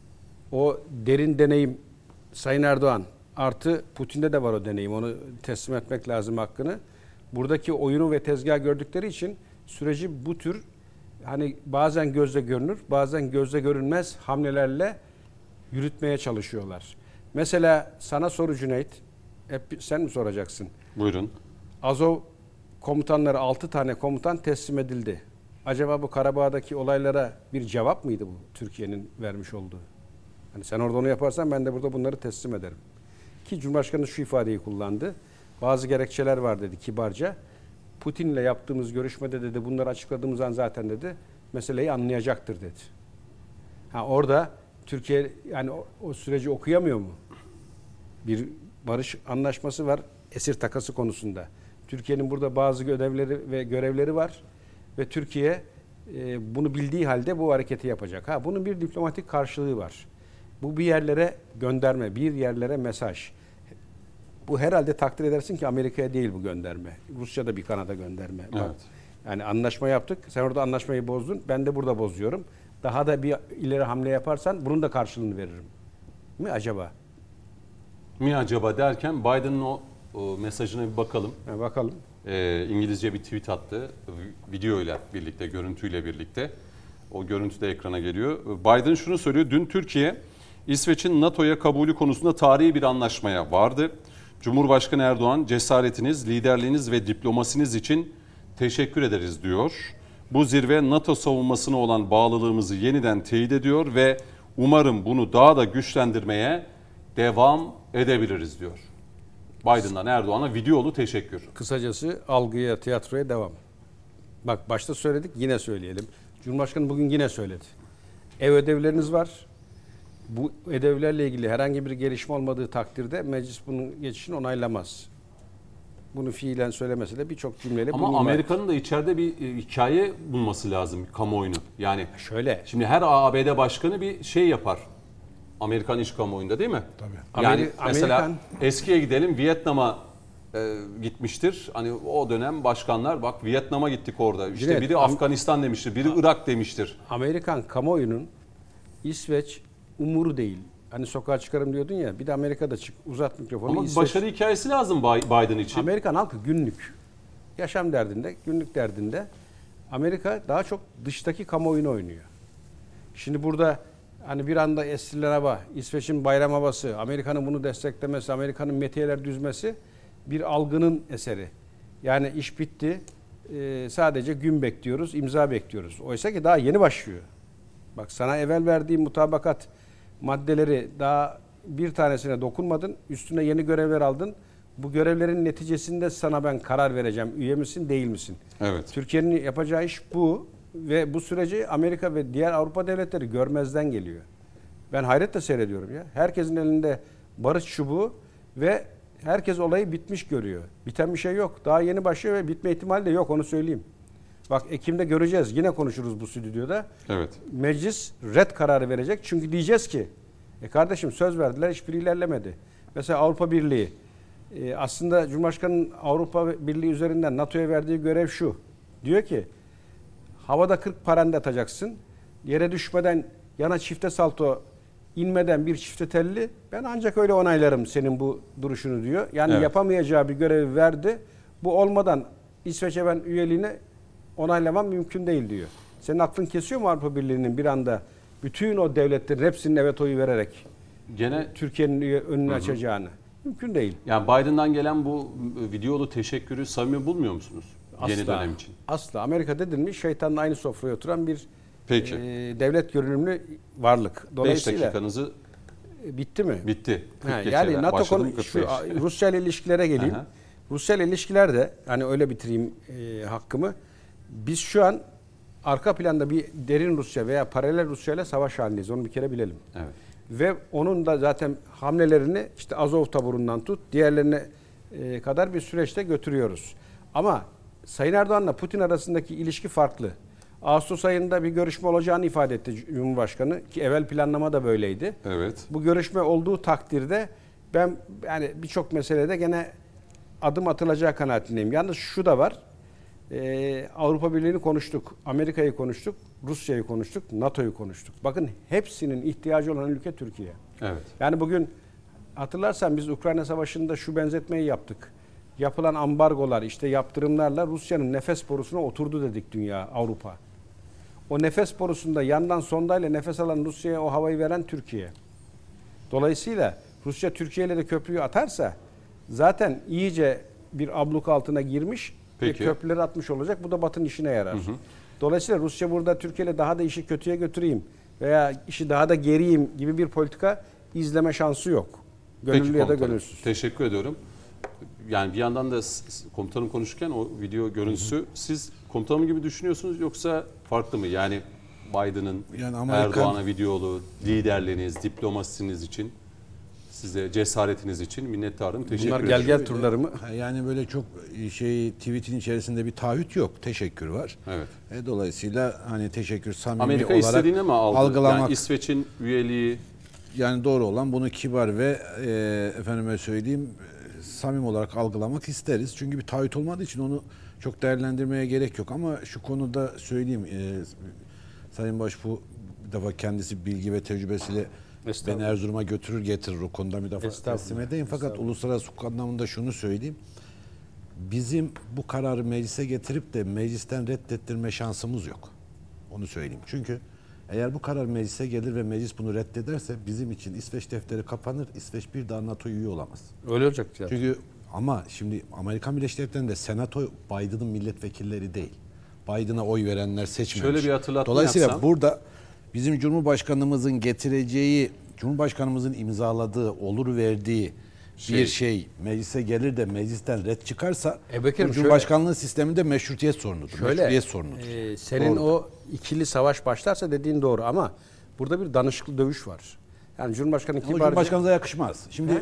o derin deneyim Sayın Erdoğan artı Putin'de de var o deneyim. Onu teslim etmek lazım hakkını. Buradaki oyunu ve tezgah gördükleri için süreci bu tür hani bazen gözle görünür, bazen gözle görünmez hamlelerle yürütmeye çalışıyorlar. Mesela sana soru Cüneyt, hep sen mi soracaksın? Buyurun. Azov komutanları 6 tane komutan teslim edildi. Acaba bu Karabağ'daki olaylara bir cevap mıydı bu Türkiye'nin vermiş olduğu? Hani sen orada onu yaparsan ben de burada bunları teslim ederim. Ki Cumhurbaşkanı şu ifadeyi kullandı. Bazı gerekçeler var dedi kibarca. Putin'le yaptığımız görüşmede dedi bunları açıkladığımız an zaten dedi meseleyi anlayacaktır dedi. Orada Türkiye yani o süreci okuyamıyor mu? Bir barış anlaşması var esir takası konusunda. Türkiye'nin burada bazı ödevleri ve görevleri var ve Türkiye bunu bildiği halde bu hareketi yapacak. Bunun bir diplomatik karşılığı var. Bu bir yerlere gönderme, bir yerlere mesaj. Bu herhalde takdir edersin ki Amerika'ya değil bu gönderme. Rusya'da bir kanada gönderme. Evet. Bak, yani anlaşma yaptık. Sen orada anlaşmayı bozdun. Ben de burada bozuyorum. Daha da bir ileri hamle yaparsan bunun da karşılığını veririm. Mi acaba? Mi acaba derken Biden'ın o mesajına bir bakalım. Bakalım. İngilizce bir tweet attı. Videoyla birlikte, görüntüyle birlikte. O görüntü de ekrana geliyor. Biden şunu söylüyor. Dün Türkiye, İsveç'in NATO'ya kabulü konusunda tarihi bir anlaşmaya vardı. Cumhurbaşkanı Erdoğan, cesaretiniz, liderliğiniz ve diplomasiniz için teşekkür ederiz diyor. Bu zirve NATO savunmasına olan bağlılığımızı yeniden teyit ediyor ve umarım bunu daha da güçlendirmeye devam edebiliriz diyor. Biden'dan Erdoğan'a videolu teşekkür. Kısacası algıya, tiyatroya devam. Bak başta söyledik, yine söyleyelim. Cumhurbaşkanı bugün yine söyledi. Ev ödevleriniz var. Bu ödevlerle ilgili herhangi bir gelişme olmadığı takdirde meclis bunun geçişini onaylamaz. Bunu fiilen söylemese de birçok cümleyle ama Amerika'nın da içeride bir hikaye bulması lazım kamuoyunu. Yani şöyle. Şimdi her ABD başkanı bir şey yapar. Amerikan iş kamuoyunda değil mi? Tabii. Yani mesela eskiye gidelim, Vietnam'a gitmiştir. Hani o dönem başkanlar bak Vietnam'a gittik orada. İşte Evet, biri Afganistan demiştir, biri Irak demiştir. Amerikan kamuoyunun İsveç umuru değil. Hani sokağa çıkarım diyordun ya, bir de Amerika'da çık, uzat mikrofonu. Ama başarı hikayesi lazım Biden için. Amerikan halkı günlük. Yaşam derdinde, günlük derdinde. Amerika daha çok dıştaki kamuoyunu oynuyor. Şimdi burada hani bir anda esirler hava, İsveç'in bayram havası, Amerika'nın bunu desteklemesi, Amerika'nın metiyeler düzmesi bir algının eseri. Yani iş bitti, sadece gün bekliyoruz, imza bekliyoruz. Oysa ki daha yeni başlıyor. Bak sana evvel verdiğim mutabakat maddeleri daha bir tanesine dokunmadın, üstüne yeni görevler aldın. Bu görevlerin neticesinde sana ben karar vereceğim, üye misin değil misin? Evet. Türkiye'nin yapacağı iş bu ve bu süreci Amerika ve diğer Avrupa devletleri görmezden geliyor. Ben hayretle seyrediyorum ya. Herkesin elinde barış çubuğu ve herkes olayı bitmiş görüyor. Biten bir şey yok. Daha yeni başlıyor ve bitme ihtimali de yok, onu söyleyeyim. Bak Ekim'de göreceğiz. Yine konuşuruz bu stüdyoda. Evet. Meclis red kararı verecek. Çünkü diyeceğiz ki kardeşim söz verdiler, hiçbiri ilerlemedi. Mesela Avrupa Birliği aslında Cumhurbaşkanı'nın Avrupa Birliği üzerinden NATO'ya verdiği görev şu. Diyor ki havada 40 parende atacaksın. Yere düşmeden yana çifte salto inmeden bir çifte telli, ben ancak öyle onaylarım senin bu duruşunu diyor. Yani Evet. yapamayacağı bir görevi verdi. Bu olmadan İsveç'e ben üyeliğini onaylamam mümkün değil diyor. Senin aklın kesiyor mu Avrupa Birliği'nin bir anda bütün o devletlerin hepsinin evet oyu vererek Gene Türkiye'nin önünü açacağını? Mümkün değil. yani Biden'dan gelen bu videolu teşekkürü samimi bulmuyor musunuz? Yeni dönem için. Asla. Amerika dedin mi şeytanla aynı sofraya oturan bir Peki. devlet görünümlü varlık. 5 Dolayısıyla dakikanızı bitti mi? bitti. 40 Ha, geçe yani ver. NATO Başladı konu mı şu 45? Rusya ile ilişkilere geleyim. Aha. Rusya ile ilişkilerde hani öyle bitireyim hakkımı. Biz şu an arka planda bir derin Rusya veya paralel Rusya ile savaş halindeyiz. Onu bir kere bilelim. Evet. Ve onun da zaten hamlelerini işte Azov taburundan tut diğerlerine kadar bir süreçte götürüyoruz. Ama Sayın Erdoğan'la Putin arasındaki ilişki farklı. Ağustos ayında bir görüşme olacağını ifade etti Cumhurbaşkanı ki evvel planlama da böyleydi. Evet. Bu görüşme olduğu takdirde ben yani birçok meselede gene adım atılacağı kanaatindeyim. Yalnız şu da var. Avrupa Birliği'ni konuştuk, Amerika'yı konuştuk, Rusya'yı konuştuk, NATO'yu konuştuk. Bakın hepsinin ihtiyacı olan ülke Türkiye. Evet. Yani bugün hatırlarsan biz Ukrayna Savaşı'nda şu benzetmeyi yaptık. Yapılan ambargolar, işte yaptırımlarla Rusya'nın nefes borusuna oturdu dedik dünya, Avrupa. O nefes borusunda yandan sondayla nefes alan Rusya'ya o havayı veren Türkiye. Dolayısıyla Rusya Türkiye ile de köprüyü atarsa zaten iyice bir abluk altına girmiş Peki. ve köprüleri atmış olacak. Bu da Batı'nın işine yarar. Dolayısıyla Rusya burada Türkiye ile daha da işi kötüye götüreyim veya işi daha da geriyim gibi bir politika izleme şansı yok. Gönüllü Peki ya da komutanım, gönülsüz. teşekkür ediyorum. Yani bir yandan da komutanım konuşurken o video görüntüsü siz komutanım gibi düşünüyorsunuz yoksa farklı mı? Yani Biden'ın Yani Amerikan- Erdoğan'a videolu liderliğiniz, diplomasiniz için size cesaretiniz için minnettarım. Teşekkür Bunlar ederim. gel turları mı? Yani böyle çok tweetin içerisinde bir taahhüt yok. Teşekkür var. Evet. Dolayısıyla hani teşekkür samimi Amerika olarak istediğini mi aldı? algılamak. Yani İsveç'in üyeliği Yani doğru olan bunu kibar ve efendime söyleyeyim samimi olarak algılamak isteriz. Çünkü bir taahhüt olmadığı için onu çok değerlendirmeye gerek yok. Ama şu konuda söyleyeyim Sayın Başbuğ bir defa kendisi bilgi ve tecrübesiyle beni Erzurum'a götürür getirir o konuda bir defa teslim edeyim. Fakat uluslararası hukuk anlamında şunu söyleyeyim. Bizim bu kararı meclise getirip de meclisten reddettirme şansımız yok. Onu söyleyeyim. Çünkü eğer bu karar meclise gelir ve meclis bunu reddederse bizim için İsveç defteri kapanır. İsveç bir daha NATO üye olamaz. Öyle olacak ya. Çünkü ama şimdi Amerikan Birleşik Devletleri'nde Senato Biden'ın milletvekilleri değil. Biden'a oy verenler seçmemiş. Şöyle bir hatırlatma Dolayısıyla yapsam. burada bizim Cumhurbaşkanımızın getireceği, Cumhurbaşkanımızın imzaladığı, olur verdiği bir şey meclise gelir de meclisten red çıkarsa Bekir'im bu Cumhurbaşkanlığı sisteminde meşrutiyet sorunudur. Meşrutiyet sorunudur. Senin Doğru. o ikili savaş başlarsa dediğin doğru ama burada bir danışıklı dövüş var. Yani Cumhurbaşkanı Ama kibarca... Cumhurbaşkanımıza yakışmaz. Şimdi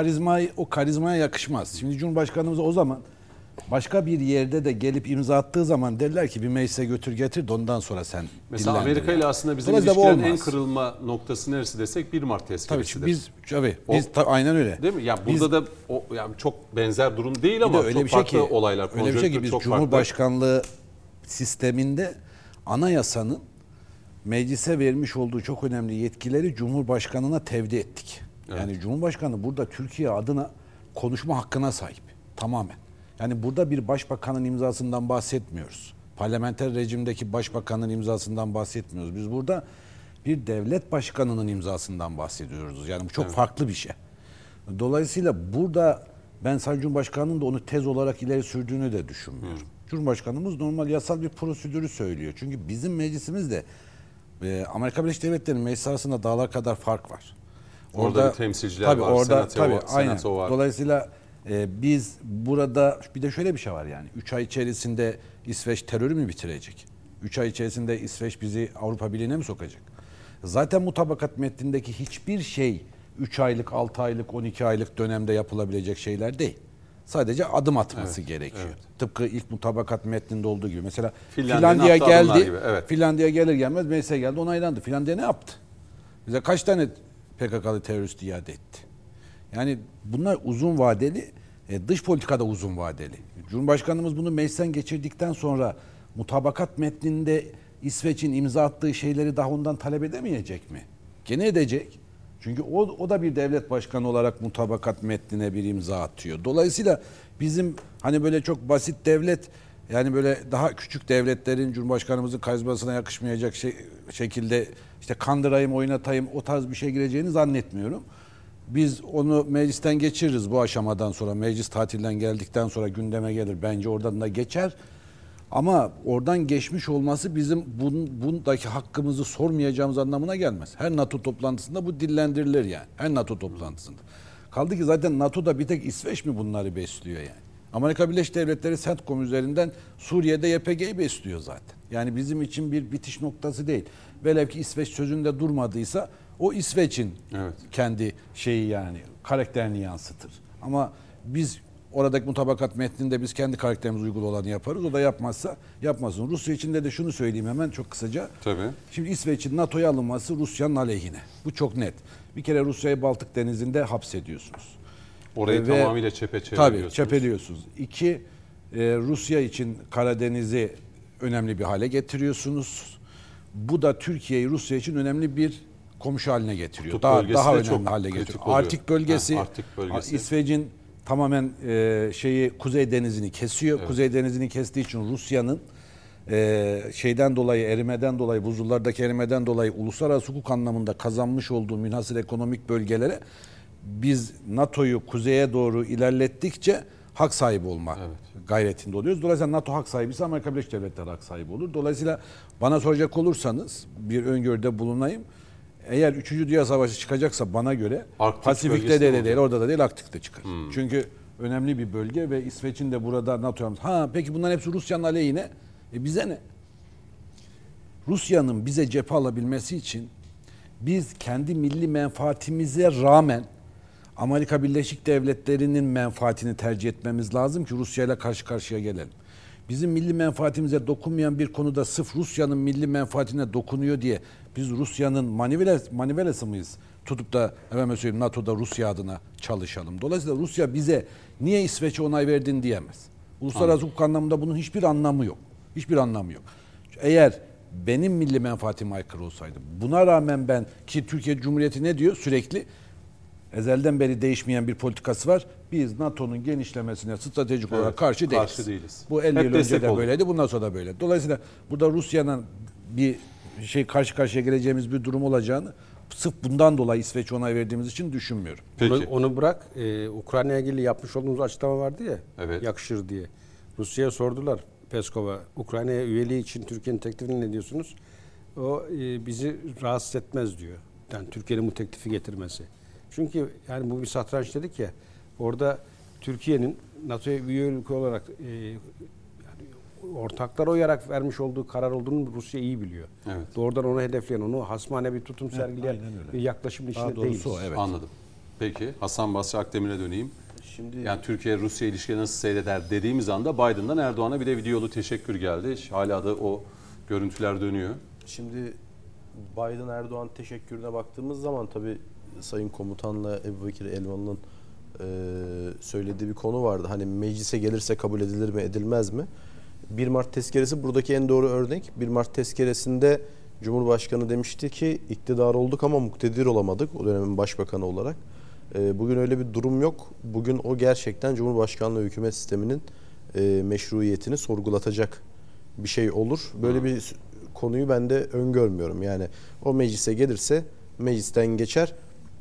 o karizmaya yakışmaz. Şimdi Cumhurbaşkanımız o zaman başka bir yerde de gelip imza attığı zaman derler ki bir meclise götür getir de ondan sonra sen mesela dillendir Amerika yani. ile aslında bizim Dolayısıyla bu ilişkilerin en olmaz. kırılma noktası neresi desek 1 Mart Tabii tezkeresidir. aynen öyle. Değil mi? Yani Biz- burada da yani çok benzer durum değil Bir de ama öyle çok bir şey farklı ki olaylar, öyle bir şey ki konjonktür biz çok farklı. Cumhurbaşkanlığı sisteminde anayasanın meclise vermiş olduğu çok önemli yetkileri Cumhurbaşkanına tevdi ettik. Evet. Yani Cumhurbaşkanı burada Türkiye adına konuşma hakkına sahip tamamen. Yani burada bir başbakanın imzasından bahsetmiyoruz. Parlamenter rejimdeki başbakanın imzasından bahsetmiyoruz. Biz burada bir devlet başkanının imzasından bahsediyoruz. Yani bu çok farklı bir şey. Dolayısıyla burada ben Sayın Cumhurbaşkanı'nın da onu tez olarak ileri sürdüğünü de düşünmüyorum. Cumhurbaşkanımız normal yasal bir prosedürü söylüyor. Çünkü bizim meclisimizde Amerika Birleşik Devletleri'nin meclisi arasında dağlar kadar fark var. Orada bir temsilciler var, senato var. Dolayısıyla biz burada bir de şöyle bir şey var yani. 3 ay içerisinde İsveç terörü mü bitirecek? 3 ay içerisinde İsveç bizi Avrupa Birliği'ne mi sokacak? Zaten mutabakat metnindeki hiçbir şey 3 aylık, 6 aylık, 12 aylık dönemde yapılabilecek şeyler değil. Sadece adım atması Evet, gerekiyor. evet. Tıpkı ilk mutabakat metninde olduğu gibi. Mesela Finlandiya'nın Finlandiya attığı adımlar geldi. gibi, evet. Finlandiya gelir gelmez meclise geldi, onaylandı. Finlandiya ne yaptı? Bize kaç tane PKK'lı terörist iade etti? Yani bunlar uzun vadeli, dış politikada uzun vadeli. Cumhurbaşkanımız bunu meclisten geçirdikten sonra mutabakat metninde İsveç'in imza attığı şeyleri daha ondan talep edemeyecek mi? Gene edecek. Çünkü o da bir devlet başkanı olarak mutabakat metnine bir imza atıyor. Dolayısıyla bizim hani böyle çok basit devlet, yani böyle daha küçük devletlerin Cumhurbaşkanımızın karizmasına yakışmayacak şekilde işte kandırayım, oynatayım, o tarz bir şey gireceğini zannetmiyorum. Biz onu meclisten geçiririz bu aşamadan sonra. Meclis tatilden geldikten sonra gündeme gelir. Bence oradan da geçer. Ama oradan geçmiş olması bizim bundaki hakkımızı sormayacağımız anlamına gelmez. Her NATO toplantısında bu dillendirilir yani. Her NATO toplantısında. Kaldı ki zaten NATO'da bir tek İsveç mi bunları besliyor yani? Amerika Birleşik Devletleri CENTCOM üzerinden Suriye'de YPG'yi besliyor zaten. Yani bizim için bir bitiş noktası değil. Velev ki İsveç sözünde durmadıysa o İsveç'in kendi şeyi, yani karakterini yansıtır. Ama biz oradaki mutabakat metninde biz kendi karakterimiz uygulu olanı yaparız. O da yapmazsa yapmasın. Rusya için de şunu söyleyeyim hemen çok kısaca. Tabii. Şimdi İsveç'in NATO'ya alınması Rusya'nın aleyhine. Bu çok net. Bir kere Rusya'yı Baltık Denizi'nde hapsediyorsunuz. Orayı tamamıyla çepeçevre tabii, ediyorsunuz. çepeliyorsunuz. İki, Rusya için Karadeniz'i önemli bir hale getiriyorsunuz. Bu da Türkiye'yi Rusya için önemli bir komşu haline getiriyor. Kutup Daha bölgesi de önemli çok hale kritik getiriyor. oluyor. Arktik bölgesi, Arktik bölgesi. İsveç'in tamamen Kuzey Denizi'ni kesiyor. Evet. Kuzey Denizi'ni kestiği için Rusya'nın şeyden dolayı, erimeden dolayı, buzullardaki erimeden dolayı uluslararası hukuk anlamında kazanmış olduğu münhasır ekonomik bölgelere biz NATO'yu kuzeye doğru ilerlettikçe hak sahibi olma gayretinde oluyoruz. Dolayısıyla NATO hak sahibi ise Amerika Birleşik Devletleri hak sahibi olur. Dolayısıyla bana soracak olursanız bir öngörüde bulunayım. Eğer 3. Dünya Savaşı çıkacaksa bana göre Arktik Pasifik'te de değil, orada da değil, Arktik'te çıkar. Çünkü önemli bir bölge ve İsveç'in de burada NATO'ya... Peki bunların hepsi Rusya'nın aleyhine. Bize ne? Rusya'nın bize cephe alabilmesi için biz kendi milli menfaatimize rağmen Amerika Birleşik Devletleri'nin menfaatini tercih etmemiz lazım ki Rusya ile karşı karşıya gelelim. Bizim milli menfaatimize dokunmayan bir konuda sırf Rusya'nın milli menfaatine dokunuyor diye biz Rusya'nın manivelası mıyız? Tutup da NATO'da Rusya adına çalışalım. Dolayısıyla Rusya bize niye İsveç'e onay verdin diyemez. Uluslararası hukuk anlamında bunun hiçbir anlamı yok. Hiçbir anlamı yok. Eğer benim milli menfaatime aykırı olsaydı, buna rağmen ben, ki Türkiye Cumhuriyeti ne diyor sürekli? Ezelden beri değişmeyen bir politikası var. Biz NATO'nun genişlemesine stratejik olarak karşı değiliz. Bu 50 yıl önce de böyleydi, bundan sonra da böyle. Dolayısıyla burada Rusya'nın bir karşı karşıya geleceğimiz bir durum olacağını sırf bundan dolayı İsveç'e onay verdiğimiz için düşünmüyorum. Peki. Onu bırak. Ukrayna'ya ilgili yapmış olduğumuz açıklama vardı ya. Evet. Yakışır diye. Rusya'ya sordular, Peskov'a. Ukrayna'ya üyeliği için Türkiye'nin teklifini ne diyorsunuz? O bizi rahatsız etmez diyor. Yani Türkiye'nin bu teklifi getirmesi. Çünkü yani bu bir satranç dedik ya. Orada Türkiye'nin NATO'ya üyelik olarak ortaklar oyarak vermiş olduğu karar olduğunu Rusya iyi biliyor. Evet. Doğrudan onu hedefleyen, onu hasmane bir tutum sergileyen bir yaklaşımın içinde değiliz. Evet. Anladım. Peki Hasan Basri Akdemir'e döneyim. Şimdi Yani Türkiye-Rusya ilişkileri nasıl seyreder dediğimiz anda Biden'dan Erdoğan'a bir de videolu teşekkür geldi. Hala da o görüntüler dönüyor. Şimdi Biden-Erdoğan teşekkürüne baktığımız zaman tabii Sayın Komutan'la Ebubekir Elvan'ın söylediği bir konu vardı. Hani meclise gelirse kabul edilir mi, edilmez mi? 1 Mart tezkeresi buradaki en doğru örnek. 1 Mart tezkeresinde Cumhurbaşkanı demişti ki iktidar olduk ama muktedir olamadık o dönemin başbakanı olarak. Bugün öyle bir durum yok. Bugün o gerçekten Cumhurbaşkanlığı hükümet sisteminin meşruiyetini sorgulatacak bir şey olur. Böyle bir konuyu ben de öngörmüyorum. Yani o meclise gelirse meclisten geçer.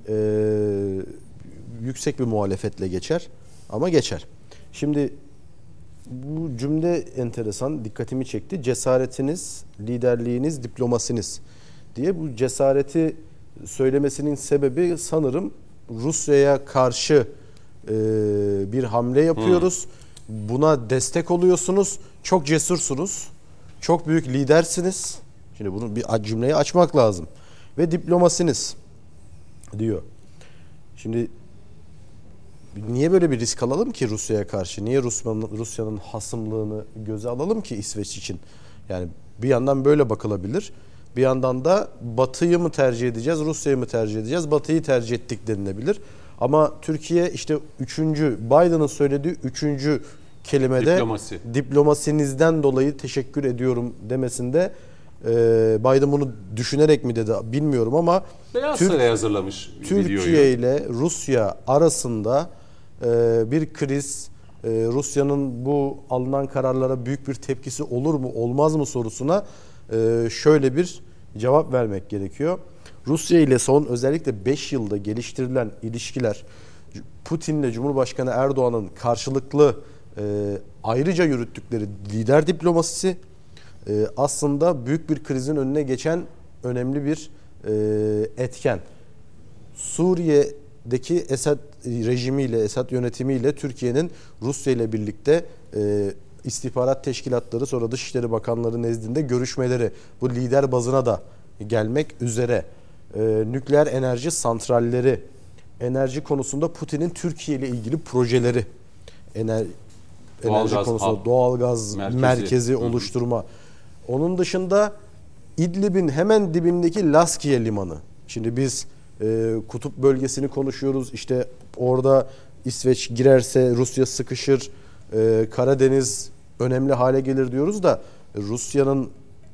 Yüksek bir muhalefetle geçer ama geçer. Şimdi bu cümle enteresan, dikkatimi çekti. Cesaretiniz, liderliğiniz, diplomasiniz diye. Bu cesareti söylemesinin sebebi sanırım Rusya'ya karşı bir hamle yapıyoruz. Buna destek oluyorsunuz. Çok cesursunuz. Çok büyük lidersiniz. Şimdi bunu bir cümleyi açmak lazım. Ve diplomasiniz diyor. Şimdi niye böyle bir risk alalım ki Rusya'ya karşı? Niye Rusya'nın hasımlığını göze alalım ki İsveç için? Yani bir yandan böyle bakılabilir. Bir yandan da Batı'yı mı tercih edeceğiz, Rusya'yı mı tercih edeceğiz? Batı'yı tercih ettik denilebilir. Ama Türkiye işte Biden'ın söylediği 3. kelimede diplomasinizden dolayı teşekkür ediyorum demesinde Biden bunu düşünerek mi dedi bilmiyorum ama Beyaz Saray hazırlamış Türkiye ile Rusya arasında bir kriz, Rusya'nın bu alınan kararlara büyük bir tepkisi olur mu olmaz mı sorusuna şöyle bir cevap vermek gerekiyor. Rusya ile son özellikle 5 yılda geliştirilen ilişkiler, Putin'le Cumhurbaşkanı Erdoğan'ın karşılıklı ayrıca yürüttükleri lider diplomasisi aslında büyük bir krizin önüne geçen önemli bir etken. Suriye'deki Esad rejimiyle, Esad yönetimiyle Türkiye'nin Rusya ile birlikte istihbarat teşkilatları, sonra Dışişleri Bakanları nezdinde görüşmeleri, bu lider bazına da gelmek üzere. Nükleer enerji santralleri, enerji konusunda Putin'in Türkiye ile ilgili projeleri, enerji konusunda doğalgaz merkezi oluşturma. Onun dışında İdlib'in hemen dibindeki Laskiye limanı. Şimdi biz Kutup bölgesini konuşuyoruz. İşte orada İsveç girerse Rusya sıkışır. Karadeniz önemli hale gelir diyoruz da Rusya'nın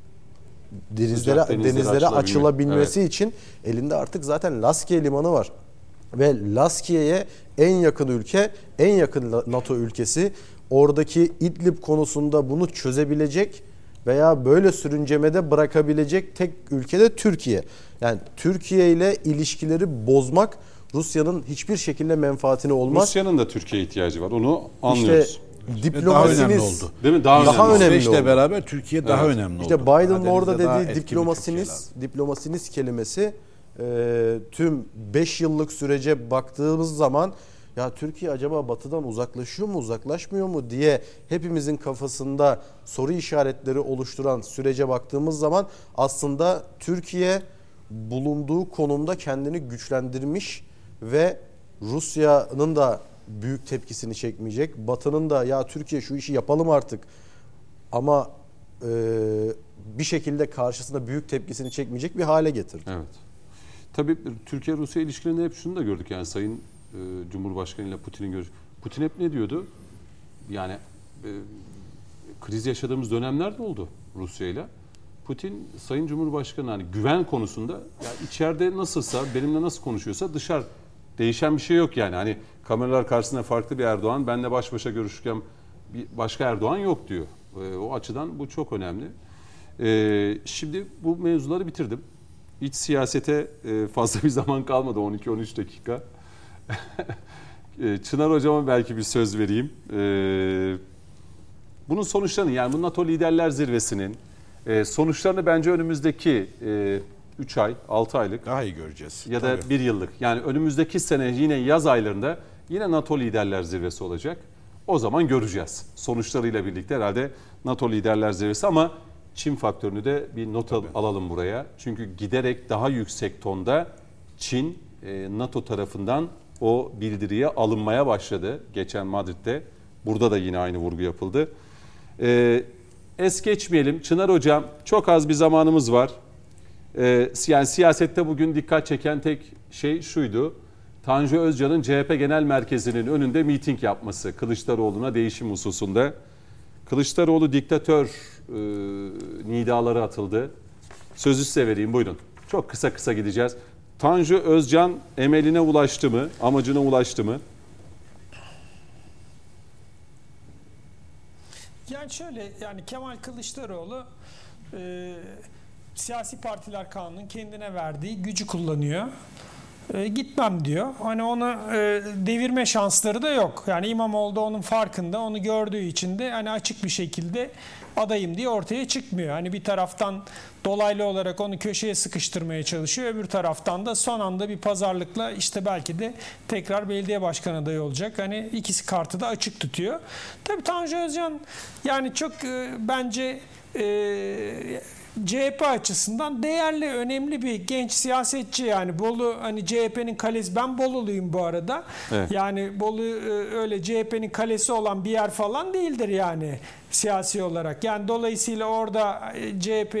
denizlere açılabilmesi için elinde artık zaten Laskiye limanı var. Ve Laskiye'ye en yakın ülke, en yakın NATO ülkesi, oradaki İdlib konusunda bunu çözebilecek veya böyle sürüncemede bırakabilecek tek ülke de Türkiye. Yani Türkiye ile ilişkileri bozmak Rusya'nın hiçbir şekilde menfaatine olmaz. Rusya'nın da Türkiye'ye ihtiyacı var. Onu anlıyoruz. İşte diplomasiniz daha önemli oldu. Değil mi? Daha önemli İsveç'le oldu. beraber Türkiye daha önemli oldu. İşte Biden'ın orada Karadeniz'de dediği diplomasiniz kelimesi tüm 5 yıllık sürece baktığımız zaman ya Türkiye acaba Batı'dan uzaklaşıyor mu, uzaklaşmıyor mu diye hepimizin kafasında soru işaretleri oluşturan sürece baktığımız zaman aslında Türkiye bulunduğu konumda kendini güçlendirmiş ve Rusya'nın da büyük tepkisini çekmeyecek. Batı'nın da ya Türkiye şu işi yapalım artık ama bir şekilde karşısında büyük tepkisini çekmeyecek bir hale getirdi. Evet. Tabii Türkiye-Rusya ilişkilerinde hep şunu da gördük. Yani Sayın Cumhurbaşkanı ile Putin'in görüşü. Putin hep ne diyordu? Yani kriz yaşadığımız dönemlerde oldu Rusya ile. Putin Sayın Cumhurbaşkanı hani güven konusunda ya içeride nasılsa benimle nasıl konuşuyorsa dışarı değişen bir şey yok yani. Hani kameralar karşısında farklı bir Erdoğan, benle baş başa görüşürken bir başka Erdoğan yok diyor. O açıdan bu çok önemli. Şimdi bu mevzuları bitirdim. İç siyasete fazla bir zaman kalmadı. 12-13 dakika. Çınar Hocam'a belki bir söz vereyim. Bunun sonuçlarını yani bu NATO Liderler Zirvesi'nin sonuçlarını bence önümüzdeki 3 ay, 6 aylık daha iyi göreceğiz. Ya da 1 yıllık. Yani önümüzdeki sene yine yaz aylarında yine NATO Liderler Zirvesi olacak. O zaman göreceğiz. Sonuçlarıyla birlikte herhalde NATO Liderler Zirvesi ama Çin faktörünü de bir not alalım buraya. Çünkü giderek daha yüksek tonda Çin NATO tarafından o bildiriye alınmaya başladı. Geçen Madrid'de. Burada da yine aynı vurgu yapıldı. Es geçmeyelim. Çınar Hocam çok az bir zamanımız var. Yani siyasette bugün dikkat çeken tek şey şuydu. Tanju Özcan'ın CHP Genel Merkezi'nin önünde miting yapması Kılıçdaroğlu'na değişim hususunda. Kılıçdaroğlu diktatör nidaları atıldı. Sözü size vereyim, buyurun. Çok kısa gideceğiz. Tanju Özcan emeline ulaştı mı? Amacına ulaştı mı? Yani şöyle, yani Kemal Kılıçdaroğlu siyasi partiler kanunun kendine verdiği gücü kullanıyor. Gitmem diyor. Hani onu devirme şansları da yok. Yani İmamoğlu da onun farkında. Onu gördüğü için de hani açık bir şekilde adayım diye ortaya çıkmıyor. Hani bir taraftan dolaylı olarak onu köşeye sıkıştırmaya çalışıyor. Öbür taraftan da son anda bir pazarlıkla işte belki de tekrar belediye başkanı adayı olacak. Hani ikisi kartı da açık tutuyor. Tabii Tanju Özcan yani çok bence CHP açısından değerli, önemli bir genç siyasetçi. Yani Bolu hani CHP'nin kalesi. Ben Boluluyum bu arada. Evet. Yani Bolu öyle CHP'nin kalesi olan bir yer falan değildir yani siyasi olarak. Yani dolayısıyla orada CHP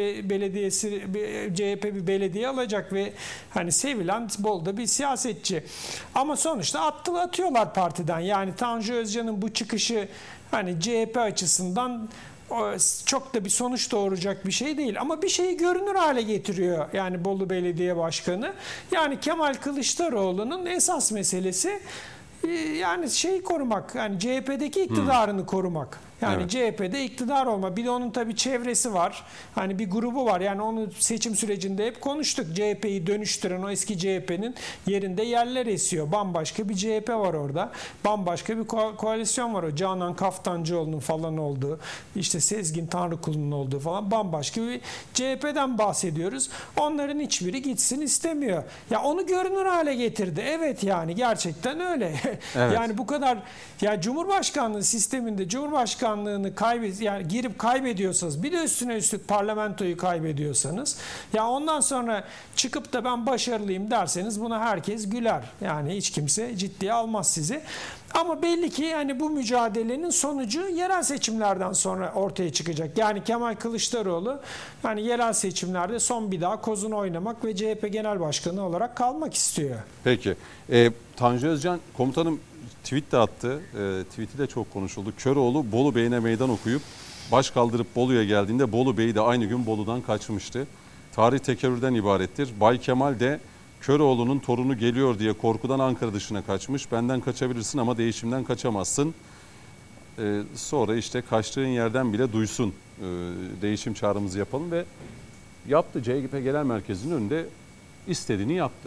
bir belediye alacak ve hani sevilen Bolu'da bir siyasetçi. Ama sonuçta atıyorlar partiden. Yani Tanju Özcan'ın bu çıkışı hani CHP açısından çok da bir sonuç doğuracak bir şey değil. Ama bir şeyi görünür hale getiriyor yani Bolu Belediye Başkanı. Yani Kemal Kılıçdaroğlu'nun esas meselesi yani şeyi korumak. Yani CHP'deki iktidarını korumak. Yani Evet. CHP'de iktidar olma. Bir de onun tabii çevresi var. Hani bir grubu var. Yani onu seçim sürecinde hep konuştuk. CHP'yi dönüştüren o eski CHP'nin yerinde yerler esiyor. Bambaşka bir CHP var orada. Bambaşka bir koalisyon var o. Canan Kaftancıoğlu'nun falan olduğu, işte Sezgin Tanrıkulu'nun olduğu falan bambaşka bir CHP'den bahsediyoruz. Onların hiçbiri gitsin istemiyor. Ya onu görünür hale getirdi. Evet yani gerçekten öyle. Evet. Yani bu kadar ya Cumhurbaşkanlığı sisteminde Cumhurbaşkanlığını yani girip kaybediyorsanız, bir de üstüne üstlük parlamentoyu kaybediyorsanız, ya ondan sonra çıkıp da ben başarılıyım derseniz buna herkes güler. Yani hiç kimse ciddiye almaz sizi. Ama belli ki yani bu mücadelenin sonucu yerel seçimlerden sonra ortaya çıkacak. Yani Kemal Kılıçdaroğlu yani yerel seçimlerde son bir daha kozunu oynamak ve CHP Genel Başkanı olarak kalmak istiyor. Peki. Tanju Özcan komutanım tweet de attı. Tweet'i de çok konuşuldu. Köroğlu Bolu Bey'ine meydan okuyup baş kaldırıp Bolu'ya geldiğinde Bolu Bey de aynı gün Bolu'dan kaçmıştı. Tarih tekerrürden ibarettir. Bay Kemal de Köroğlu'nun torunu geliyor diye korkudan Ankara dışına kaçmış. Benden kaçabilirsin ama değişimden kaçamazsın. Sonra işte kaçtığın yerden bile duysun. Değişim çağrımızı yapalım ve yaptı. CHP Genel Merkezi'nin önünde istediğini yaptı.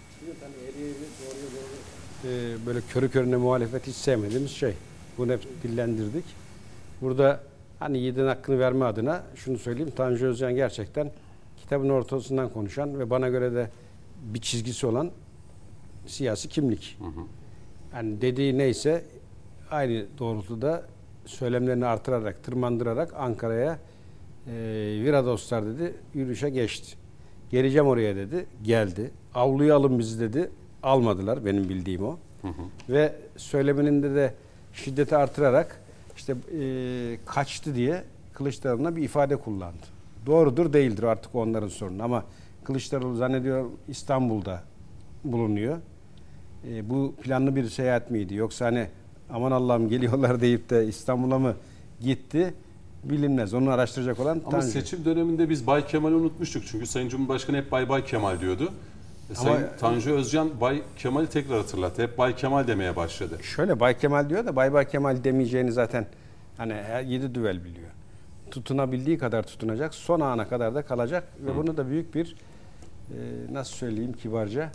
Böyle körü körüne muhalefet hiç sevmediğimiz şey. Bunu hep dillendirdik. Burada hani yiğidin hakkını verme adına şunu söyleyeyim. Tanju Özcan gerçekten kitabın ortasından konuşan ve bana göre de bir çizgisi olan siyasi kimlik. Yani dediği neyse aynı doğrultuda söylemlerini artırarak, tırmandırarak Ankara'ya Vira dostlar dedi, yürüyüşe geçti. Geleceğim oraya dedi, geldi. Avluya alın bizi dedi, almadılar, benim bildiğim o. Ve söyleminin de şiddeti artırarak işte kaçtı diye Kılıçdaroğlu'na bir ifade kullandı. Doğrudur değildir artık onların sorunu ama Kılıçdaroğlu zannediyorum İstanbul'da bulunuyor. Bu planlı bir seyahat miydi? Yoksa hani aman Allah'ım geliyorlar deyip de İstanbul'a mı gitti? Bilinmez. Onu araştıracak olan Ama Tanju. seçim döneminde biz Bay Kemal'i unutmuştuk. Çünkü Sayın Cumhurbaşkanı hep Bay Kemal diyordu. Sayın Tanju Özcan Bay Kemal'i tekrar hatırlattı. Hep Bay Kemal demeye başladı. Şöyle Bay Kemal diyor da Bay Kemal demeyeceğini zaten hani 7 düvel biliyor. Tutunabildiği kadar tutunacak. Son ana kadar da kalacak. Ve bunu da büyük bir nasıl söyleyeyim kibarca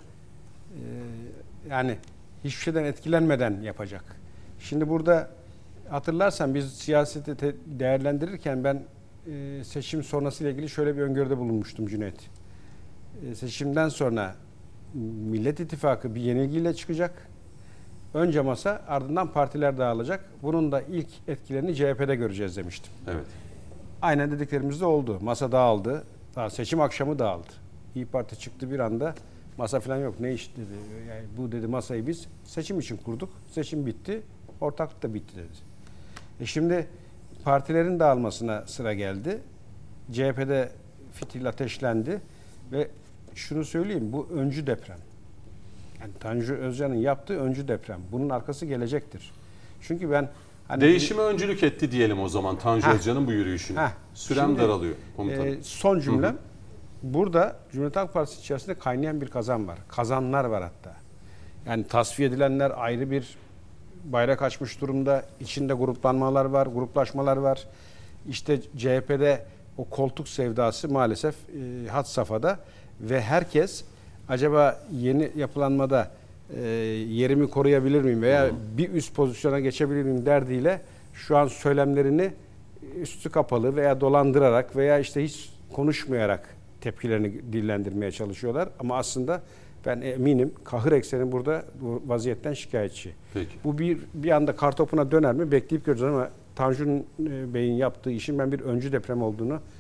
yani hiçbir şeyden etkilenmeden yapacak. Şimdi burada hatırlarsan biz siyaseti değerlendirirken ben seçim sonrasıyla ilgili şöyle bir öngörüde bulunmuştum Cüneyt. Seçimden sonra Millet İttifakı bir yenilgiyle çıkacak. Önce masa, ardından partiler dağılacak. Bunun da ilk etkilerini CHP'de göreceğiz demiştim. Evet. Aynen dediklerimiz de oldu. Masa dağıldı. Daha seçim akşamı dağıldı. İYİ Parti çıktı bir anda. Masa falan yok. Ne iş dedi. Yani bu dedi masayı biz seçim için kurduk. Seçim bitti. Ortaklık da bitti dedi. Şimdi partilerin dağılmasına sıra geldi. CHP'de fitil ateşlendi ve şunu söyleyeyim, bu öncü deprem. Yani Tanju Özcan'ın yaptığı öncü deprem. Bunun arkası gelecektir. Çünkü ben hani Değişime öncülük etti diyelim o zaman Tanju Özcan'ın bu yürüyüşünü. Sürem Şimdi, daralıyor komutanım. Son cümlem. Burada Cumhuriyet Halk Partisi içerisinde kaynayan bir kazan var. Kazanlar var hatta. Yani tasfiye edilenler ayrı bir bayrak açmış durumda. İçinde gruplanmalar var, gruplaşmalar var. İşte CHP'de o koltuk sevdası maalesef had safhada ve herkes acaba yeni yapılanmada yerimi koruyabilir miyim veya bir üst pozisyona geçebilir miyim derdiyle şu an söylemlerini üstü kapalı veya dolandırarak veya işte hiç konuşmayarak tepkilerini dillendirmeye çalışıyorlar. Ama aslında ben eminim kahır ekseni burada bu vaziyetten şikayetçi. Peki. Bu bir anda kartopuna döner mi bekleyip göreceğiz ama Tanju Bey'in yaptığı işin ben bir öncü deprem olduğunu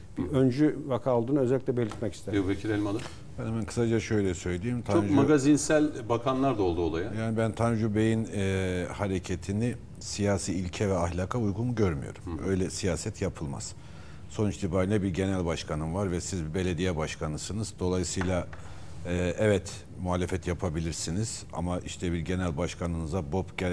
bir öncü vaka olduğunu özellikle belirtmek isterim. Ebu Bekir Elmalı. Ben hemen kısaca şöyle söyleyeyim. Çok magazinsel bakanlar da oldu olaya. Yani ben Tanju Bey'in hareketini siyasi ilke ve ahlaka uygun görmüyorum. Öyle siyaset yapılmaz. Sonuç itibariyle bir genel başkanım var ve siz bir belediye başkanısınız. Dolayısıyla evet muhalefet yapabilirsiniz ama işte bir genel başkanınıza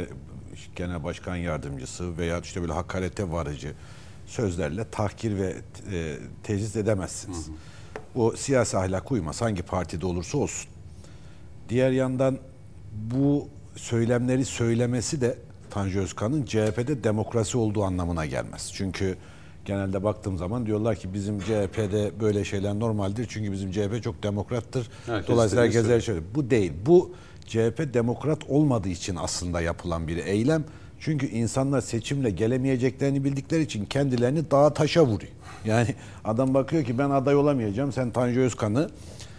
genel başkan yardımcısı veya işte böyle hakarete varıcı sözlerle tahkir ve teciz edemezsiniz. O siyasi ahlaka uymaz. Hangi partide olursa olsun. Diğer yandan bu söylemleri söylemesi de Tanju Özkan'ın CHP'de demokrasi olduğu anlamına gelmez. Çünkü genelde baktığım zaman diyorlar ki bizim CHP'de böyle şeyler normaldir. Çünkü bizim CHP çok demokrattır. Dolayısıyla herkes şöyle. Bu değil. Bu CHP demokrat olmadığı için aslında yapılan bir eylem. Çünkü insanlar seçimle gelemeyeceklerini bildikleri için kendilerini dağa taşa vuruyor. Yani adam bakıyor ki ben aday olamayacağım. Sen Tanju Özkan'ı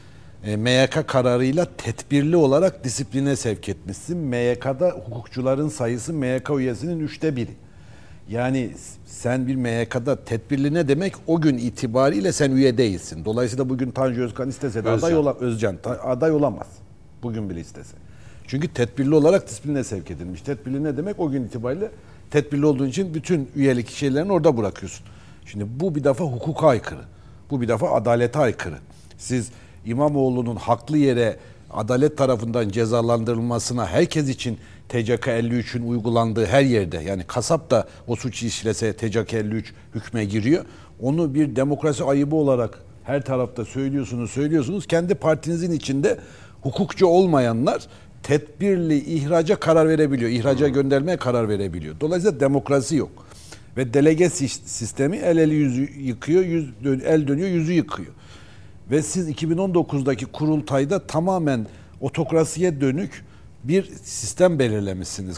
MYK kararıyla tedbirli olarak disipline sevk etmişsin. MYK'da hukukçuların sayısı MYK üyesinin 1/3. Yani sen bir MYK'da tedbirli ne demek? O gün itibariyle sen üye değilsin. Dolayısıyla bugün Tanju Özkan istese de aday olamaz. Bugün bile istese. Çünkü tedbirli olarak disipline sevk edilmiş. Tedbirli ne demek? O gün itibariyle tedbirli olduğun için bütün üyelik şeylerini orada bırakıyorsun. Şimdi bu bir defa hukuka aykırı. Bu bir defa adalete aykırı. Siz İmamoğlu'nun haklı yere adalet tarafından cezalandırılmasına herkes için TCK 53'ün uygulandığı her yerde, yani kasap da o suçu işlese TCK 53 hükme giriyor. Onu bir demokrasi ayıbı olarak her tarafta söylüyorsunuz. Kendi partinizin içinde hukukçu olmayanlar tedbirli ihraca karar verebiliyor. İhraca göndermeye karar verebiliyor. Dolayısıyla demokrasi yok. Ve delege sistemi el yüzü yıkıyor, el dönüyor yüzü yıkıyor. Ve siz 2019'daki kurultayda tamamen otokrasiye dönük bir sistem belirlemişsiniz.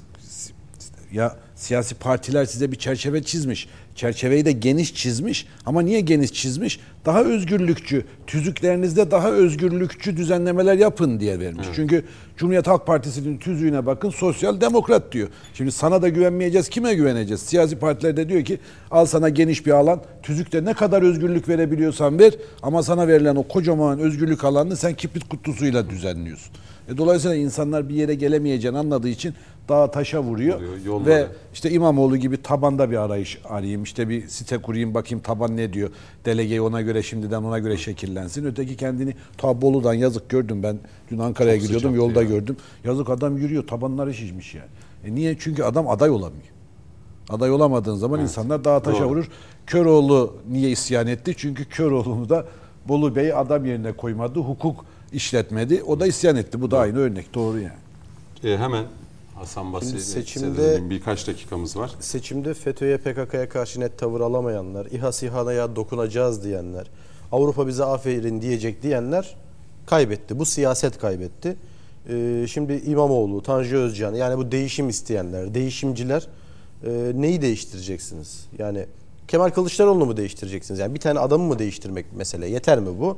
Ya siyasi partiler size bir çerçeve çizmiş. Çerçeveyi de geniş çizmiş. Ama niye geniş çizmiş? Daha özgürlükçü, tüzüklerinizde daha özgürlükçü düzenlemeler yapın diye vermiş. Evet. Çünkü Cumhuriyet Halk Partisi'nin tüzüğüne bakın, sosyal demokrat diyor. Şimdi sana da güvenmeyeceğiz, kime güveneceğiz? Siyasi partiler de diyor ki al sana geniş bir alan, tüzükte ne kadar özgürlük verebiliyorsan ver ama sana verilen o kocaman özgürlük alanını sen kibrit kutusuyla düzenliyorsun. Dolayısıyla insanlar bir yere gelemeyeceğini anladığı için dağa taşa vuruyor ve işte İmamoğlu gibi tabanda bir arayış arayayım, işte bir site kurayım bakayım taban ne diyor, delegeyi ona göre şimdiden ona göre şekillensin. Öteki kendini Bolu'dan yazık gördüm ben, dün Ankara'ya gidiyordum yolda gördüm, yazık adam yürüyor, tabanları şişmiş yani. Niye? Çünkü adam aday olamıyor. Aday olamadığın zaman insanlar dağa taşa vurur. Köroğlu niye isyan etti? Çünkü Köroğlu'nu da Bolu Bey adam yerine koymadı, hukuk işletmedi, o da isyan etti. Bu da aynı örnek, doğru yani. Hemen Hasan Basri seçimde birkaç dakikamız var. Seçimde FETÖ'ye, PKK'ya karşı net tavır alamayanlar, İHA SİHA'ya dokunacağız diyenler, Avrupa bize aferin diyecek diyenler kaybetti. Bu siyaset kaybetti. Şimdi İmamoğlu, Tanju Özcan, yani bu değişim isteyenler, değişimciler neyi değiştireceksiniz? Yani Kemal Kılıçdaroğlu'nu mu değiştireceksiniz? Yani bir tane adamı mı değiştirmek mesele? Yeter mi bu?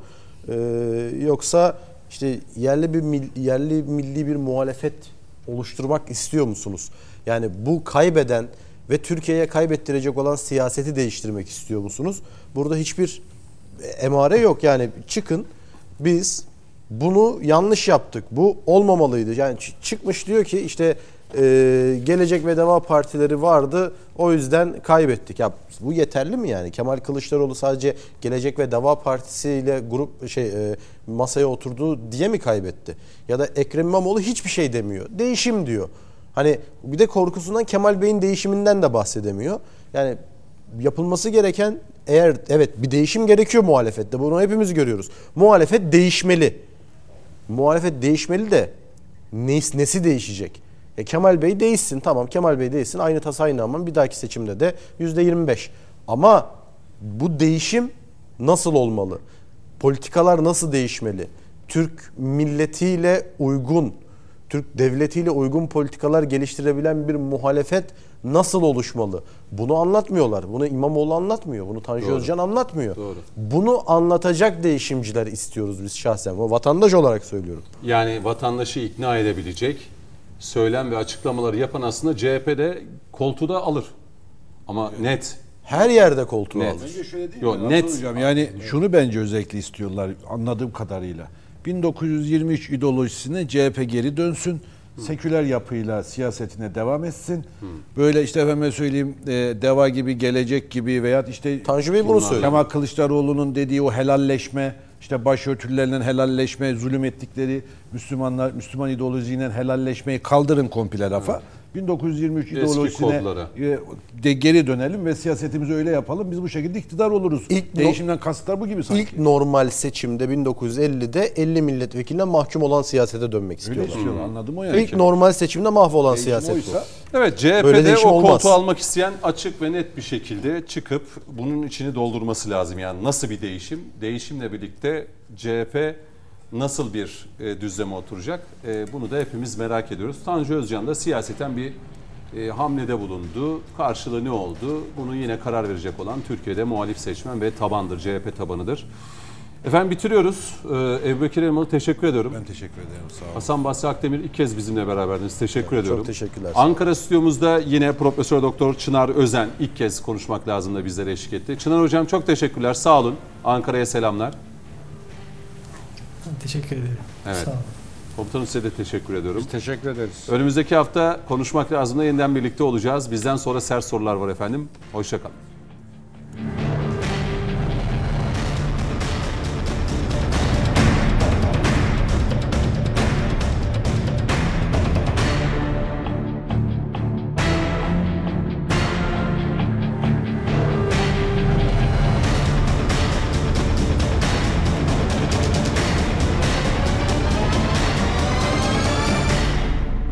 Yoksa işte yerli milli bir muhalefet oluşturmak istiyor musunuz? Yani bu kaybeden ve Türkiye'ye kaybettirecek olan siyaseti değiştirmek istiyor musunuz? Burada hiçbir emare yok. Yani çıkın, biz bunu yanlış yaptık, bu olmamalıydı. Yani çıkmış diyor ki işte Gelecek ve Deva partileri vardı, o yüzden kaybettik. Ya bu yeterli mi yani? Kemal Kılıçdaroğlu sadece Gelecek ve Deva Partisi ile masaya oturdu diye mi kaybetti? Ya da Ekrem İmamoğlu hiçbir şey demiyor. Değişim diyor. Hani bir de korkusundan Kemal Bey'in değişiminden de bahsedemiyor. Yani yapılması gereken, eğer evet bir değişim gerekiyor muhalefette. Bunu hepimiz görüyoruz. Muhalefet değişmeli. Muhalefet değişmeli de nesi değişecek? Kemal Bey değişsin, tamam, Kemal Bey değişsin, aynı tas aynı aman, bir dahaki seçimde de %25. Ama bu değişim nasıl olmalı? Politikalar nasıl değişmeli? Türk milletiyle uygun, Türk devletiyle uygun politikalar geliştirebilen bir muhalefet nasıl oluşmalı? Bunu anlatmıyorlar. Bunu İmamoğlu anlatmıyor. Bunu Tanju Özcan anlatmıyor. Doğru. Bunu anlatacak değişimciler istiyoruz biz şahsen. O vatandaş olarak söylüyorum. Yani vatandaşı ikna edebilecek söylem ve açıklamaları yapan aslında CHP'de koltuğu da alır. Ama net Her yerde koltuğu Net. alır. Bence şöyle değil Yo, mi? net. Hasan Hocam, yani şunu bence özellikle istiyorlar anladığım kadarıyla. 1923 ideolojisine CHP geri dönsün. Seküler yapıyla siyasetine devam etsin. Böyle işte efendime söyleyeyim DEVA gibi, Gelecek gibi veya işte Tanju Bey bunu söylüyor. Kemal Kılıçdaroğlu'nun dediği o helalleşme, işte başörtülerinin helalleşme, zulüm ettikleri Müslüman ideolojiyle helalleşmeyi kaldırın komple rafa. 1923 Eski ideolojisine kodlara. de geri dönelim ve siyasetimizi öyle yapalım. Biz bu şekilde iktidar oluruz. Değişimden kasıtlar bu gibi sanki. İlk normal seçimde 1950'de 50 milletvekiline mahkum olan siyasete dönmek Öyle istiyorlar. istiyorlar. Anladım o yani. İlk normal seçimde mahvolan Değişim siyaset oysa, bu. Evet, Böyle CHP'de değişim o olmaz. koltuğu almak isteyen açık ve net bir şekilde çıkıp bunun içini doldurması lazım. Yani nasıl bir değişim? Değişimle birlikte CHP nasıl bir düzleme oturacak? Bunu da hepimiz merak ediyoruz. Tanju Özcan da siyaseten bir hamlede bulundu. Karşılığı ne oldu? Bunu yine karar verecek olan Türkiye'de muhalif seçmen ve tabandır, CHP tabanıdır. Efendim bitiriyoruz. Ebubekir Elmalı teşekkür ediyorum. ben teşekkür ederim. Sağ olun. Hasan Basri Akdemir ilk kez bizimle beraberdiniz. Teşekkür ediyorum. teşekkürler. Ankara stüdyomuzda yine Profesör Doktor Çınar Özen ilk kez konuşmak lazım da bizlere eşlik etti. Çınar Hocam çok teşekkürler. Sağ olun. Ankara'ya selamlar. Teşekkür ederim. Evet. Sağ olun. Komutanım size de teşekkür ediyorum. Teşekkür ederiz. Önümüzdeki hafta konuşmak lazım da yeniden birlikte olacağız. Bizden sonra sert sorular var efendim. Hoşça kalın.